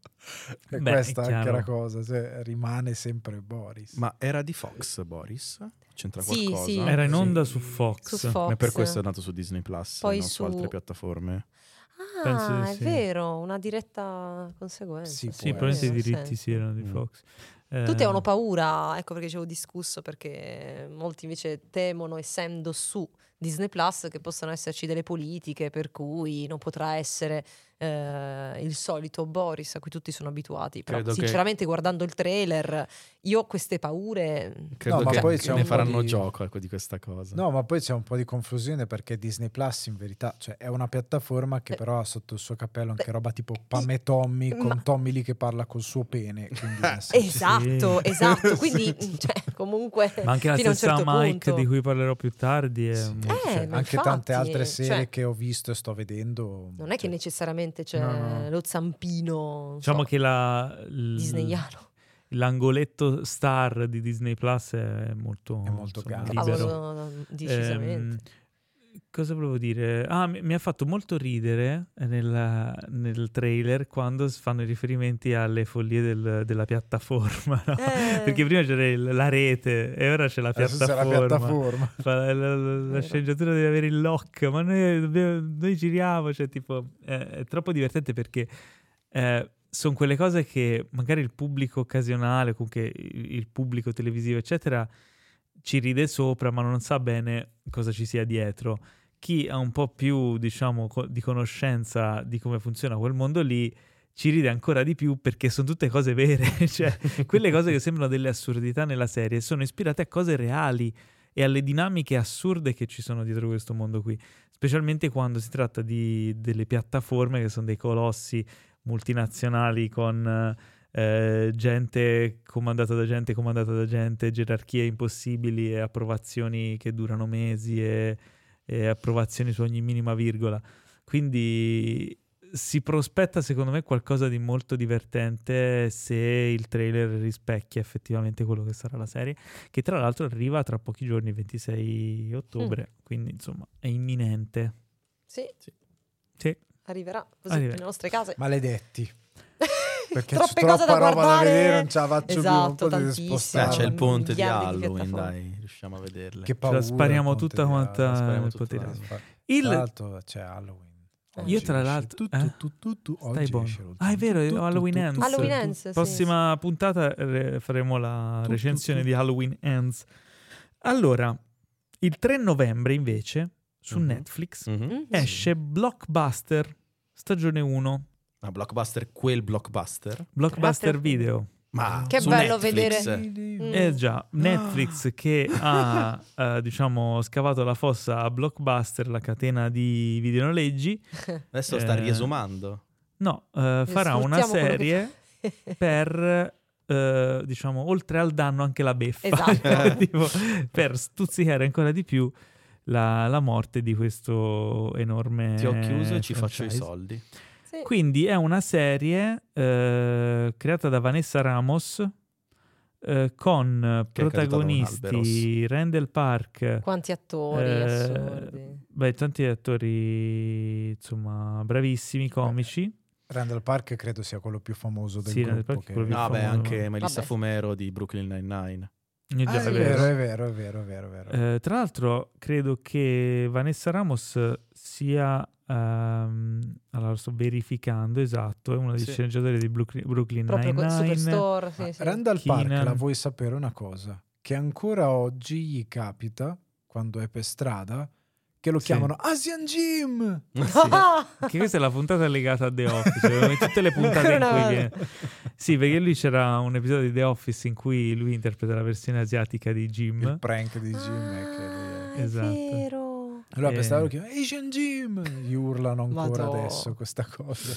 E Beh, è questa è anche chiaro. la cosa, cioè rimane sempre Boris. Ma era di Fox, Boris? C'entra Sì, qualcosa? sì. Era in Sì. onda su Fox. Su Fox. Ma per questo è andato su Disney Plus, Poi non su su- altre piattaforme. Ah, Penso di è sì. vero, una diretta conseguenza. Sì, Sì, può probabilmente i essere, diritti senso. sì erano di Mm. Fox. Tutti Eh, avevano paura, ecco perché ci avevo discusso, perché molti invece temono, essendo su Disney Plus, che possano esserci delle politiche per cui non potrà essere eh, il solito Boris a cui tutti sono abituati. Però Credo che- sinceramente guardando il trailer io ho queste paure. Credo No, ma che poi c'è ne un po' faranno di- gioco ecco, di questa cosa. No, ma poi c'è un po' di confusione perché Disney Plus in verità, cioè, è una piattaforma che Eh. però ha sotto il suo cappello anche Beh, roba tipo Pam e Tommy, ma- con Tommy lì che parla col suo pene. Quindi nel senso- Esatto, Sì. esatto. Quindi, cioè, comunque, Ma anche la fino a un stessa certo Mike punto. di cui parlerò più tardi è Sì. molto- Eh, cioè, ma anche infatti, tante altre serie cioè, che ho visto e sto vedendo. non è che cioè, necessariamente c'è No, no. lo zampino, non diciamo so, che la, l- disneyano. l'angoletto star di Disney Plus è molto, È molto insomma, grande. libero. Cavolo, decisamente. Ehm, cosa volevo dire? Ah, mi, mi ha fatto molto ridere nel, nel trailer quando si fanno i riferimenti alle follie del- della piattaforma, no? Eh. Perché prima c'era il- la rete e ora c'è la adesso c'è la piattaforma. piattaforma. Fa la, la- la- la Vero. sceneggiatura deve avere il lock, ma noi, dobbiamo- noi giriamo, cioè tipo è, è troppo divertente perché sono quelle cose che magari il pubblico occasionale, comunque il, il pubblico televisivo eccetera ci ride sopra ma non sa bene cosa ci sia dietro. Chi ha un po' più diciamo co- di conoscenza di come funziona quel mondo lì ci ride ancora di più perché sono tutte cose vere, cioè quelle cose che sembrano delle assurdità nella serie sono ispirate a cose reali e alle dinamiche assurde che ci sono dietro questo mondo qui, specialmente quando si tratta di delle piattaforme che sono dei colossi multinazionali con eh, gente comandata da gente comandata da gente, gerarchie impossibili e approvazioni che durano mesi e, e approvazioni su ogni minima virgola. Quindi si prospetta secondo me qualcosa di molto divertente se il trailer rispecchia effettivamente quello che sarà la serie, che tra l'altro arriva tra pochi giorni, ventisei ottobre, quindi insomma è imminente. Sì, Sì. arriverà così Arriverà. nelle nostre case. Maledetti. Perché c'è Troppe troppa cose da roba guardare. da vedere, non ce la faccio più, non Esatto, potete tantissimo. Eh, spostare. c'è il ponte di Miliardi di Halloween, piattaforme. dai, riusciamo a vederle. Che Ce paura, la spariamo il ponte tutta di quanta Halloween. spariamo nel tutta potere. là. Il- Tra l'altro c'è Halloween. Eh. Io tra esce l'altro- tu, eh? tu, tu, tu, Stai oggi buono. esce lo- Ah, è vero, tu, tu, tu, Halloween tu, Ends. tu, Halloween tu, Ends, sì, Prossima puntata eh, faremo la Tu, recensione tu, tu. di Halloween Ends. Allora, il tre novembre invece su Mhm. Netflix Mhm. Mhm. esce Blockbuster stagione uno. Ma Blockbuster, quel Blockbuster? Blockbuster Carattere- Video. Ma Che su bello Netflix. vedere. Mm. Eh già, Netflix che ha eh, diciamo scavato la fossa a Blockbuster, la catena di videonoleggi. Adesso sta Eh, riesumando. No, eh, farà una Sfruttiamo quello che serie per eh, diciamo oltre al danno anche la beffa. Esatto. Tipo, per stuzzicare ancora di più la, la morte di questo enorme Ti ho chiuso e ci faccio i franchise. soldi. Sì. Quindi è una serie eh, creata da Vanessa Ramos, eh, con Che è caduta da un protagonisti Randall Park, Quanti attori eh, assurdi. beh, tanti attori insomma bravissimi, comici. Randall Park credo sia quello più famoso del Sì, Randall gruppo. Park è Che... quello più No, beh, famoso. anche Melissa Vabbè. Fumero di Brooklyn Nine-Nine. Eh, già, Ah, è è vero. vero, è vero, è vero, è vero, è vero. Eh, tra l'altro credo che Vanessa Ramos sia ehm, allora sto verificando, esatto, è uno dei Sì. sceneggiatori di Brooklyn, Brooklyn Proprio con Nine-Nine. Superstore, sì, sì. Randall Park, Keenan. la vuoi sapere una cosa? Che ancora oggi gli capita, quando è per strada, che lo Sì. chiamano Asian Jim! Che questa è la puntata legata a The Office, come tutte le puntate in cui viene... Sì, perché lui c'era un episodio di The Office in cui lui interpreta la versione asiatica di Jim. Il prank di Jim è che lui è... Ah, è Esatto. vero. Allora per Eh. strada lo chiamano Asian Jim! Gli urlano ancora Madò. adesso questa cosa.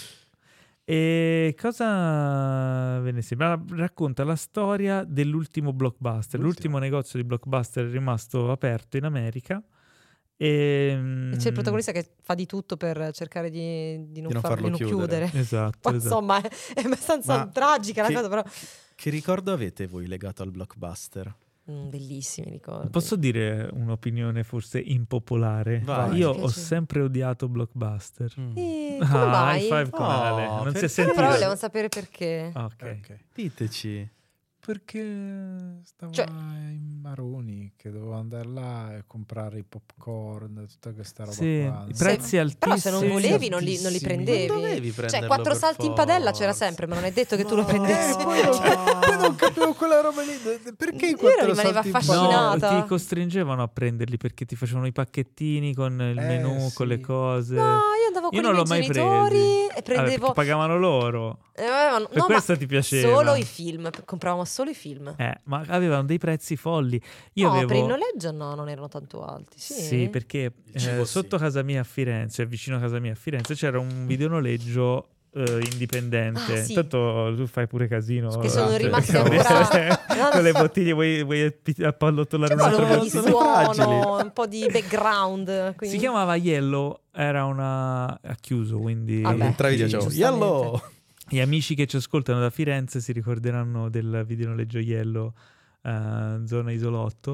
E cosa ve ne sembra? Racconta la storia dell'ultimo Blockbuster. L'ultimo negozio di Blockbuster è rimasto aperto in America. E, E c'è il protagonista che fa di tutto per cercare di, di non, non farlo farlo chiudere. chiudere. Esatto, Ma esatto. insomma, è, è abbastanza Ma tragica la che- cosa, però Che ricordo avete voi legato al Blockbuster? Mm, bellissimi ricordi. Posso dire un'opinione forse impopolare? Vai. Io Che ho c'è? sempre odiato Blockbuster. Eh, Ah, come mai? high five con Oh, Ale. Non si è perché? sentito. Però volevo sapere perché. Ah, ok. Ok. Diteci. Perché stavo Cioè- in Maroni, che dovevo andare là e comprare i popcorn, tutta questa roba Sì, qua. i no? prezzi altissimi. Però se non volevi non li, non li altissimi. prendevi. Non dovevi Cioè, prenderlo quattro per salti in padella c'era forza. sempre, ma non è detto che tu lo No. prendessi. Eh, poi non, poi non capivo quella roba lì. Perché i Io quattro rimanevo salti in affascinata. padella? No, ti costringevano a prenderli perché ti facevano i pacchettini con il Eh, menù, sì. con le cose. No, io andavo Io con non i l'ho miei mai genitori presi. e Vabbè, prendevo... perché pagavano loro. Eh, avevano- Per no, questo ma ti piaceva. solo i film, compravamo solo i film. Eh, ma avevano dei prezzi folli. Io no, avevo... per il noleggio no, non erano tanto alti. Sì, Sì, perché Il cibo eh, sì. sotto casa mia a Firenze, vicino a casa mia a Firenze, c'era un videonoleggio eh, indipendente. Ah, sì. Intanto tu fai pure casino. Che sono eh, rimasti perché- ancora- con le bottiglie vuoi, vuoi appi- appallottolare un C'è altro un po' di pezzo? sono fragili. suono, un po' di background. Quindi... Si chiamava Yellow, era una... ha chiuso, quindi... Vabbè. Entravi e sì, dicevo, giustamente. Yellow! Gli amici che ci ascoltano da Firenze si ricorderanno del videonoleggio Yellow, eh, zona Isolotto,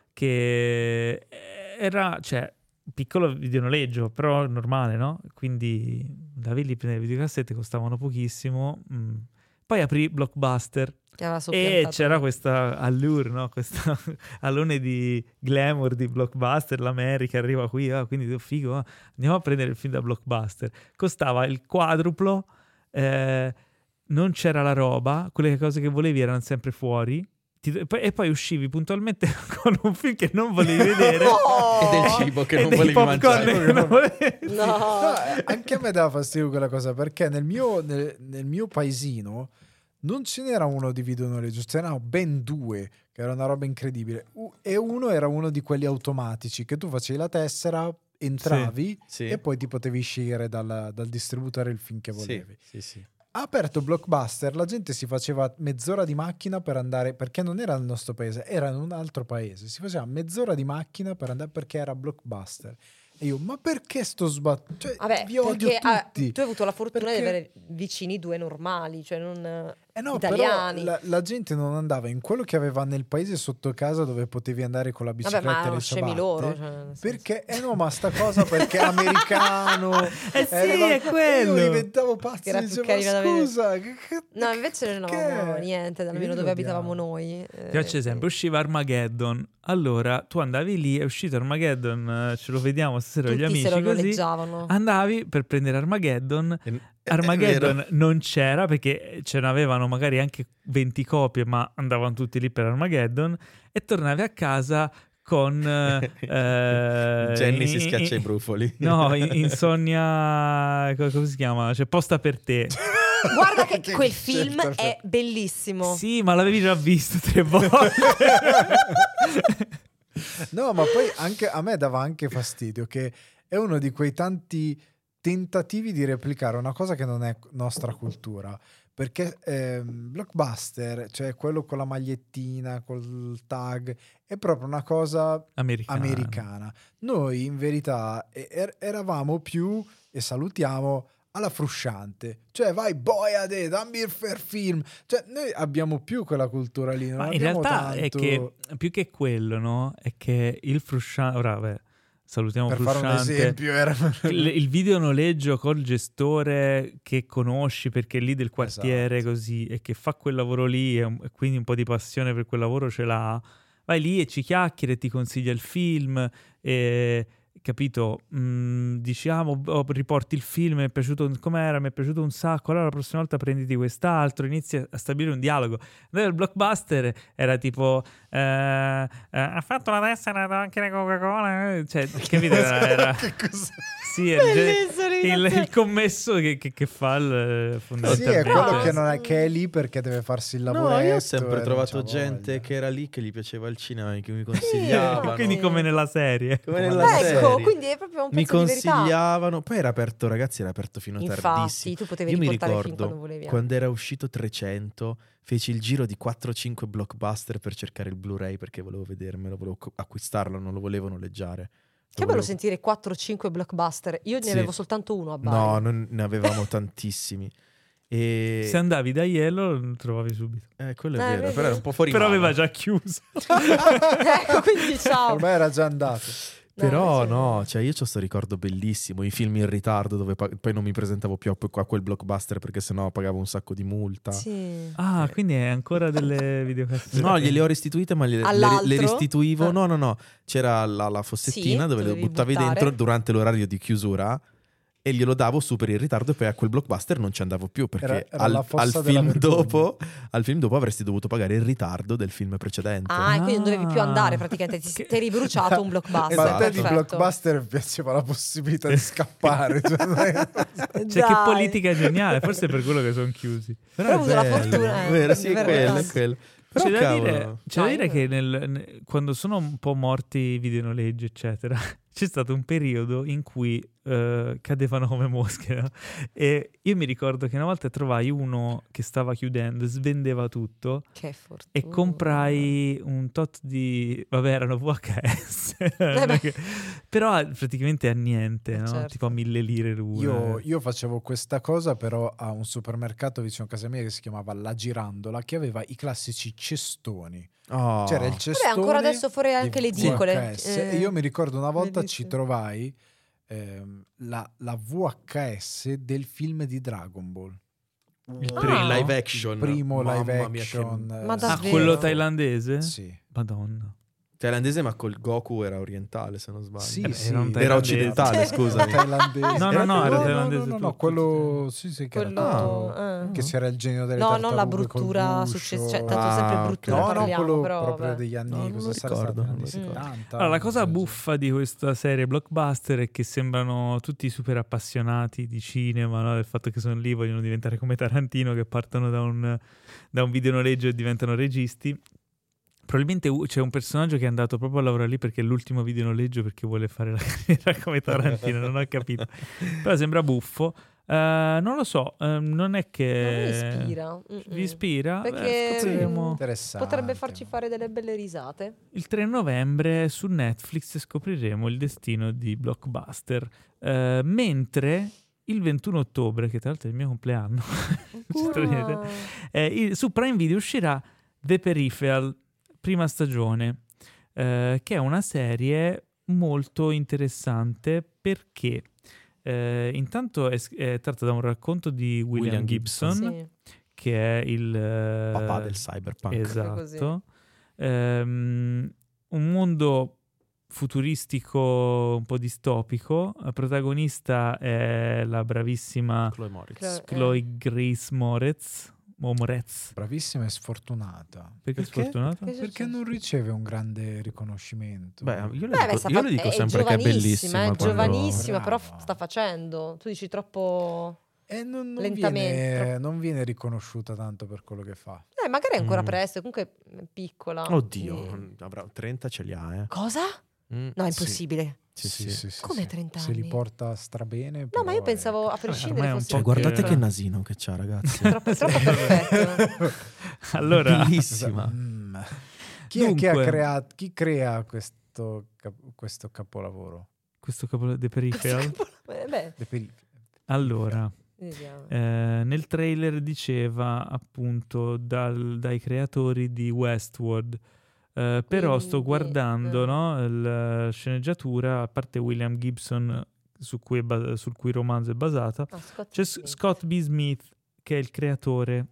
che era, cioè, piccolo videonoleggio, però normale, no? Quindi andavi lì, prendevi le videocassette, costavano pochissimo. mm. Poi aprì Blockbuster Che aveva e soppiantato. c'era questa allure, no? Questa allone di glamour di Blockbuster, l'America arriva qui, ah, quindi figo, ah, andiamo a prendere il film da Blockbuster. Costava il quadruplo, eh, non c'era la roba, quelle cose che volevi erano sempre fuori. Ti- e poi- e poi uscivi puntualmente con un film che non volevi vedere Oh! E del cibo che e non dei volevi popcorn mangiare. che non volevi- No. No, eh, anche a me dava fastidio quella cosa, perché nel mio, nel, nel mio paesino non ce n'era uno di videonoleggio, ce n'erano ben due, che era una roba incredibile. U- e uno era uno di quelli automatici, che tu facevi la tessera, entravi Sì. e poi ti potevi scegliere dal, dal distributore il film che Sì, volevi. sì, sì. Ha aperto Blockbuster, la gente si faceva mezz'ora di macchina per andare, perché non era nel nostro paese, era in un altro paese, si faceva mezz'ora di macchina per andare perché era Blockbuster. E io, ma perché sto sbattendo? Cioè, Vabbè, vi odio perché ah, tutti. tu hai avuto la fortuna Perché- di avere vicini due normali, cioè non Eh no, italiani. però la, la gente non andava in quello che aveva nel paese sotto casa dove potevi andare con la Vabbè, bicicletta ma e erano le scemi ciabatte. loro. Cioè, nel senso. Perché, eh no, ma sta cosa perché è americano. Eh sì, Eravamo- è quello. Io diventavo pazzo, Che era più dicevo, carina ma da vedere. scusa. Che, che- No, invece non perché? avevamo niente, almeno Io dove lo abitavamo odiavo. noi. Eh, Ti faccio esempio, usciva Armageddon. Allora, tu andavi lì, è uscito Armageddon, eh, ce lo vediamo stasera con gli tutti amici se lo così. noleggiavano. Andavi per prendere Armageddon. E- è Armageddon vero. non c'era perché ce n'avevano magari anche venti copie, ma andavano tutti lì per Armageddon e tornavi a casa con eh, eh, Jenny si in- schiaccia in- i brufoli. No, in- insonnia, co- come si chiama? Cioè, posta per te. Guarda che Che quel film scelta, è bellissimo. Sì, ma l'avevi già visto tre volte. No, ma poi anche a me dava anche fastidio che è uno di quei tanti tentativi di replicare una cosa che non è nostra cultura. Perché ehm, Blockbuster, cioè quello con la magliettina, col tag, è proprio una cosa Americana. americana. Noi in verità er- eravamo più, e salutiamo, alla Frusciante, cioè vai boiade, dammi il fair film, cioè noi abbiamo più quella cultura lì, non Ma in abbiamo realtà tanto... è che più che quello, no? È che il Frusciante, ora vabbè, salutiamo per fare un Frusciante. esempio era... il, il video noleggio col gestore che conosci perché è lì del quartiere, Esatto. così, e che fa quel lavoro lì e, e quindi un po' di passione per quel lavoro ce l'ha, vai lì e ci chiacchiere, ti consiglia il film e... capito, mm, dici ah, oh, riporti il film, mi è piaciuto com'era, mi è piaciuto un sacco, allora la prossima volta prenditi quest'altro, inizi a stabilire un dialogo. Nel Blockbuster era tipo eh, eh, ha fatto la tessera anche la Coca-Cola, cioè capito, era, era che cos'è? sì, è il, il, il commesso che, che, che fa il Sì, fondamentalmente. è quello No, che, non è, che è lì perché deve farsi il lavoro. No, io ho sempre trovato gente che era lì, che gli piaceva il cinema, che mi consigliavano. Quindi come nella serie. Come nella Ecco, serie. quindi è proprio un Mi pezzo di verità. consigliavano, poi era aperto, ragazzi, era aperto fino a Infatti, tardissimo. tu potevi Io mi riportare il film ricordo quando volevi. quando era uscito trecento, feci il giro di quattro cinque Blockbuster per cercare il Blu-ray perché volevo vedermelo, volevo co- acquistarlo, non lo volevo noleggiare. Che Lo bello volevo- sentire quattro cinque blockbuster. Io ne Sì. avevo soltanto uno a Bari. No, non, ne avevamo tantissimi. E Se andavi da Yellow lo trovavi subito. eh, quello è Eh, vero, vedi? però era un po' fuori Però mano. aveva già chiuso. Ecco, quindi ciao. Ormai era già andato. Però invece- no, cioè io c'ho sto ricordo bellissimo, i film in ritardo dove pa- poi non mi presentavo più a, a quel Blockbuster perché sennò pagavo un sacco di multa. Sì. Ah, quindi è ancora delle videocassette. No, gliele ho restituite, ma gliele, le, All'altro? le restituivo. Ah. No, no, no. C'era la, la fossettina Sì, dove le dovevi buttavi buttare. dentro durante l'orario di chiusura e glielo davo super in ritardo e poi a quel Blockbuster non ci andavo più perché Era- era al, la fossa al della film vergogna. dopo, al film dopo avresti dovuto pagare il ritardo del film precedente. Ah, e quindi non dovevi più Ah. andare praticamente, ti, Che- ti eri bruciato un blockbuster. Ma a te Esatto. di Perfetto. Blockbuster piaceva la possibilità di scappare. Cioè, non è- Cioè, che Dai. politica geniale, forse è per quello che sono chiusi. Però ho avuto la bello, fortuna, eh, vero, di sì, aver- quello, è quello. Però C'è da cavolo, dire, c'è da Dai, dire io- che nel- ne- quando sono un po' morti i videonoleggi, eccetera, c'è stato un periodo in cui eh, cadevano come mosche, no? E io mi ricordo che una volta trovai uno che stava chiudendo, svendeva tutto Che fortuna. e comprai un tot di... vabbè, erano V H S, beh. non è che- però praticamente a niente, Eh, no? certo. Tipo a mille lire l'uno. Io, io facevo questa cosa però a un supermercato vicino a casa mia che si chiamava La Girandola, che aveva i classici cestoni. Oh. C'era il Vabbè, cestone ancora adesso fuori anche di le edicole. V H S. Eh, E io mi ricordo una volta bellissimo. ci trovai ehm, la, la V H S del film di Dragon Ball. Il Ah. primo? in live action. Il primo Mamma live mia, che- action. eh, Ma Ah, davvero? quello thailandese? Sì. Madonna. Thailandese, ma col Goku era orientale, se non sbaglio. Sì, Eh, sì. era un Era thailandese. occidentale, scusami. Thailandese. No, no, no, era thailandese No, no, tutto. no, quello sì, sì, che Quello... era tutto- eh. che c'era il genio delle No, non tartarughe la col bruttura guscio. successiva, cioè tanto Ah, sempre ok. bruttura No, no, parliamo, quello però, proprio vabbè. degli anni, No, non cosa lo sarà ricordo, stato? non Anni lo ricordo. settanta? Allora, la cosa Così. buffa di questa serie blockbuster è che sembrano tutti super appassionati di cinema, no? Del fatto che sono lì, vogliono diventare come Tarantino, che partono da un, da un videonoleggio e diventano registi. Probabilmente u- c'è un personaggio che è andato proprio a lavorare lì perché è l'ultimo videonoleggio perché vuole fare la carriera come Tarantino, non ho capito. Però sembra buffo. Eh, non lo so, eh, non è che... Non mi ispira. Mm-mm. Vi ispira? Perché- Eh, scopriremo. Interessante. Potrebbe farci fare delle belle risate. Il tre novembre su Netflix scopriremo il destino di Blockbuster. Eh, mentre il ventuno ottobre, che tra l'altro è il mio compleanno, ci starete, eh, il- su Prime Video uscirà The Peripheral, prima stagione, eh, che è una serie molto interessante perché eh, intanto è, è tratta da un racconto di William, William Gibson, Gibson. Sì. che è il eh, Papà del cyberpunk. esatto. Ehm, un mondo futuristico un po' distopico. La protagonista è la bravissima Chloe Moritz. Chloe- Chloe Grace Moretz o Moretz. Bravissima e sfortunata. Perché, Perché? sfortunata? Che Perché successo? non riceve un grande riconoscimento. Beh, io le Beh, beh, dico, sta io fa- le dico è sempre che è giovanissima, bellissima. è quando- giovanissima, però Brava. f- sta facendo. Tu dici troppo... E non, non Lentamente, viene, troppo. non viene riconosciuta tanto per quello che fa. Eh, magari è ancora Mm. presto, comunque è piccola. Oddio, quindi- avrà trenta ce li ha, eh. Cosa? Mm. No, è Sì. impossibile. Sì, sì. Come trenta Se li anni? porta strabene. No, però ma io è- pensavo a prescindere ormai è un fosse Cioè, po' guardate che- che nasino che c'ha, ragazzi. troppo, troppo perfetto. Allora, Bellissima. Mm. Chi è che ha Dunque- creato? Chi crea questo, cap- questo capolavoro? questo capo The Peripheral. Eh, beh, De Peri- Allora, Vediamo. Eh, nel trailer diceva appunto dal- dai creatori di Westworld. Eh, però sto Quindi, guardando eh. no, la sceneggiatura, a parte William Gibson su cui, è ba- sul cui romanzo è basata, Ah, Scott c'è S- Smith. Scott B. Smith che è il creatore.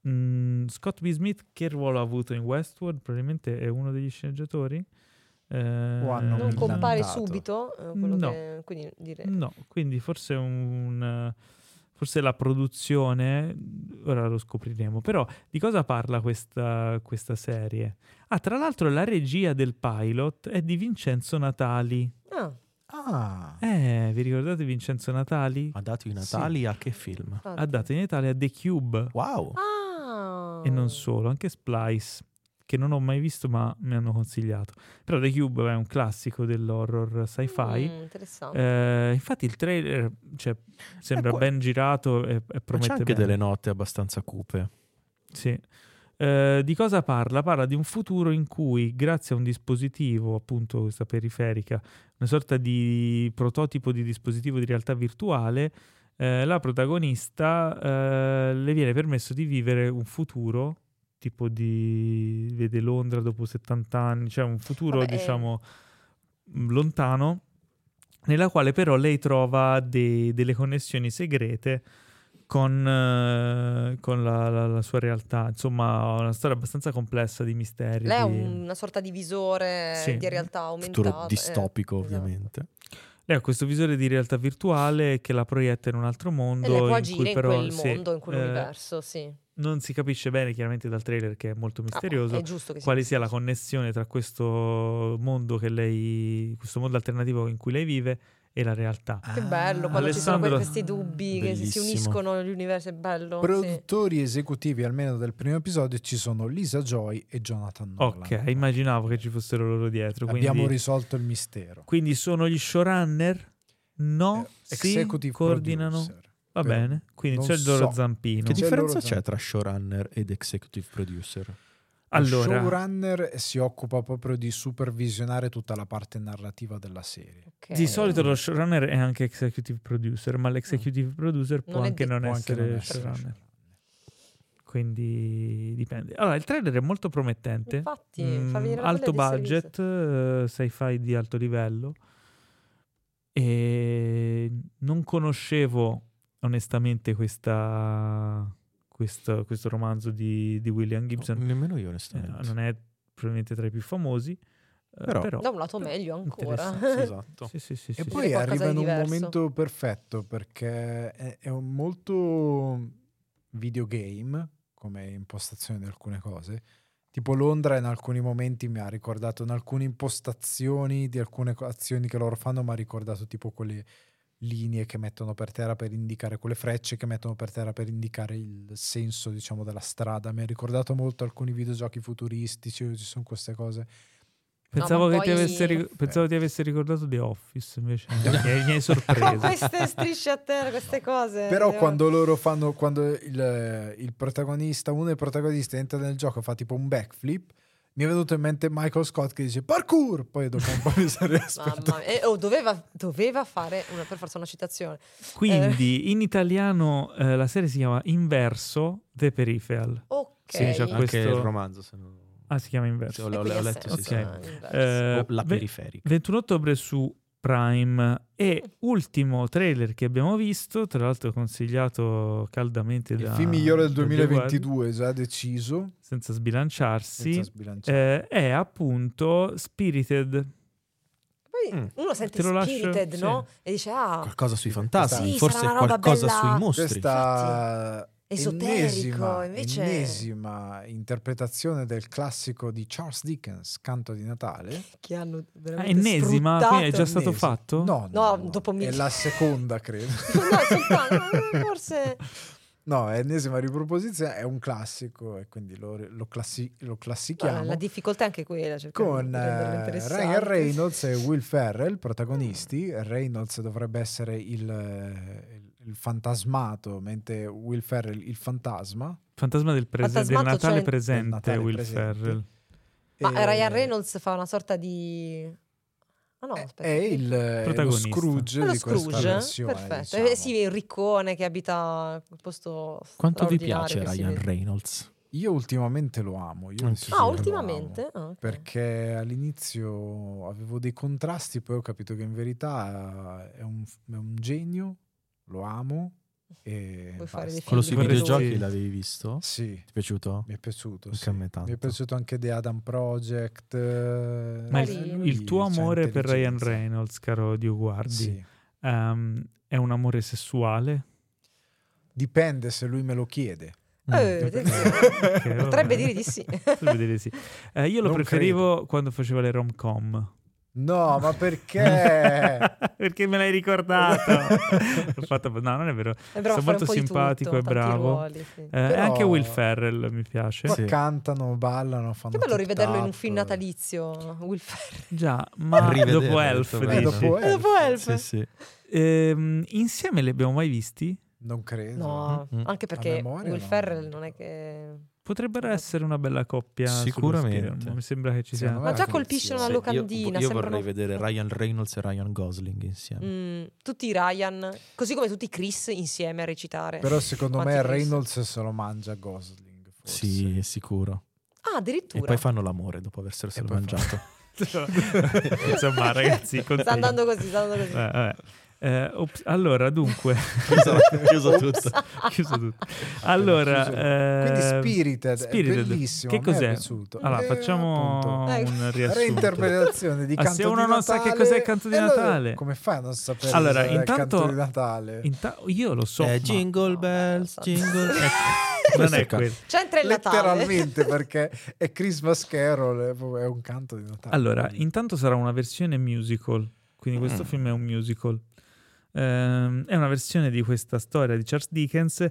Mm, Scott B. Smith che ruolo ha avuto in Westworld? Probabilmente è uno degli sceneggiatori. Eh, O hanno Non millantato. compare subito, eh, quello No. che, quindi dire No, quindi forse un forse la produzione, ora lo scopriremo. Però di cosa parla questa, questa serie? Ah, tra l'altro la regia del pilot è di Vincenzo Natali. Ah, Ah, Eh, vi ricordate Vincenzo Natali? Ha dato i Natali a che film? infatti. Ha dato in Italia The Cube Wow! Ah. e non solo, anche Splice, che non ho mai visto ma mi hanno consigliato. Però The Cube è un classico dell'horror sci-fi. Mm, interessante. Eh, infatti il trailer cioè, sembra qua- ben girato e, e Ma promette c'è anche bene. delle note abbastanza cupe. Sì. Eh, di cosa parla? Parla di un futuro in cui, grazie a un dispositivo, appunto questa periferica, una sorta di prototipo di dispositivo di realtà virtuale, eh, la protagonista eh, le viene permesso di vivere un futuro tipo di vede Londra dopo settanta anni, cioè un futuro Vabbè, eh. diciamo mh, lontano, nella quale però lei trova dei- delle connessioni segrete con, eh, con la, la- la sua realtà. Insomma, una storia abbastanza complessa di misteri. Lei è di- una sorta di visore Sì. di realtà aumentata. Futuro distopico, eh, esatto. ovviamente. Lei ha questo visore di realtà virtuale che la proietta in un altro mondo. E lei può in agire cui in però, quel sì, mondo, in eh, quell'universo, sì. non si capisce bene chiaramente dal trailer, che è molto Ah, misterioso, è giusto che sia quale sia la misterioso. connessione tra questo mondo che lei, questo mondo alternativo in cui lei vive e la realtà. Che bello, quando Alessandro- ci sono que- questi dubbi che si, si Bellissimo. uniscono negli universi, è bello. sì. produttori esecutivi almeno del primo episodio ci sono Lisa Joy e Jonathan Nolan. Ok, immaginavo che ci fossero loro dietro. Quindi, Abbiamo risolto il mistero. quindi sono gli showrunner? No, Eh, sì, executive coordinano. producer. Va Però bene, quindi non c'è il loro so. zampino. Che C'è differenza loro- c'è tra showrunner ed executive producer? Allora, Il showrunner si occupa proprio di supervisionare tutta la parte narrativa della serie. Ok. di solito lo showrunner è anche executive producer, ma l'executive producer può Non è anche detto. non Può anche essere non essere showrunner. showrunner. Quindi dipende. Allora, il trailer è molto promettente. Infatti, Mm, fa venire la alto voglia di essere budget, eh, sci-fi di alto livello. E non conoscevo onestamente questa, questo, questo romanzo di, di William Gibson. Nemmeno io, Eh, onestamente. non è probabilmente tra i più famosi, eh, Però- però, Da un lato meglio ancora. interessante. Esatto. Sì, sì, sì, E sì, poi qualcosa arriva di in un diverso. momento perfetto perché è, è un molto videogame come impostazione di alcune cose. Tipo Londra in alcuni momenti mi ha ricordato, in alcune impostazioni di alcune co- azioni che loro fanno, mi ha ricordato tipo quelle linee che mettono per terra per indicare, quelle frecce che mettono per terra per indicare il senso, diciamo, della strada. Mi ha ricordato molto alcuni videogiochi futuristici, ci sono queste cose. Pensavo, ma che ti poi- avesse ric- pensavo ti avesse ricordato The Office, invece mi hai, mi hai sorpreso. Queste strisce a terra, queste cose. Però eh, quando loro fanno, quando il, il protagonista, uno dei protagonisti entra nel gioco e fa tipo un backflip, mi è venuto in mente Michael Scott che dice parkour, poi dopo un po' mi sarei aspettato. Mamma mia. Eh, oh, doveva, doveva fare una, per forza una citazione. Quindi in italiano eh, la serie si chiama Inverso The Peripheral. Ok. Sì, c'è Anche questo- il romanzo, se non... Ah, si chiama Inverso. Ho, E ho- quindi ho ha letto, sì, senso, sì. eh, inverso. Eh, O la ve- periferica. ventuno ottobre su Prime. E ultimo trailer che abbiamo visto, tra l'altro consigliato caldamente Il da film migliore del da duemilaventidue, già deciso, Diego, senza sbilanciarsi, senza sbilanciare. eh, è appunto Spirited. Poi Mm. uno sente Te lo lascio? Spirited, Sì. no? E dice, ah, Qualcosa sui fantasmi, Sì, forse sarà una roba qualcosa bella- sui mostri. Questa esoterico, ennesima, invece- ennesima interpretazione del classico di Charles Dickens, Canto di Natale. che hanno Ah, veramente ennesima? sfruttato. Quindi è già stato Ennesima. fatto? No, no, No, no, dopo mi- è la seconda, credo. No, soltanto, eh, forse... No, è ennesima riproposizione, è un classico e quindi lo, lo, classi- lo classichiamo. Guarda, la difficoltà è anche quella, cercare Con di renderlo eh, interessante. Ryan Reynolds e Will Ferrell, protagonisti. Reynolds dovrebbe essere il, il, il fantasmato, mentre Will Ferrell il fantasma. Fantasma del, prese- del Fantasmato, Natale cioè- presente, Del Natale Will presente. Ferrell. Ma E- Ryan Reynolds fa una sorta di Ah, no, aspetta. È il è lo Protagonista. Scrooge È lo di questa Scrooge? versione. Perfetto. diciamo. Eh, sì, il riccone che abita in questo Quanto vi straordinario piace che si Ryan vede. Reynolds? Io ultimamente lo amo. Io Ah, sì, Ah, lo ultimamente? amo. Ah, ok. Perché all'inizio avevo dei contrasti, poi ho capito che in verità è un, è un genio, lo amo e Puoi fare basta. dei Quello film sui con videogiochi lui. l'avevi visto? Sì, Ti è piaciuto? mi è piaciuto. Anche sì. a me tanto. Mi è piaciuto anche The Adam Project. eh, Ma il, Carino. il tuo c'ha amore per Ryan intelligenza. Reynolds, caro Dio guardi, Sì. ehm, è un amore sessuale? Dipende se lui me lo chiede. Eh, attenzione. Ok, va Potrebbe bene. dire di sì. Potrebbe dire di sì. Eh, io lo Non preferivo quando faceva le rom-com. No, ma perché? Perché me l'hai ricordato? Ho fatto- No, non è vero. È bravo Sono a fare un molto po' di simpatico tutto, e tanti bravo. ruoli, sì. Eh, Però- E anche Will Ferrell mi piace. Qua Sì. cantano, ballano, fanno Che bello rivederlo in un tip-tap. film natalizio, Will Ferrell. Già, ma Rivederlo, dopo hai Elf, detto Eh, bene. dici? dopo Eh, dopo Elf. Elf. Sì, sì. Ehm, insieme li abbiamo mai visti? Non credo. No, Mm-mm. anche perché memoria Will no. Ferrell non è che... Potrebbero essere una bella coppia sullo Sicuramente. schermo. Mi sembra che ci Sì, sia. no, Ma già Sì, colpisce una sì. Io, locandina. io sembrano- vorrei vedere Ryan Reynolds e Ryan Gosling insieme. Mm, tutti i Ryan, così come tutti i Chris insieme a recitare. Però secondo Quanti me Chris? Reynolds se lo mangia Gosling. Forse. Sì, è sicuro. Ah, E addirittura. poi fanno l'amore dopo averselo E poi mangiato. Insomma, ragazzi, Sta continua. andando così, sta andando così. Eh, vabbè. Eh, ops, allora, dunque, chiuso, chiuso tutto. chiuso tutto. Allora, chiuso. eh, Quindi Spirited, Spirited. è bellissimo. Che a me è cos'è? piaciuto. Allora, Eh, facciamo appunto, Eh, un riassunto. reinterpretazione di Ah, Canto se uno di non sa che Natale, cos'è il Canto di e allora Natale? come fai a non sapere Allora, cos'è il intanto- Canto di Natale? Inta- io lo so, Eh, ma jingle bells, no, jingle. ecco, non è Questo quello. C'entra il Natale. Letteralmente perché è Christmas Carol, è- è un canto di Natale. Allora, intanto sarà una versione musical, quindi questo Mm. film è un musical. Ehm, è una versione di questa storia di Charles Dickens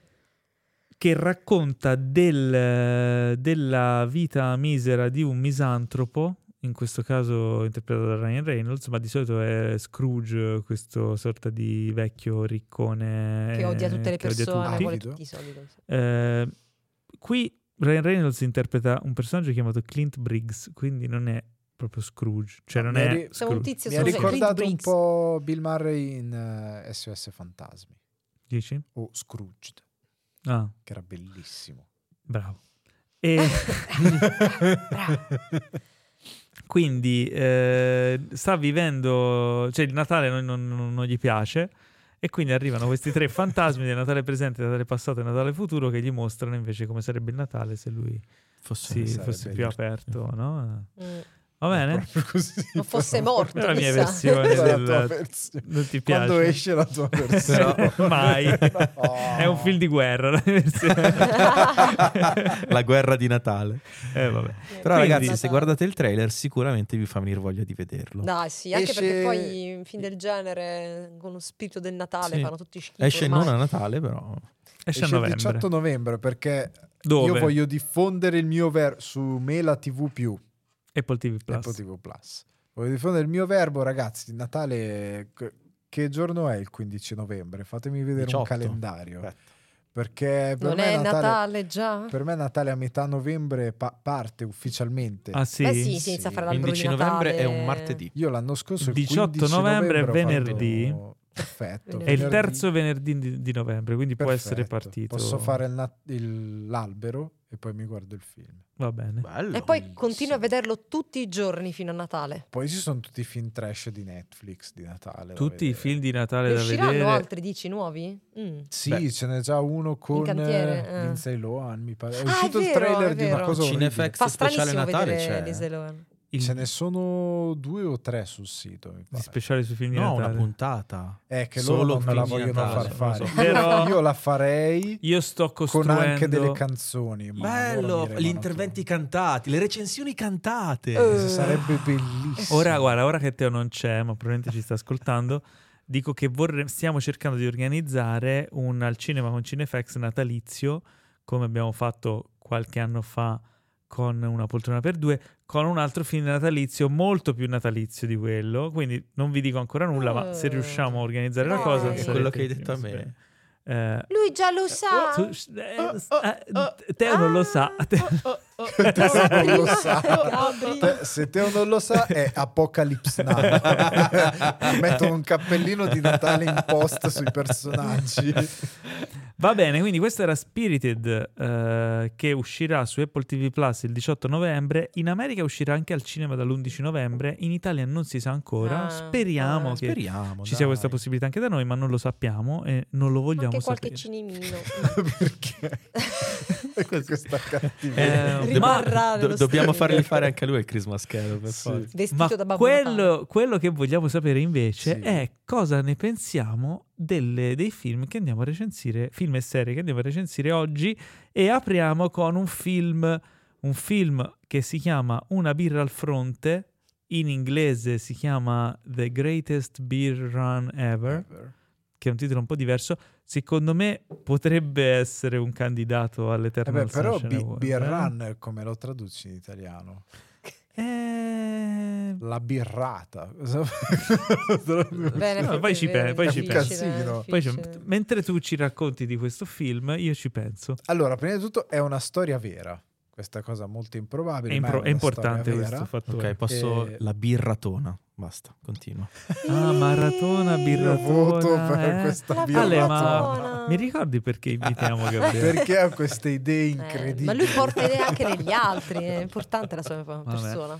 che racconta del- della vita misera di un misantropo, in questo caso interpretato da Ryan Reynolds, ma di solito è Scrooge, questo sorta di vecchio riccone Che odia tutte le che odia persone, tutti. vuole Avido. tutti i soldi. così. Eh, qui Ryan Reynolds interpreta un personaggio chiamato Clint Briggs, quindi non è proprio Scrooge, cioè No, non mi è eri- Siamo un Scrooge. tizio, Mi ha sono Clint ricordato un Briggs. po' Bill Murray in eh, S O S Fantasmi Dici? o Scrooged, Ah, che era bellissimo. bravo. E quindi eh, sta vivendo, cioè il Natale non, non- non- non gli piace e quindi arrivano questi tre fantasmi del Natale presente, Natale passato e Natale futuro che gli mostrano invece come sarebbe il Natale se lui Fosse si, sarebbe fosse più divertente. aperto, no? Mm. Va bene? Proprio così, Non fosse però. morto, È la mia chissà. versione Questa è la del... tua versione. Non ti piace? Quando esce la tua versione? Però mai. No. È un film di guerra la mia versione. la guerra di Natale. Eh, vabbè. Però Quindi- ragazzi, se guardate il trailer sicuramente vi fa venire voglia di vederlo. Dai, sì, anche Esce- perché poi in film del genere, con lo spirito del Natale, Sì. fanno tutti schifo. Esce ormai. non a Natale, però. Esce a Esce il novembre. diciotto novembre perché Dove? io voglio diffondere il mio verbo su Mela T V più, Apple T V Plus. Apple T V Plus. Voglio diffondere il mio verbo, ragazzi. Natale, che- che giorno è il quindici novembre? Fatemi vedere un diciotto. calendario. Aspetta. Perché per Non me è Natale, Natale già? per me Natale a metà novembre pa- parte ufficialmente. Ah sì? Beh sì, si inizia a fare l'albero di quindici Natale. novembre è un martedì. Io l'anno scorso il diciotto quindici novembre è ho fatto- venerdì. Perfetto. È il venerdì. terzo venerdì di, di novembre, quindi può Perfetto. essere partito. Posso fare il nat- il- l'albero e poi mi guardo il film. Va bene. Bello. E poi Bellissimo. continui a vederlo tutti i giorni fino a Natale. Poi ci sono tutti i film trash di Netflix di Natale. da Tutti i vedere. film di Natale Ne da usciranno vedere. altri, dici, nuovi? Mm. Sì, Beh. ce n'è già uno con cantiere, eh, eh. Lindsay Lohan, mi pare. È Ah, uscito è il vero, trailer è di una vero. cosa orribile. Cinefax Fa speciale stranissimo Natale vedere c'è. Lindsay Lohan. Il- Ce ne sono due o tre sul sito, mi Di pare. speciali sui film di No, una Natale. puntata. È che Solo loro non me la film di vogliono Natale, far non lo fare. so. Però- Io la farei Io sto con costruendo anche delle canzoni. ma loro Bello, mi remano gli interventi cantati, le recensioni cantate. tutto. Eh. Sarebbe bellissimo. Ora, guarda, ora che Teo non c'è, ma probabilmente ci sta ascoltando, dico che vorre- stiamo cercando di organizzare un al cinema con Cinefax natalizio, come abbiamo fatto qualche anno fa con Una poltrona per due, con un altro film natalizio molto più natalizio di quello. Quindi non vi dico ancora nulla, ma se riusciamo a organizzare la Dai. cosa, È sarete quello che hai i detto a primi me. speri. Eh, Lui già lo sa. tu- eh, eh, Teo non lo sa. Oh, Teo non lo prima, sa. Gabri. Te- se Teo non lo sa è Apocalypse Now. Mettono un cappellino di Natale in post sui personaggi. Va bene, quindi questo era Spirited, eh, che uscirà su Apple ti vu Plus il diciotto novembre. In America uscirà anche al cinema dall'undici novembre. In Italia non si sa ancora. Ah, Speriamo vabbè. che Speriamo, ci dai. sia questa possibilità anche da noi, ma non lo sappiamo e non lo vogliamo Anche qualche sapere. cinemino. Perché? Perché questa cattiveria? Eh, Rimarrà ma Do- nello dobbiamo stile. fargli fare anche a lui il Christmas Carol, per Sì. forza. Vestito Ma da Babbo Natale. quello, quello che vogliamo sapere invece Sì. è cosa ne pensiamo delle- dei film che andiamo a recensire, film e serie che andiamo a recensire oggi, e apriamo con un film, un film che si chiama Una birra al fronte, in inglese si chiama The Greatest Beer Run Ever, che è un titolo un po' diverso. Secondo me potrebbe essere un candidato Eh all'Eternal beh, però Sunshine Be- Award, Beer eh? Run come lo traduci in italiano? Eh... La birrata. Bene, No, poi ci è pe- poi ci difficile, penso. è Casino. Poi c'è- difficile. mentre tu ci racconti di questo film, io ci penso. Allora, prima di tutto è una storia vera. Questa cosa molto improbabile. È, ma impro- una è importante storia questo vera. fattore. Ok, posso... Eh, La birratona. Basta, continua. Ah, maratona, Io birratona. voto per eh. questa La birratona. Ale, ma birratona. mi ricordi perché invitiamo Gabriele? Perché ha queste idee Eh, incredibili. ma lui porta idee anche negli altri, è importante la sua persona.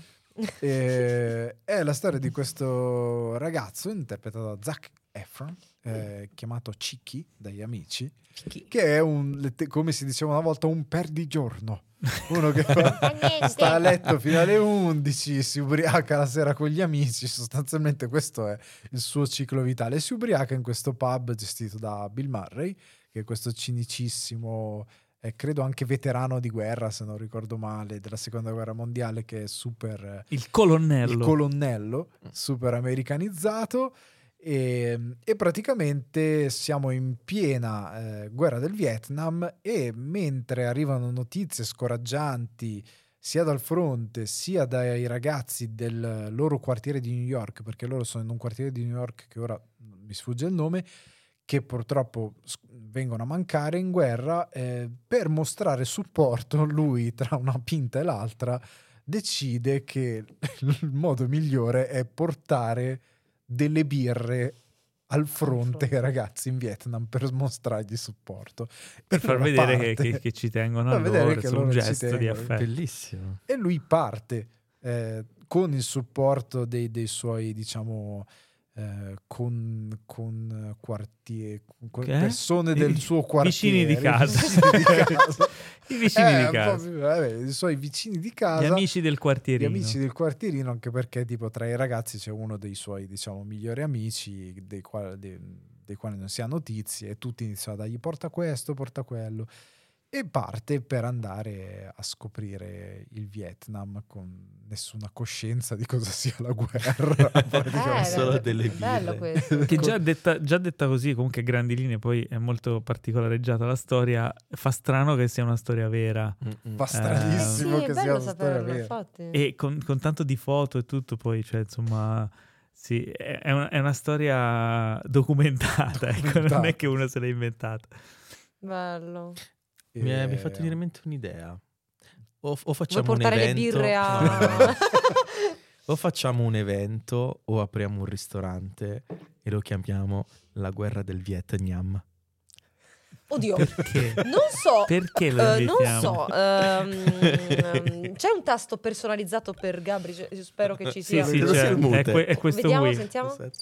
Eh, è la storia di questo ragazzo interpretato da Zac Efron, eh, chiamato Chicky dagli amici, che è un, come si diceva una volta, un perdigiorno. Uno che fa- sta a letto fino alle undici, si ubriaca la sera con gli amici, sostanzialmente questo è il suo ciclo vitale. Si ubriaca in questo pub gestito da Bill Murray, che è questo cinicissimo, eh, credo anche veterano di guerra, se non ricordo male, della seconda guerra mondiale, che è super... Il colonnello. il colonnello, super americanizzato. E, e praticamente siamo in piena eh, guerra del Vietnam, e mentre arrivano notizie scoraggianti sia dal fronte sia dai ragazzi del loro quartiere di New York, perché loro sono in un quartiere di New York che ora mi sfugge il nome, che purtroppo s- vengono a mancare in guerra, eh, per mostrare supporto lui, tra una pinta e l'altra, decide che il modo migliore è portare delle birre al fronte ai ragazzi in Vietnam per mostrargli supporto, Per E far lui vedere che, parte. che- che ci tengono a Fa vedere loro, che insomma, un loro ci gesto di tengono. affetto. Bellissimo. E lui parte eh, con il supporto dei, dei suoi, diciamo, eh, con, con quartiere, con Che? persone del I- suo quartiere, vicini di casa. vicini di casa. I vicini Eh, di un po' casa. più- vabbè, i suoi vicini di casa, Gli amici del gli quartierino. amici del quartierino, anche perché tipo tra i ragazzi c'è uno dei suoi, diciamo, migliori amici dei quali, dei, dei quali non si ha notizie, e tutti iniziano a dargli porta questo, porta quello, e parte per andare a scoprire il Vietnam con nessuna coscienza di cosa sia la guerra. praticamente. Eh, solo beh, delle bello birre. questo. Che già detta, già detta così, comunque a grandi linee, poi è molto particolareggiata la storia. Fa strano che sia una storia vera. Mm-mm. Fa Sì, stranissimo è che sia bello una storia saperlo, vera. infatti. E con, con tanto di foto e tutto, poi, cioè, insomma, sì, è, è una, è una storia documentata, ecco, non Documentata. è che uno se l'ha inventata. Bello. Mi hai mi hai E- fatto venire in mente un'idea. O, o Vuoi facciamo un portare le evento. birre a... No, no, no. O facciamo un evento o apriamo un ristorante e lo chiamiamo La guerra del Vietnam. Oddio, Perché? non so. Perché lo Eh, non invitiamo? so, ehm, c'è un tasto personalizzato per Gabri? Cioè, io spero che ci Sì, sia. sì, Credo c'è. sia il mute. È, que- è questo Vediamo, qui. sentiamo. Aspetta.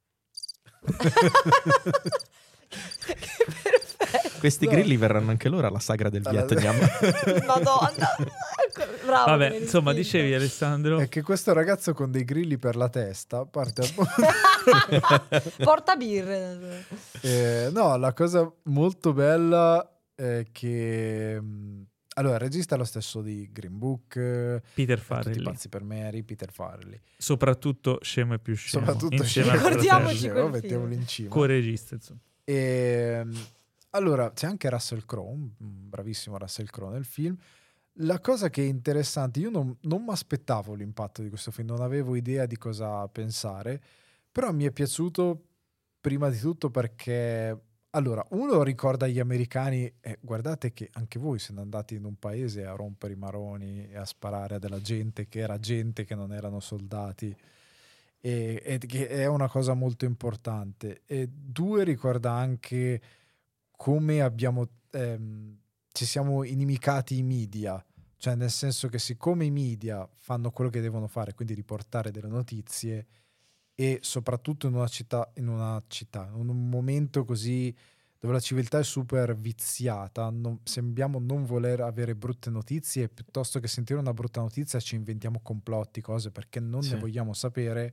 Che perfetto. Questi No. grilli verranno anche loro alla sagra del Allora- Vietnam. Madonna. Ecco, bravo. Vabbè, che mi insomma, respinto. dicevi Alessandro. È che questo ragazzo con dei grilli per la testa parte a... Porta birre. Eh, no, la cosa molto bella è che mh, allora il regista è lo stesso di Green Book, eh, Peter Tutti Farrelly. pazzi per Mary, Peter Farrelly. Soprattutto scemo e più scemo. Soprattutto insieme al Ricordiamoci fratello. quel mettiamolo film. in cima. Co-regista, insomma. E, mh, allora c'è anche Russell Crowe, un bravissimo Russell Crowe nel film. La cosa che è interessante, io non, non mi aspettavo l'impatto di questo film, non avevo idea di cosa pensare, però mi è piaciuto prima di tutto perché Allora, uno ricorda agli americani, eh, guardate che anche voi siete andati in un paese a rompere i maroni e a sparare a della gente che era gente che non erano soldati, e, e che è una cosa molto importante. E due, ricorda anche come abbiamo ehm, ci siamo inimicati i media, cioè nel senso che siccome i media fanno quello che devono fare, quindi riportare delle notizie, e soprattutto in una città, in una città, in un momento così dove la civiltà è super viziata, non, sembriamo non voler avere brutte notizie, e piuttosto che sentire una brutta notizia ci inventiamo complotti, cose perché non Sì. ne vogliamo sapere.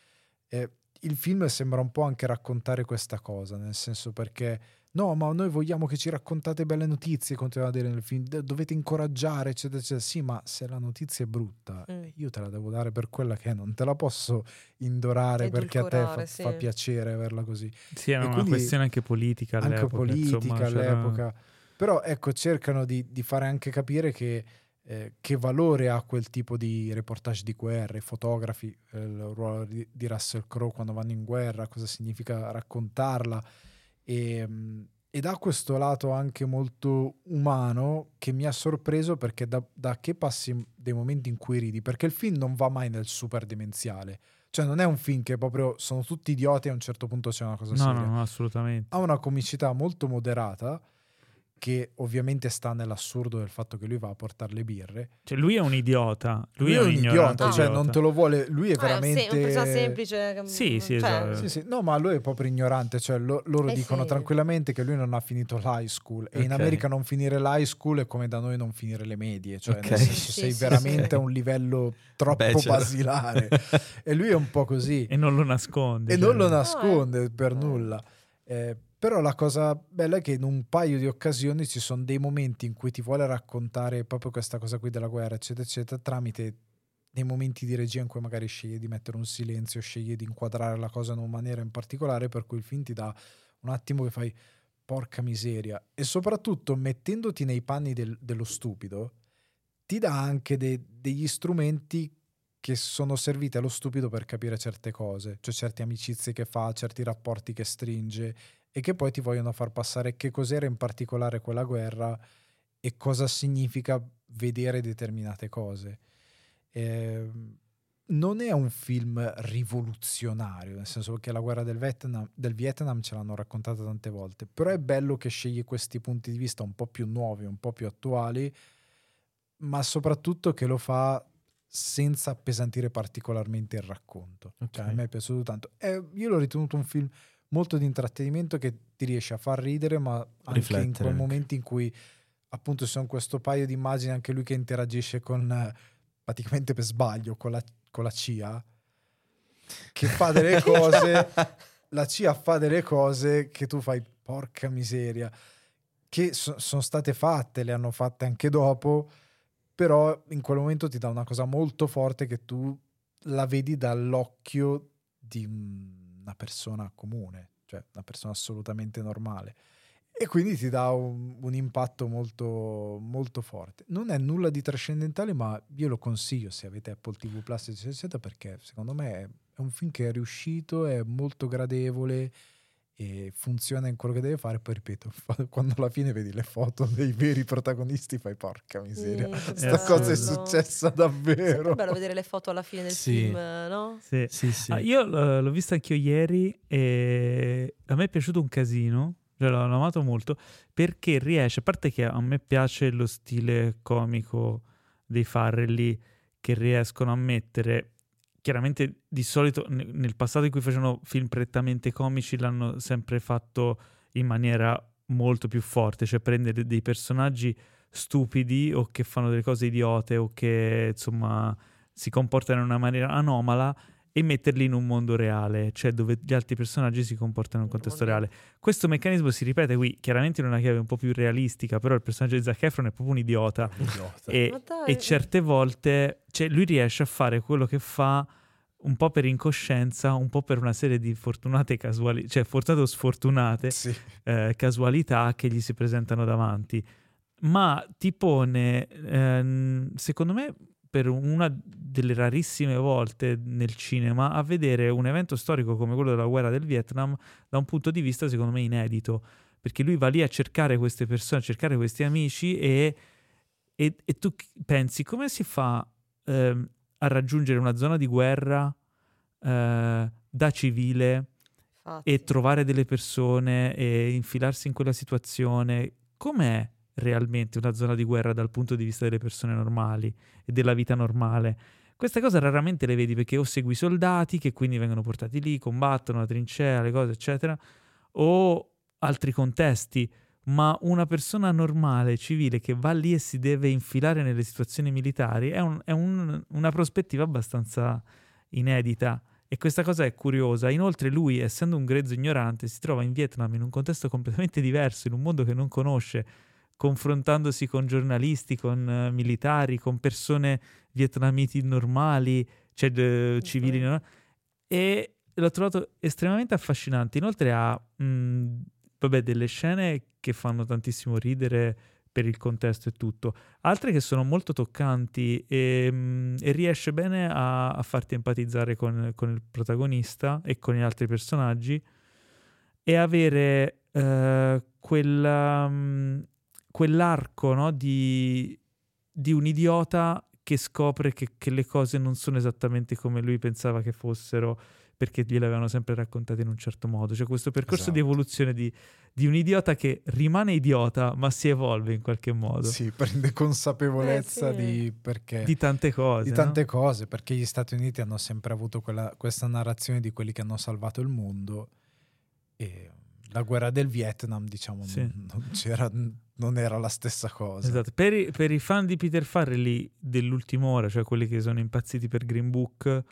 Eh, il film sembra un po' anche raccontare questa cosa, nel senso, perché no, ma noi vogliamo che ci raccontate belle notizie, continua a dire nel film, dovete incoraggiare, eccetera, eccetera. Sì, ma se la notizia è brutta, Mm. io te la devo dare per quella che è, non te la posso indorare perché a te fa, Edulcorare, sì. fa piacere averla così. Sì, era E una quindi questione anche politica anche all'epoca. politica insomma, c'era- all'epoca. Però ecco, cercano di, di fare anche capire che, eh, che valore ha quel tipo di reportage di guerra, i fotografi, eh, il ruolo di, di Russell Crowe quando vanno in guerra, cosa significa raccontarla, e, mh, ed ha questo lato anche molto umano che mi ha sorpreso, perché da, da che passi dei momenti in cui ridi, perché il film non va mai nel super demenziale, cioè non è un film che proprio sono tutti idioti e a un certo punto c'è una cosa No, seria. no, no, assolutamente. Ha una comicità molto moderata, che ovviamente sta nell'assurdo del fatto che lui va a portare le birre. Cioè, lui è un idiota. Lui, Lui è un, ignorante idiota, cioè idiota. non te lo vuole, lui è Ah, è un se- veramente... un persona semplice. che- Sì, sì, cioè, esatto. Sì, sì. No, ma lui è proprio ignorante, cioè lo- loro Eh dicono sì. tranquillamente che lui non ha finito l'high school, e in Ok. America non finire l'high school è come da noi non finire le medie, cioè Ok. nel senso, Sì, sei sì, veramente sì. a un livello troppo Bachelor. basilare, e lui è un po' così. E non lo nasconde. E cioè- non lo nasconde per Eh. nulla. Eh, però la cosa bella è che in un paio di occasioni ci sono dei momenti in cui ti vuole raccontare proprio questa cosa qui della guerra, eccetera, eccetera, tramite dei momenti di regia in cui magari sceglie di mettere un silenzio, sceglie di inquadrare la cosa in una maniera in particolare, per cui il film ti dà un attimo che fai porca miseria, e soprattutto mettendoti nei panni del- dello stupido ti dà anche de- degli strumenti che sono serviti allo stupido per capire certe cose, cioè certe amicizie che fa, certi rapporti che stringe, e che poi ti vogliono far passare che cos'era in particolare quella guerra e cosa significa vedere determinate cose. Ehm, non è un film rivoluzionario, nel senso che la guerra del Vietnam, del Vietnam ce l'hanno raccontata tante volte, però è bello che sceglie questi punti di vista un po' più nuovi, un po' più attuali, ma soprattutto che lo fa senza appesantire particolarmente il racconto. Ok. Cioè, a me è piaciuto tanto. Eh, io l'ho ritenuto un film molto di intrattenimento, che ti riesce a far ridere, ma anche in Riflettere quei anche. momenti in cui appunto ci sono questo paio di immagini, anche lui che interagisce con, eh, praticamente per sbaglio, con la, con la C I A, che fa delle cose, la C I A fa delle cose che tu fai porca miseria, che so- sono state fatte, le hanno fatte anche dopo, però in quel momento ti dà una cosa molto forte, che tu la vedi dall'occhio di una persona comune, cioè una persona assolutamente normale, e quindi ti dà un, un impatto molto, molto forte. Non è nulla di trascendentale, ma io lo consiglio se avete Apple ti vu Plus, eccetera, eccetera, perché secondo me è, è un film che è riuscito, è molto gradevole e funziona in quello che deve fare. Poi ripeto, fa- quando alla fine vedi le foto dei veri protagonisti fai porca miseria, Mm, che sta cosa è bello. successa Sempre davvero. bello vedere le foto alla fine del Sì. film, no? Sì. Sì, sì. Ah, io l- l'ho vista anch'io ieri e a me è piaciuto un casino, cioè l'ho l'ho amato molto, perché riesce, a parte che a me piace lo stile comico dei Farrelly, che riescono a mettere, chiaramente di solito ne- nel passato in cui facevano film prettamente comici l'hanno sempre fatto in maniera molto più forte, cioè prendere dei personaggi stupidi o che fanno delle cose idiote o che insomma si comportano in una maniera anomala e metterli in un mondo reale, cioè dove gli altri personaggi si comportano in un Un contesto mondo- reale. Questo meccanismo si ripete qui, chiaramente in una chiave un po' più realistica, però il personaggio di Zac Efron è proprio un idiota Idiota. e, Ma dai. e certe volte, cioè, lui riesce a fare quello che fa un po' per incoscienza, un po' per una serie di fortunate casualità, cioè fortunate o sfortunate Sì. eh, casualità che gli si presentano davanti, ma ti pone, ehm, secondo me, per una delle rarissime volte nel cinema, a vedere un evento storico come quello della guerra del Vietnam da un punto di vista, secondo me, inedito, perché lui va lì a cercare queste persone, a cercare questi amici e, e, e tu pensi come si fa ehm, a raggiungere una zona di guerra eh, da civile Infatti. e trovare delle persone e infilarsi in quella situazione. Com'è realmente una zona di guerra dal punto di vista delle persone normali e della vita normale? Queste cose raramente le vedi, perché o segui i soldati che quindi vengono portati lì, combattono la trincea, le cose eccetera, o altri contesti, ma una persona normale, civile, che va lì e si deve infilare nelle situazioni militari è, un, è un, una prospettiva abbastanza inedita. E questa cosa è curiosa. Inoltre lui, essendo un grezzo ignorante, si trova in Vietnam in un contesto completamente diverso, in un mondo che non conosce, confrontandosi con giornalisti, con uh, militari, con persone vietnamiti normali, cioè uh, civili normali. E l'ho trovato estremamente affascinante. Inoltre ha mh, vabbè, delle scene che fanno tantissimo ridere per il contesto e tutto, altre che sono molto toccanti e, mh, e riesce bene a, a farti empatizzare con, con il protagonista e con gli altri personaggi e avere uh, quella, mh, quell'arco, no, di, di un idiota che scopre che, che le cose non sono esattamente come lui pensava che fossero, perché gliele avevano sempre raccontate in un certo modo. Cioè questo percorso Esatto. di evoluzione di, di un idiota che rimane idiota ma si evolve in qualche modo. Sì, prende consapevolezza Eh, sì. di perché Di tante cose. di tante no? cose, perché gli Stati Uniti hanno sempre avuto quella, questa narrazione di quelli che hanno salvato il mondo, e la guerra del Vietnam, diciamo, Sì. non, non c'era, non era la stessa cosa. Esatto. Per i, per i fan di Peter Farrelly dell'ultima ora, cioè quelli che sono impazziti per Green Book,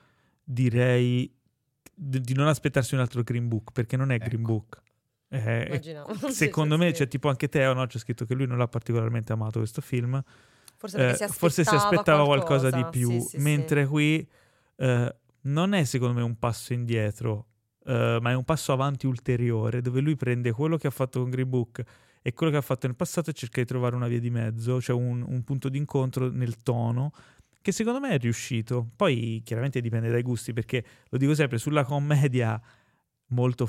direi di, di non aspettarsi un altro Green Book, perché non è Green Ecco. Book. Eh, Immaginavo. secondo Sì, me, sì, cioè, sì. tipo anche Teo, no? C'è scritto che lui non l'ha particolarmente amato questo film. Forse perché Eh, si aspettava, forse si aspettava qualcosa, qualcosa di più, sì, sì, mentre sì. qui eh, non è secondo me un passo indietro, eh, ma è un passo avanti ulteriore, dove lui prende quello che ha fatto con Green Book e quello che ha fatto nel passato e cerca di trovare una via di mezzo, cioè un, un punto d'incontro nel tono, che secondo me è riuscito. Poi chiaramente dipende dai gusti, perché lo dico sempre, sulla commedia molto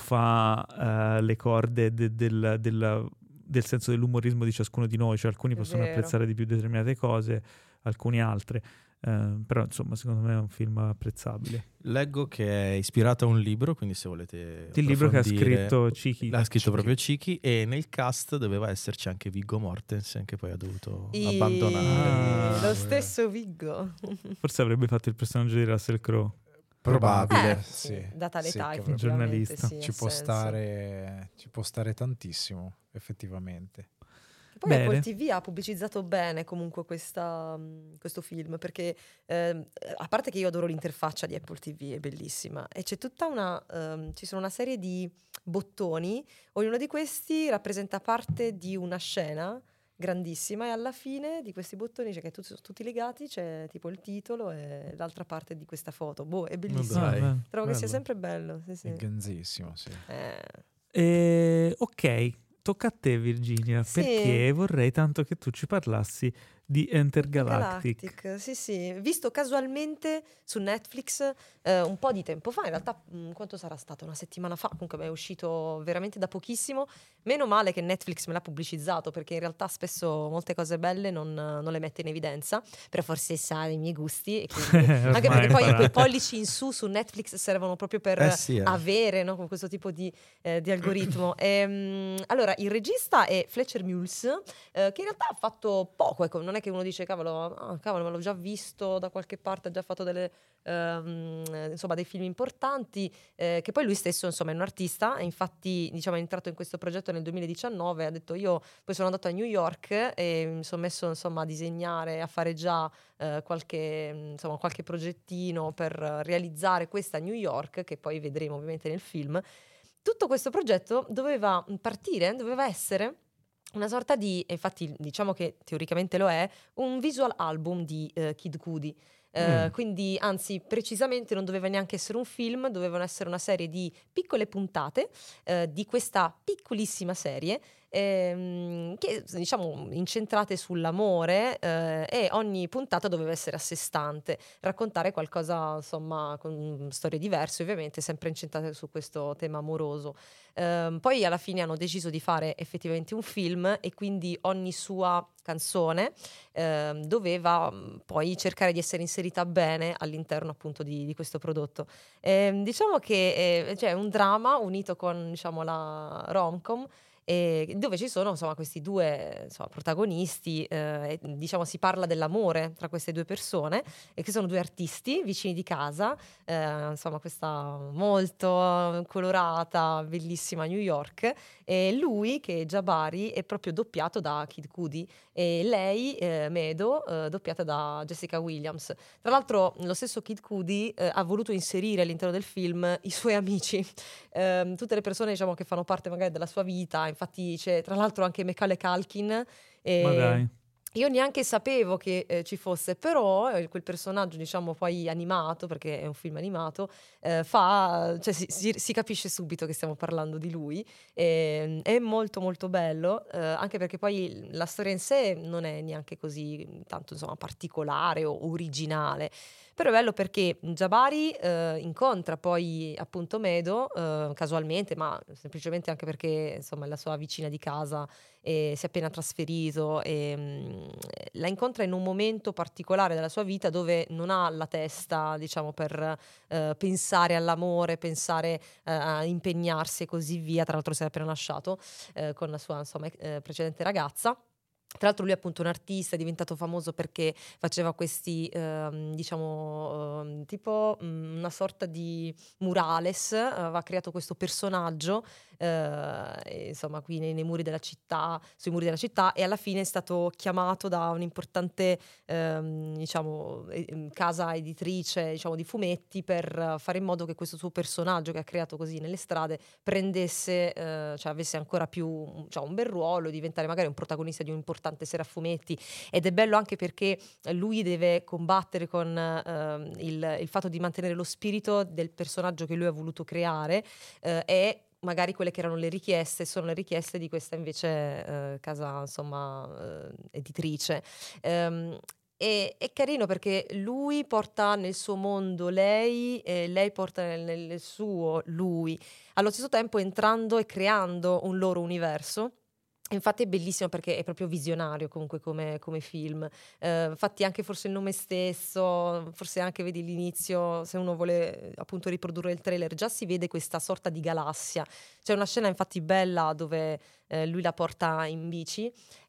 fa eh, le corde de- del, del, del senso dell'umorismo di ciascuno di noi, cioè alcuni È possono vero. apprezzare di più determinate cose, alcuni altre. Eh, però insomma secondo me è un film apprezzabile. Leggo che è ispirato a un libro, quindi se volete Il libro che ha approfondire- scritto Cicchi. l'ha scritto Cicchi. proprio Cicchi, e nel cast doveva esserci anche Viggo Mortensen, che poi ha dovuto I- abbandonare. Ah, lo stesso Viggo. Forse avrebbe fatto il personaggio di Russell Crowe. Probabile, Eh, sì, sì, data sì, l'età che effettivamente giornalista. sì, ci ha può senso. stare, ci può stare tantissimo, effettivamente. Poi Bene. Apple ti vu ha pubblicizzato bene comunque questa, mh, questo film, perché ehm, a parte che io adoro l'interfaccia di Apple ti vu, è bellissima, e c'è tutta una ehm, ci sono una serie di bottoni, ognuno di questi rappresenta parte di una scena grandissima, e alla fine di questi bottoni, cioè che tutti, sono tutti legati, c'è tipo il titolo e l'altra parte di questa foto. Boh, è bellissimo. Dai, Ah, beh. Trovo che sia bello. sempre bello. Sì, sì. È ganzissimo, sì. Eh, Eh, ok, tocca a te Virginia, Sì. perché vorrei tanto che tu ci parlassi di Enter Galactic. Galactic, sì, sì, visto casualmente su Netflix eh, un po' di tempo fa, in realtà mh, quanto sarà stato? Una settimana fa, comunque è uscito veramente da pochissimo. Meno male che Netflix me l'ha pubblicizzato, perché in realtà spesso molte cose belle non, non le mette in evidenza, però forse sa i miei gusti, e quindi, Ormai anche perché poi imparato. quei pollici in su su Netflix servono proprio per Eh sì, eh. avere, no, con questo tipo di, eh, di algoritmo. E, mh, allora, il regista è Fletcher Mules, eh, che in realtà ha fatto poco, ecco, non è che uno dice cavolo, ah, cavolo, me l'ho già visto da qualche parte, ha già fatto delle, ehm, insomma, dei film importanti, eh, che poi lui stesso insomma è un artista, e infatti diciamo è entrato in questo progetto nel duemiladiciannove, ha detto io poi sono andato a New York e mi sono messo insomma a disegnare, a fare già eh, qualche, insomma, qualche progettino per realizzare questa New York, che poi vedremo ovviamente nel film. Tutto questo progetto doveva partire, doveva essere una sorta di, e infatti diciamo che teoricamente lo è, un visual album di eh, Kid Cudi. Eh, Mm. Quindi, anzi, precisamente non doveva neanche essere un film, dovevano essere una serie di piccole puntate eh, di questa piccolissima serie ehm, che diciamo incentrate sull'amore, eh, e ogni puntata doveva essere a sé stante, raccontare qualcosa insomma con storie diverse, ovviamente sempre incentrate su questo tema amoroso. Um, poi alla fine hanno deciso di fare effettivamente un film e quindi ogni sua canzone eh, doveva mh, poi cercare di essere inserita bene all'interno appunto di, di questo prodotto. Eh, diciamo che è cioè, un dramma unito con diciamo la rom-com, e dove ci sono insomma questi due insomma, protagonisti, eh, e, diciamo si parla dell'amore tra queste due persone, e che sono due artisti vicini di casa, eh, insomma questa molto colorata bellissima New York, e lui che è Jabari è proprio doppiato da Kid Cudi e lei eh, Medo eh, doppiata da Jessica Williams. Tra l'altro lo stesso Kid Cudi eh, ha voluto inserire all'interno del film i suoi amici, eh, tutte le persone diciamo che fanno parte magari della sua vita. Infatti c'è tra l'altro anche Macaulay Culkin, e Ma dai. io neanche sapevo che eh, ci fosse, però eh, quel personaggio diciamo poi animato, perché è un film animato, eh, fa, cioè si, si, si capisce subito che stiamo parlando di lui, e, è molto molto bello, eh, anche perché poi la storia in sé non è neanche così tanto insomma particolare o originale. Però è bello perché Jabari eh, incontra poi appunto Medo eh, casualmente, ma semplicemente anche perché insomma è la sua vicina di casa e si è appena trasferito, e mh, la incontra in un momento particolare della sua vita dove non ha la testa diciamo per eh, pensare all'amore, pensare eh, a impegnarsi e così via. Tra l'altro si è appena lasciato eh, con la sua insomma eh, precedente ragazza. Tra l'altro lui è appunto un artista, è diventato famoso perché faceva questi, ehm, diciamo, ehm, tipo mh, una sorta di murales, aveva creato questo personaggio, eh, e, insomma, qui nei, nei muri della città, sui muri della città, e alla fine è stato chiamato da un'importante, ehm, diciamo, eh, casa editrice, diciamo, di fumetti per fare in modo che questo suo personaggio che ha creato così nelle strade prendesse, eh, cioè avesse ancora più, cioè, un bel ruolo, diventare magari un protagonista di un importante serie a fumetti. Ed è bello anche perché lui deve combattere con eh, il, il fatto di mantenere lo spirito del personaggio che lui ha voluto creare, eh, e magari quelle che erano le richieste sono le richieste di questa invece eh, casa insomma eh, editrice. Um, E, è carino perché lui porta nel suo mondo lei e lei porta nel, nel suo lui, allo stesso tempo entrando e creando un loro universo. Infatti è bellissimo perché è proprio visionario comunque come, come film. Eh, infatti anche forse il nome stesso, forse anche vedi l'inizio, se uno vuole appunto riprodurre il trailer, già si vede questa sorta di galassia. C'è una scena infatti bella dove eh, lui la porta in bici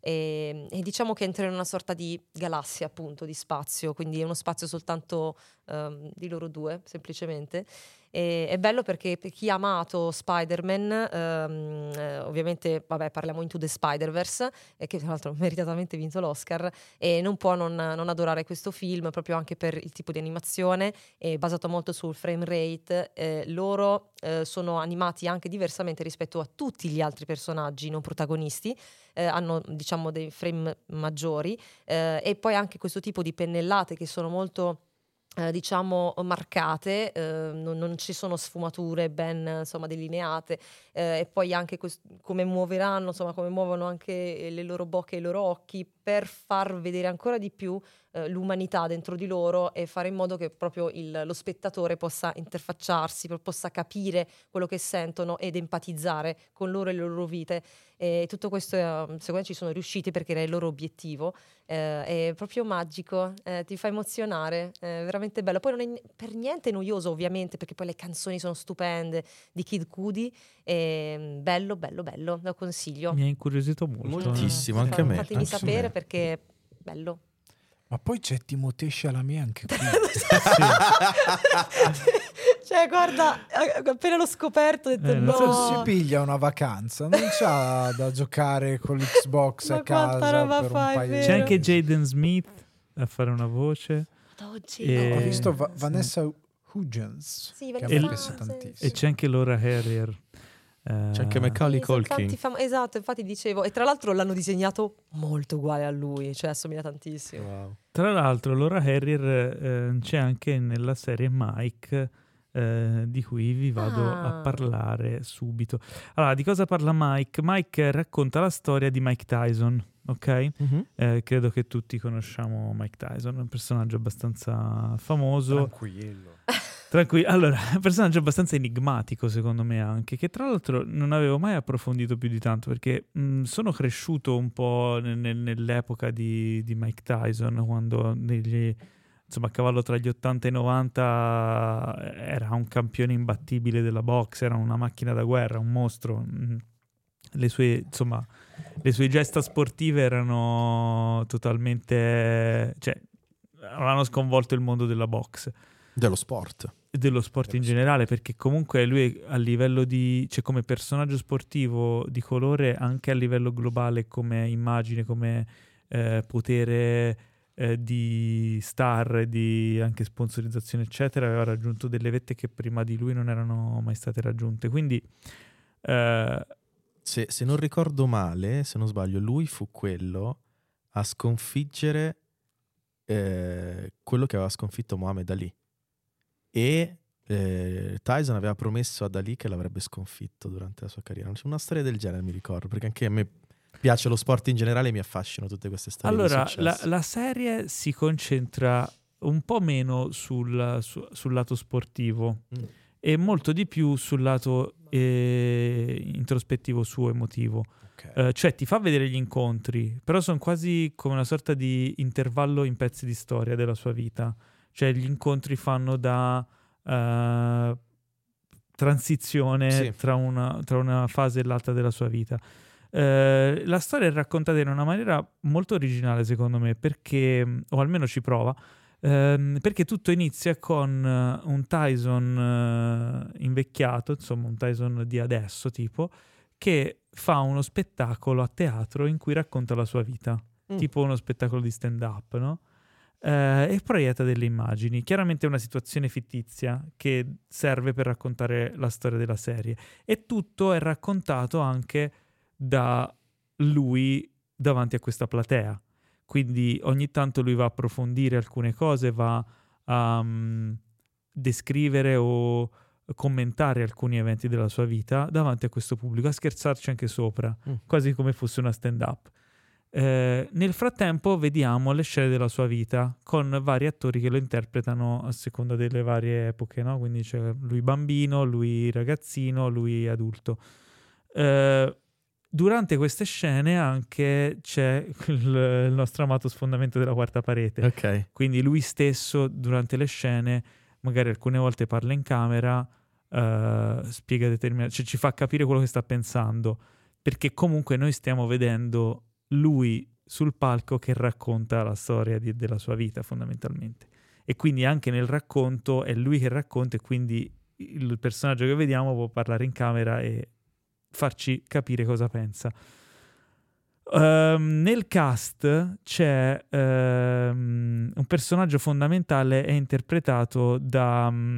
e, e diciamo che entra in una sorta di galassia appunto, di spazio, quindi è uno spazio soltanto um, di loro due semplicemente. E, è bello perché per chi ha amato Spider-Man, ehm, eh, ovviamente vabbè parliamo Into the Spider-Verse, eh, che tra l'altro ha meritatamente vinto l'Oscar, e non può non, non adorare questo film proprio anche per il tipo di animazione, è basato molto sul frame rate, eh, loro eh, sono animati anche diversamente rispetto a tutti gli altri personaggi non protagonisti, eh, hanno diciamo dei frame maggiori, eh, e poi anche questo tipo di pennellate che sono molto Eh, diciamo marcate, eh, non, non ci sono sfumature ben insomma delineate, eh, e poi anche quest- come muoveranno, insomma come muovono anche le loro bocche e i loro occhi per far vedere ancora di più eh, l'umanità dentro di loro e fare in modo che proprio il, lo spettatore possa interfacciarsi, possa capire quello che sentono ed empatizzare con loro e le loro vite. E tutto questo eh, secondo me ci sono riusciti perché era il loro obiettivo, eh, è proprio magico, eh, ti fa emozionare, è veramente bello. Poi non è per niente noioso ovviamente perché poi le canzoni sono stupende di Kid Cudi, e bello bello bello, lo consiglio. Mi ha incuriosito molto. Moltissimo, eh. anche a me. Fatemi anche a sapere me. perché è bello. Ma poi c'è Timothée Chalamet anche qui. Cioè guarda, appena l'ho scoperto ho detto Eh, non Cioè, no, si piglia una vacanza, non c'ha da giocare con l'Xbox Ma a quanta casa roba per un fa, è paio di vero. C'è anche Jaden Smith a fare una voce. oggi E- Ho no. visto Va- sì. Vanessa Hudgens, Sì, che a Vanessa me E- piace Hudgens, tantissimo. E c'è anche Laura Harrier. Eh, C'è anche Macaulay Sì, sono Culkin. tanti fam- esatto, infatti dicevo, e tra l'altro l'hanno disegnato molto uguale a lui, cioè assomiglia tantissimo. Wow. Tra l'altro Laura Harrier eh, c'è anche nella serie Mike, eh, di cui vi vado Ah. a parlare subito. Allora, di cosa parla Mike? Mike racconta la storia di Mike Tyson, ok? Mhm. Eh, credo che tutti conosciamo Mike Tyson, è un personaggio abbastanza famoso. Tranquillo. Tranquillo. Allora, è un personaggio abbastanza enigmatico, secondo me anche, che tra l'altro non avevo mai approfondito più di tanto, perché mh, sono cresciuto un po' nel- nel- nell'epoca di, di Mike Tyson, quando negli, insomma, a cavallo tra gli ottanta e i novanta era un campione imbattibile della box, era una macchina da guerra, un mostro. Mh. Le sue, insomma, le sue gesta sportive erano totalmente, cioè, avevano sconvolto il mondo della box Dello sport. e dello sport in generale, perché comunque lui a livello di, cioè come personaggio sportivo di colore, anche a livello globale, come immagine, come eh, potere eh, di star, di anche sponsorizzazione eccetera, aveva raggiunto delle vette che prima di lui non erano mai state raggiunte. Quindi eh, Se, se non ricordo male, se non sbaglio, lui fu quello a sconfiggere eh, quello che aveva sconfitto Muhammad Ali. E eh, Tyson aveva promesso ad Ali che l'avrebbe sconfitto durante la sua carriera. C'è una storia del genere, mi ricordo, perché anche a me piace lo sport in generale e mi affascinano tutte queste storie di allora, la, successo. la serie si concentra un po' meno sul, su- sul lato sportivo Mm. e molto di più sul lato eh, introspettivo suo, emotivo. Ok. Eh, cioè ti fa vedere gli incontri, però sono quasi come una sorta di intervallo in pezzi di storia della sua vita. Cioè gli incontri fanno da eh, transizione Sì. tra, una, tra una fase e l'altra della sua vita. Eh, la storia è raccontata in una maniera molto originale, secondo me, perché, o almeno ci prova, ehm, perché tutto inizia con eh, un Tyson eh, invecchiato, insomma un Tyson di adesso tipo, che fa uno spettacolo a teatro in cui racconta la sua vita, Mm. tipo uno spettacolo di stand-up, no? Eh, e proietta delle immagini. Chiaramente è una situazione fittizia che serve per raccontare la storia della serie. E tutto è raccontato anche da lui davanti a questa platea. Quindi ogni tanto lui va a approfondire alcune cose, va a mm, descrivere o commentare alcuni eventi della sua vita davanti a questo pubblico, a scherzarci anche sopra, Mm. quasi come fosse una stand-up. Eh, nel frattempo vediamo le scene della sua vita con vari attori che lo interpretano a seconda delle varie epoche, no? Quindi c'è lui bambino, lui ragazzino, lui adulto. Eh, durante queste scene anche c'è il, il nostro amato sfondamento della quarta parete. Ok. Quindi lui stesso durante le scene, magari alcune volte parla in camera, eh, spiega determinate, cioè ci fa capire quello che sta pensando, perché comunque noi stiamo vedendo lui sul palco che racconta la storia di- della sua vita fondamentalmente. E quindi anche nel racconto è lui che racconta e quindi il personaggio che vediamo può parlare in camera e farci capire cosa pensa. Ehm, nel cast c'è ehm, un personaggio fondamentale, è interpretato da mm,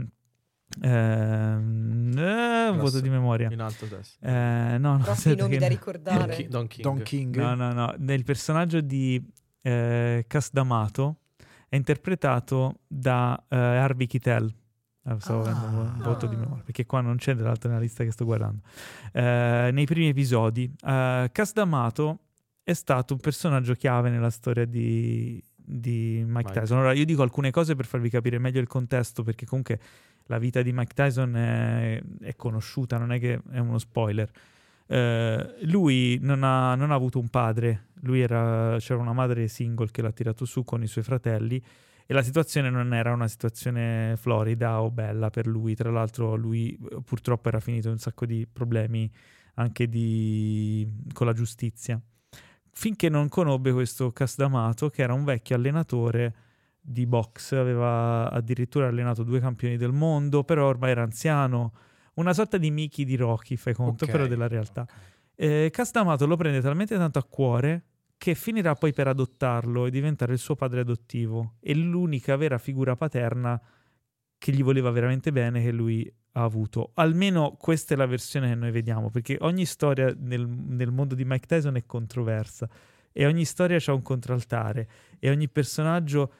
ehm, eh, un vuoto di memoria. In alto a destra. Eh, no, no, Troppi aspetta nomi che- da Don, ricordare. Ki- Don King. Don King. No, no, no. Nel personaggio di eh, Cas D'Amato è interpretato da eh, Harvey Keitel. Eh, stavo Ah. avendo un vuoto di memoria, perché qua non c'è dell'altro nella lista che sto guardando. Eh, nei primi episodi, eh, Cas D'Amato è stato un personaggio chiave nella storia di, di Mike, Mike. Tyson. Ora, io dico alcune cose per farvi capire meglio il contesto, perché comunque la vita di Mike Tyson è, è conosciuta, non è che è uno spoiler. Eh, lui non ha, non ha avuto un padre, lui era, c'era una madre single che l'ha tirato su con i suoi fratelli e la situazione non era una situazione florida o bella per lui. Tra l'altro lui eh, purtroppo era finito in un sacco di problemi anche di, con la giustizia, finché non conobbe questo Cas D'Amato, che era un vecchio allenatore di box, aveva addirittura allenato due campioni del mondo, però ormai era anziano, una sorta di Mickey di Rocky, fai conto, Ok, però della realtà. ok. Eh, Cas D'Amato lo prende talmente tanto a cuore che finirà poi per adottarlo e diventare il suo padre adottivo e l'unica vera figura paterna che gli voleva veramente bene che lui ha avuto. Almeno questa è la versione che noi vediamo, perché ogni storia nel, nel mondo di Mike Tyson è controversa e ogni storia ha un contraltare e ogni personaggio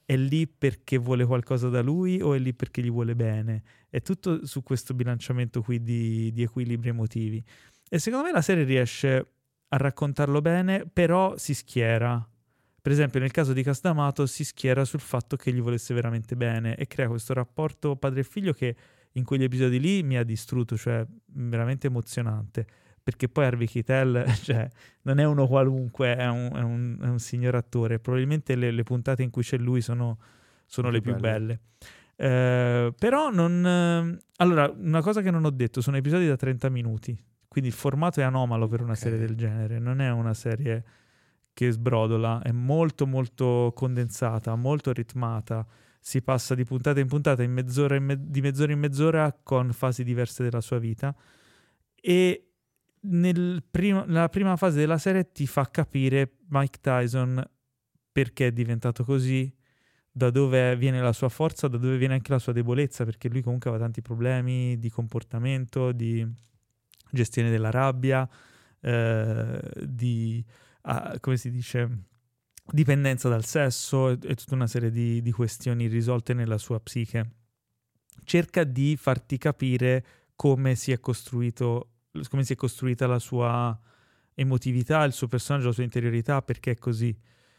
è lì perché vuole qualcosa da lui o è lì perché gli vuole bene? È tutto su questo bilanciamento qui di, di equilibri emotivi. E secondo me la serie riesce a raccontarlo bene, però si schiera. Per esempio nel caso di Cas D'Amato si schiera sul fatto che gli volesse veramente bene e crea questo rapporto padre e figlio che in quegli episodi lì mi ha distrutto, cioè veramente emozionante. Perché poi Harvey Keitel, cioè, non è uno qualunque, è un, è un, è un signor attore. Probabilmente le, le puntate in cui c'è lui sono, sono le più belle. belle. Eh, però non... Eh, allora, una cosa che non ho detto, sono episodi da trenta minuti. Quindi il formato è anomalo per una okay. serie del genere. Non è una serie che sbrodola, è molto molto condensata, molto ritmata. Si passa di puntata in puntata, in mezz'ora in me- di mezz'ora in mezz'ora, con fasi diverse della sua vita. E... Nel primo, nella prima fase della serie ti fa capire Mike Tyson perché è diventato così, da dove viene la sua forza, da dove viene anche la sua debolezza, perché lui comunque aveva tanti problemi di comportamento, di gestione della rabbia, eh, di, ah, come si dice, dipendenza dal sesso e, e tutta una serie di, di questioni irrisolte nella sua psiche. Cerca di farti capire come si è costruito come si è costruita la sua emotività, il suo personaggio, la sua interiorità, perché è così.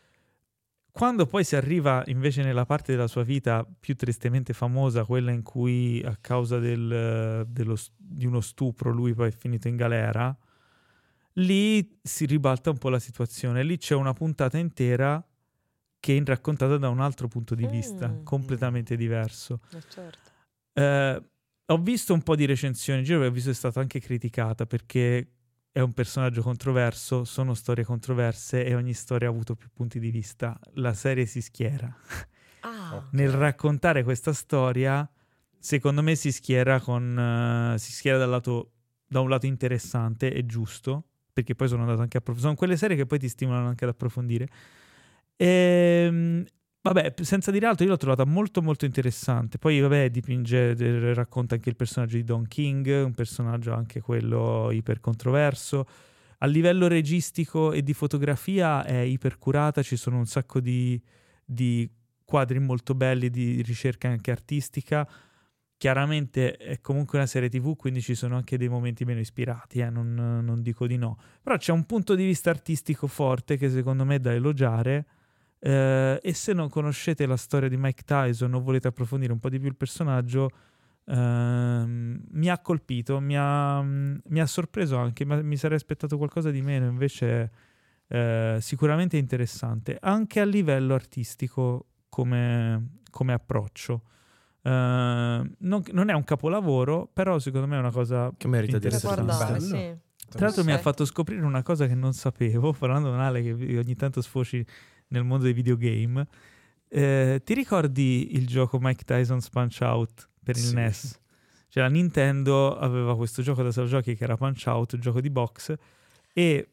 Quando poi si arriva invece nella parte della sua vita più tristemente famosa, quella in cui a causa del, dello, di uno stupro lui poi è finito in galera, lì si ribalta un po' la situazione. Lì c'è una puntata intera che è raccontata da un altro punto di vista, mm. completamente diverso. Eh, certo. Eh, Ho visto un po' di recensioni in giro, ho visto che è stata anche criticata perché è un personaggio controverso, sono storie controverse e ogni storia ha avuto più punti di vista. La serie si schiera. Ah, okay. Nel raccontare questa storia, secondo me si schiera con uh, si schiera dal lato, da un lato interessante e giusto, perché poi sono andato anche a approfondire. Sono quelle serie che poi ti stimolano anche ad approfondire. E vabbè, senza dire altro, io l'ho trovata molto molto interessante. Poi vabbè, dipinge, racconta anche il personaggio di Don King, un personaggio anche quello iper controverso. A livello registico e di fotografia è iper curata, ci sono un sacco di, di quadri molto belli, di ricerca anche artistica. Chiaramente è comunque una serie tivù, quindi ci sono anche dei momenti meno ispirati, eh, non, non dico di no. Però c'è un punto di vista artistico forte che secondo me è da elogiare. Uh, e se non conoscete la storia di Mike Tyson o volete approfondire un po' di più il personaggio, uh, mi ha colpito, mi ha, mi ha sorpreso anche, ma mi sarei aspettato qualcosa di meno, invece uh, sicuramente interessante anche a livello artistico come, come approccio. Uh, non, non è un capolavoro, però secondo me è una cosa che merita di essere guardare, sì. Tra l'altro mi ha fatto scoprire una cosa che non sapevo, parlando con Ale che ogni tanto sfoci nel mondo dei videogame. Eh, ti ricordi il gioco Mike Tyson's Punch-Out per il sì. N E S? Cioè la Nintendo aveva questo gioco da solo giochi che era Punch-Out, un gioco di box, e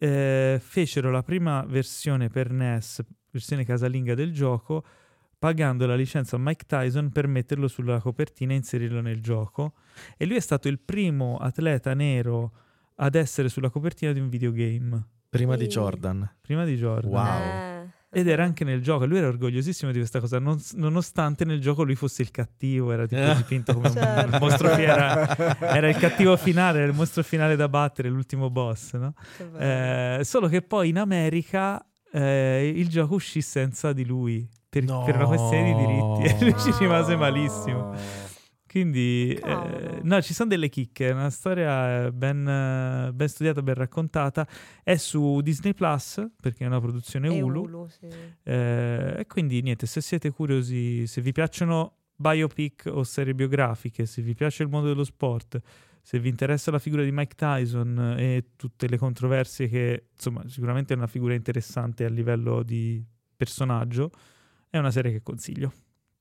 eh, fecero la prima versione per N E S, versione casalinga del gioco, pagando la licenza a Mike Tyson per metterlo sulla copertina e inserirlo nel gioco. E lui è stato il primo atleta nero ad essere sulla copertina di un videogame. Prima sì. di Jordan. Prima di Jordan. Wow. Eh. Ed era anche nel gioco, lui era orgogliosissimo di questa cosa, non, nonostante nel gioco lui fosse il cattivo, era tipo dipinto come certo. un, un mostro fiera, era il cattivo finale, era il mostro finale da battere, l'ultimo boss, no? Eh, solo che poi in America eh, il gioco uscì senza di lui, per, no. per una questione di diritti, e lui ci rimase malissimo. Quindi, eh, no, ci sono delle chicche, è una storia ben, ben studiata, ben raccontata, è su Disney Plus, perché è una produzione E Hulu, Hulu sì. eh, e quindi niente, se siete curiosi, se vi piacciono biopic o serie biografiche, se vi piace il mondo dello sport, se vi interessa la figura di Mike Tyson e tutte le controversie che, insomma, sicuramente è una figura interessante a livello di personaggio, è una serie che consiglio.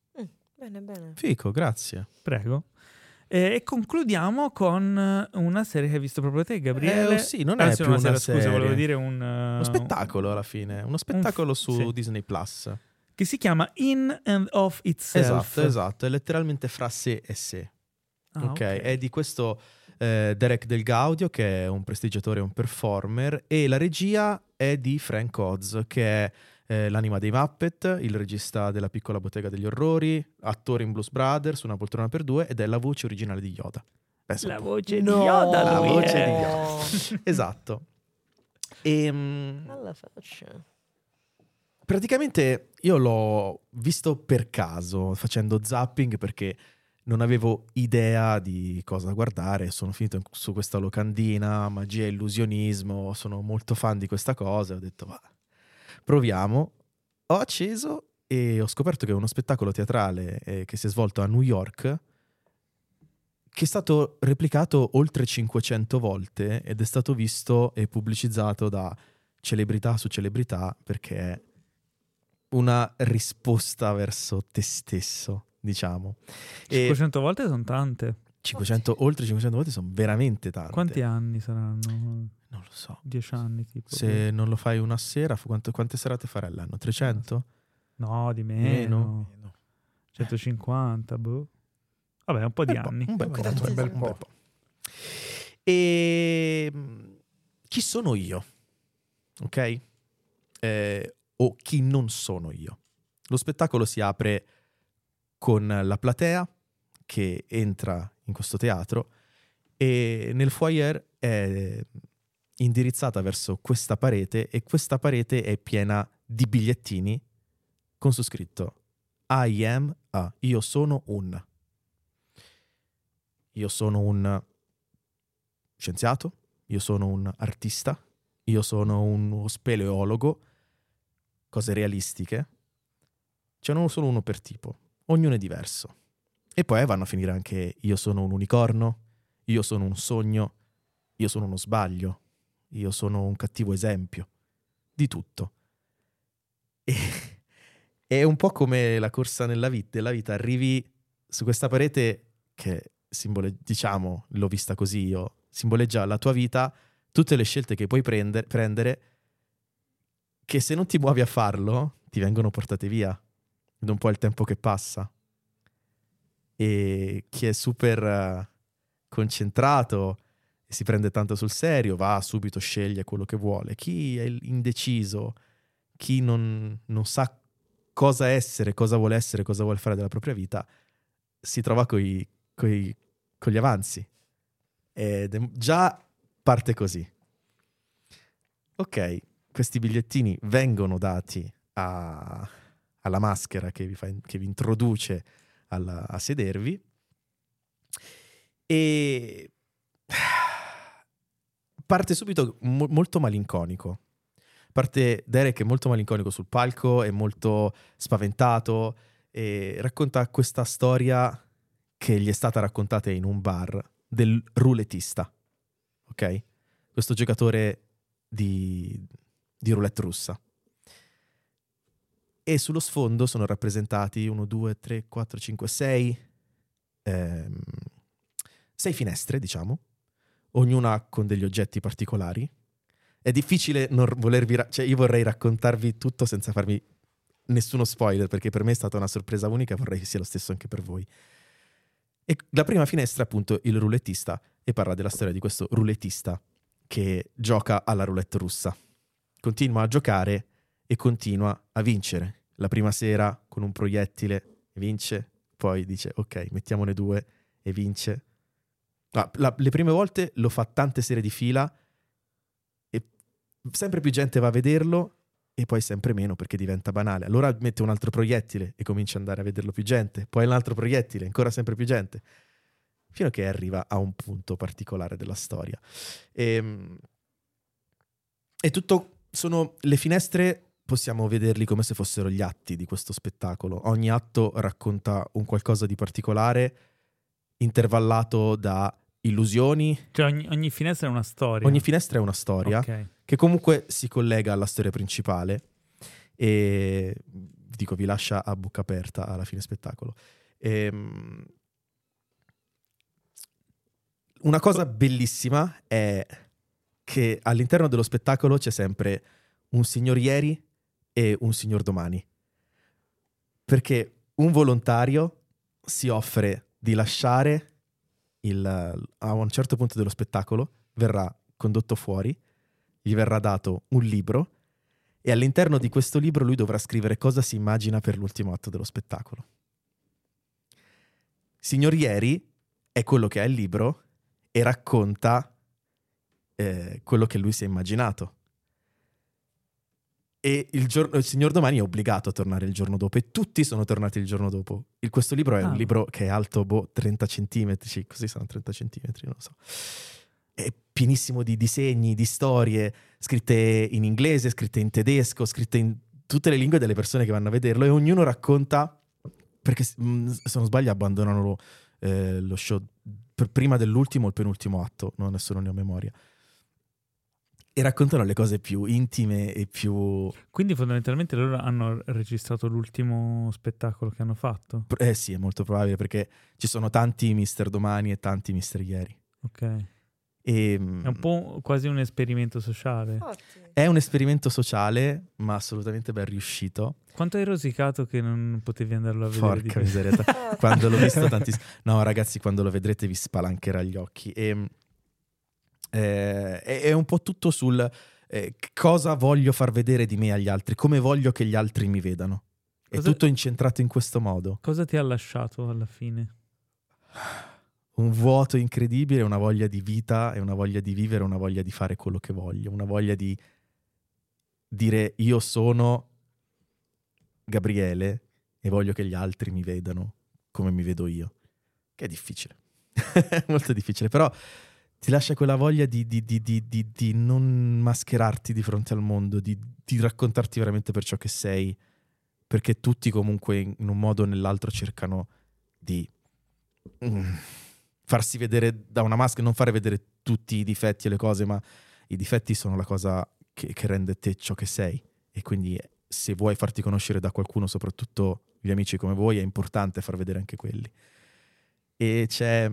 Bene, bene. Fico, grazie. Prego. E, e concludiamo con una serie che hai visto proprio te, Gabriele. Eh, sì, non Anzi, è più una serie, serie. Scusa, volevo dire un... Uno spettacolo alla fine, uno spettacolo un, su sì. Disney Plus. Che si chiama In and of Itself. Esatto, esatto, è letteralmente fra sé e sé. Ah, ok, okay. È di questo eh, Derek Del Gaudio, che è un prestigiatore e un performer, e la regia è di Frank Oz, che è eh, l'anima dei Muppet, il regista della Piccola Bottega degli Orrori, attore in Blues Brothers, Una poltrona per due, ed è la voce originale di Yoda. Pensa La un po'. voce No! di Yoda, La lui voce è. di Yoda. Esatto. E, mm, Alla faccia. praticamente io l'ho visto per caso, facendo zapping, perché non avevo idea di cosa guardare. Sono finito in- su questa locandina, magia e illusionismo, sono molto fan di questa cosa, ho detto va, proviamo. Ho acceso e ho scoperto che è uno spettacolo teatrale eh, che si è svolto a New York, che è stato replicato oltre cinquecento volte ed è stato visto e pubblicizzato da celebrità su celebrità, perché è una risposta verso te stesso, diciamo. E cinquecento volte sono tante. cinquecento, oltre cinquecento volte sono veramente tante. Quanti anni saranno? Non lo so. Dieci anni tipo. Se non lo fai una sera, fu- quanto- quante serate farai all'anno? trecento? No, di Meno? meno. centocinquanta, boh. Vabbè, un po' di Un po', anni. un bel po', Tantissimo. un bel po', un bel po'. E mh, chi sono io? Ok? Eh, o chi non sono io? Lo spettacolo si apre con la platea che entra in questo teatro e nel foyer è indirizzata verso questa parete, e questa parete è piena di bigliettini con su scritto I am a, io sono un. Io sono un scienziato, io sono un artista, io sono uno speleologo, cose realistiche. Ce n'è solo uno per tipo, ognuno è diverso. E poi vanno a finire anche io sono un unicorno, io sono un sogno, io sono uno sbaglio, io sono un cattivo esempio, di tutto. E è un po' come la corsa nella vita, della vita, arrivi su questa parete che simbole, diciamo, l'ho vista così io, simboleggia la tua vita, tutte le scelte che puoi prendere, prendere che se non ti muovi a farlo ti vengono portate via da un po' il tempo che passa. E chi è super uh, concentrato e si prende tanto sul serio va subito, sceglie quello che vuole. Chi è indeciso, chi non, non sa cosa essere, cosa vuole essere, cosa vuole fare della propria vita, si trova coi, coi, con gli avanzi. Ed è, già parte così. Ok, questi bigliettini vengono dati a, alla maschera che vi, fa, che vi introduce alla, a sedervi, e parte subito mo- molto malinconico. Parte Derek è molto malinconico sul palco, è molto spaventato e racconta questa storia che gli è stata raccontata in un bar del roulettista, ok? Questo giocatore di, di roulette russa. E sullo sfondo sono rappresentati uno, due, tre, quattro, cinque, sei ehm, sei finestre, diciamo, ognuna con degli oggetti particolari. È difficile non volervi... Ra- cioè io vorrei raccontarvi tutto senza farvi nessuno spoiler, perché per me è stata una sorpresa unica, vorrei che sia lo stesso anche per voi. E la prima finestra è appunto il roulettista, e parla della storia di questo roulettista che gioca alla roulette russa. Continua a giocare e continua a vincere. La prima sera con un proiettile vince, poi dice ok, mettiamone due e vince. Ah, la, le prime volte lo fa tante sere di fila e sempre più gente va a vederlo, e poi sempre meno perché diventa banale. Allora mette un altro proiettile e comincia ad andare a vederlo più gente, poi un altro proiettile, ancora sempre più gente, fino a che arriva a un punto particolare della storia. E, e tutto sono le finestre, possiamo vederli come se fossero gli atti di questo spettacolo. Ogni atto racconta un qualcosa di particolare, intervallato da illusioni. Cioè ogni, ogni finestra è una storia. Ogni finestra è una storia, Ok. che comunque si collega alla storia principale, e dico, vi lascia a bocca aperta alla fine spettacolo. Ehm, una cosa bellissima è che all'interno dello spettacolo c'è sempre un signor ieri e un signor domani, perché un volontario si offre di lasciare il, a un certo punto dello spettacolo verrà condotto fuori, gli verrà dato un libro E all'interno di questo libro lui dovrà scrivere cosa si immagina per l'ultimo atto dello spettacolo. Signor Ieri è quello che ha il libro e racconta eh, quello che lui si è immaginato. E il, giorno, il signor Domani è obbligato a tornare il giorno dopo e tutti sono tornati il giorno dopo. Il, questo libro è Ah. un libro che è alto boh, trenta centimetri, sì, così sono trenta centimetri, non lo so. È pienissimo di disegni, di storie, scritte in inglese, scritte in tedesco, scritte in tutte le lingue delle persone che vanno a vederlo, e ognuno racconta, perché mh, se non sbaglio abbandonano lo, eh, lo show per prima dell'ultimo o il penultimo atto, no, adesso non ne ho memoria. E raccontano le cose più intime e più... Quindi fondamentalmente loro hanno registrato l'ultimo spettacolo che hanno fatto? Eh sì, è molto probabile, perché ci sono tanti mister Domani e tanti mister Ieri. Ok. E, È un po' quasi un esperimento sociale. Ottimo. è un esperimento sociale, ma assolutamente ben riuscito. Quanto hai rosicato che non potevi andarlo a vedere? di Porca questo? miseria. Quando l'ho visto tantissimo... No, ragazzi, quando lo vedrete vi spalancherà gli occhi. E, eh, è, è un po' tutto sul eh, cosa voglio far vedere di me agli altri, come voglio che gli altri mi vedano. È Cosa- tutto incentrato in questo modo. Cosa ti ha lasciato alla fine? Un vuoto incredibile, una voglia di vita e una voglia di vivere, una voglia di fare quello che voglio, una voglia di dire io sono Gabriele e voglio che gli altri mi vedano come mi vedo io, che è difficile, è molto difficile, però ti lascia quella voglia di, di, di, di, di, di non mascherarti di fronte al mondo, di, di raccontarti veramente per ciò che sei, perché tutti comunque in un modo o nell'altro cercano di mm, farsi vedere da una maschera, non fare vedere tutti i difetti e le cose, ma i difetti sono la cosa che, che rende te ciò che sei, e quindi se vuoi farti conoscere da qualcuno, soprattutto gli amici come voi, è importante far vedere anche quelli. E c'è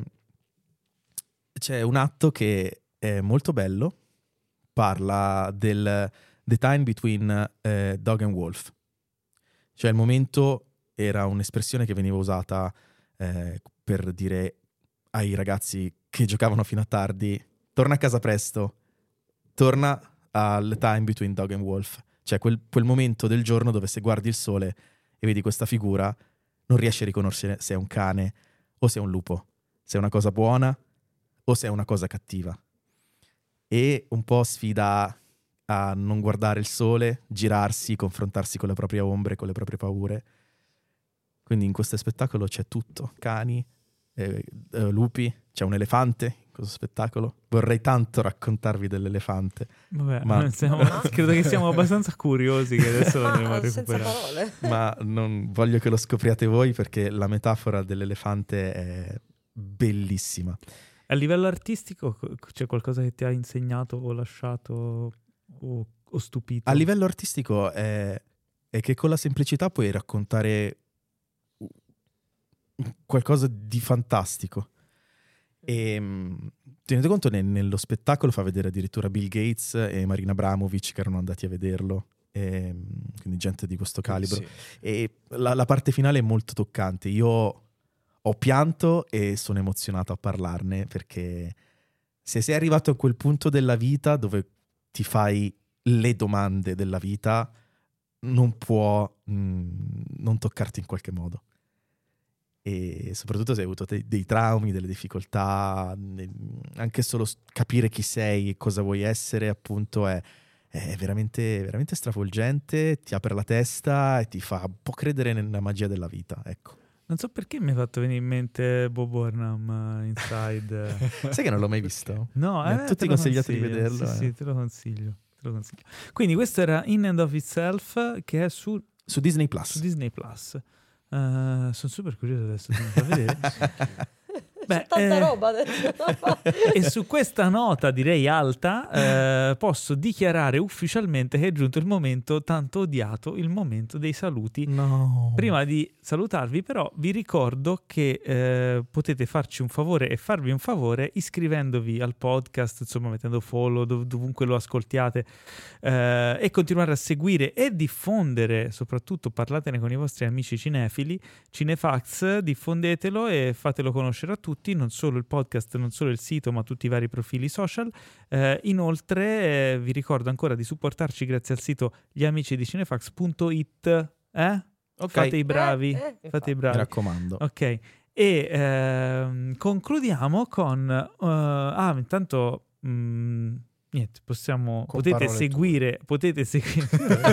c'è un atto che è molto bello, parla del the time between eh, dog and wolf, cioè il momento, era un'espressione che veniva usata eh, per dire ai ragazzi che giocavano fino a tardi: torna a casa presto, torna al time between dog and wolf, cioè quel, quel momento del giorno dove se guardi il sole e vedi questa figura non riesci a riconoscere se è un cane o se è un lupo, se è una cosa buona o se è una cosa cattiva. E un po' sfida a non guardare il sole, girarsi, confrontarsi con le proprie ombre, con le proprie paure. Quindi in questo spettacolo c'è tutto: cani, eh, eh, lupi, c'è un elefante in questo spettacolo. Vorrei tanto raccontarvi dell'elefante, Vabbè, Ma- siamo- credo che siamo abbastanza curiosi che adesso lo andremo a Ah, senza recuperare. parole. ma non voglio che lo scopriate voi, perché la metafora dell'elefante è bellissima. A livello artistico co- c'è qualcosa che ti ha insegnato o lasciato o, o stupito? A livello artistico è, è che con la semplicità puoi raccontare qualcosa di fantastico. E mh, tenete conto, ne- nello spettacolo fa vedere addirittura Bill Gates e Marina Abramovic che erano andati a vederlo, e, mh, quindi gente di questo calibro. Sì. E la, la parte finale è molto toccante. Io ho pianto e sono emozionato a parlarne, perché se sei arrivato a quel punto della vita dove ti fai le domande della vita, non può mh, non toccarti in qualche modo. E soprattutto se hai avuto te- dei traumi, delle difficoltà, ne- anche solo s- capire chi sei e cosa vuoi essere, appunto, è, è veramente, veramente stravolgente, ti apre la testa e ti fa un po' credere nella magia della vita, ecco. Non so perché mi ha fatto venire in mente Bob Burnham uh, Inside. Sai che non l'ho mai visto? No, Mi ha eh, tutti te lo consigliato di consiglio. vederlo, Sì, eh. sì, te lo consiglio. Te lo consiglio. Quindi questo era In and of Itself, che è su, Su Disney Plus. su Disney Plus. Uh, sono super curioso adesso di andare a vedere. Beh, C'è tanta eh, roba adesso. E su questa nota, direi alta, eh, posso dichiarare ufficialmente che è giunto il momento tanto odiato, il momento dei saluti. No. Prima di salutarvi, però, vi ricordo che eh, potete farci un favore e farvi un favore iscrivendovi al podcast, insomma, mettendo follow dov- dovunque lo ascoltiate, eh, e continuare a seguire e diffondere, soprattutto parlatene con i vostri amici cinefili, Cinefax, diffondetelo e fatelo conoscere a tutti. tutti, non solo il podcast, non solo il sito, ma tutti i vari profili social. Eh, inoltre eh, vi ricordo ancora di supportarci grazie al sito gli amici di cinefax punto it. Eh? Ok. Fate i bravi, Eh, eh, fate i Mi bravi. raccomando. Ok, e ehm, concludiamo con... uh, ah, intanto... mm, niente, possiamo... Con potete parole seguire... Potete seguire...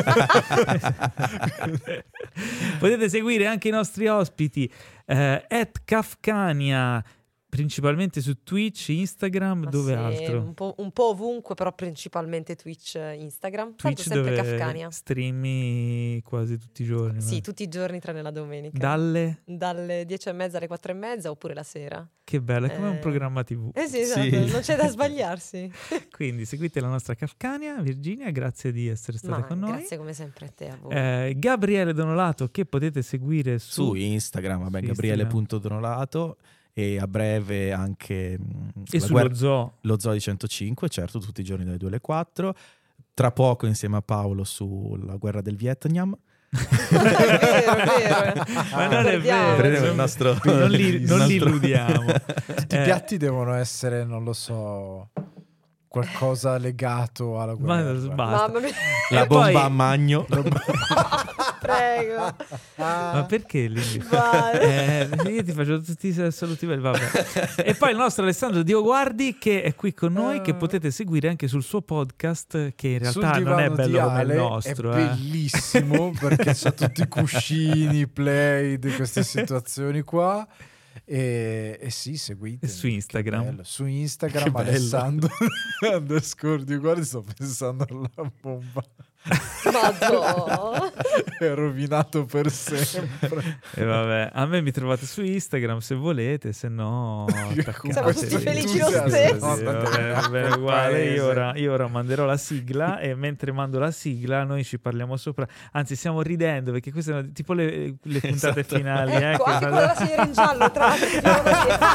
potete seguire anche i nostri ospiti eh, at Kafkania, principalmente su Twitch, Instagram, Ma dove sì, altro? Un po', un po' ovunque, però principalmente Twitch, eh, Instagram. Tanto Twitch sempre dove Kafkania. streami quasi tutti i giorni. Sì, no? tutti i giorni tranne la domenica. Dalle? Dalle dieci e mezza alle quattro e mezza oppure la sera. Che bello, è come un Eh. programma tivù. Eh sì, esatto, Sì. non c'è da sbagliarsi. Quindi seguite la nostra Kafkania. Virginia, grazie di essere stata Ma con noi. grazie come sempre a te, a voi. Eh, Gabriele Donolato, che potete seguire su, Su Instagram, vabbè, su Gabriele punto Donolato, e a breve anche mh, e la sullo guerra- zoo. lo Zoo di centocinque, certo, tutti i giorni dalle due alle quattro. Tra poco insieme a Paolo sulla guerra del Vietnam. è vero, è vero. Ma non è Ricordiamo. vero. Prendiamo il nostro- non li, il non li nostro- illudiamo. Tutti i Eh, piatti devono essere, non lo so, qualcosa legato alla ma guerra. basta. Mamma mia, La E bomba poi- a Magno. prego. Ma perché lì? Vai. Eh, io ti faccio tutti i saluti belli, vabbè. E poi il nostro Alessandro Dioguardi, che è qui con noi, che potete seguire anche sul suo podcast, che in Sul realtà non è divano di bello come il Ale nostro. è eh. bellissimo perché c'ha tutti i cuscini, play di queste situazioni qua. E, e sì, seguite E su Instagram. su Instagram Che bello. Alessandro underscore di guardi, sto pensando alla bomba. Madonna. È rovinato per sempre. E vabbè, a me mi trovate su Instagram se volete, se no Siamo tutti felici lo entusiasmo. stesso. Sì, vabbè, vabbè, Quel uguale, paese. io ora, io ora manderò la sigla e mentre mando la sigla noi ci parliamo sopra, anzi stiamo ridendo perché queste sono tipo le, le puntate Esatto. finali. eh, Ecco, che anche fanno- quella della signora in giallo, tra l'altro, che chiamano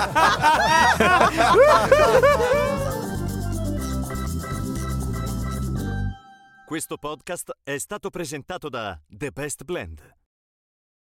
così. Questo podcast è stato presentato da The Best Blend,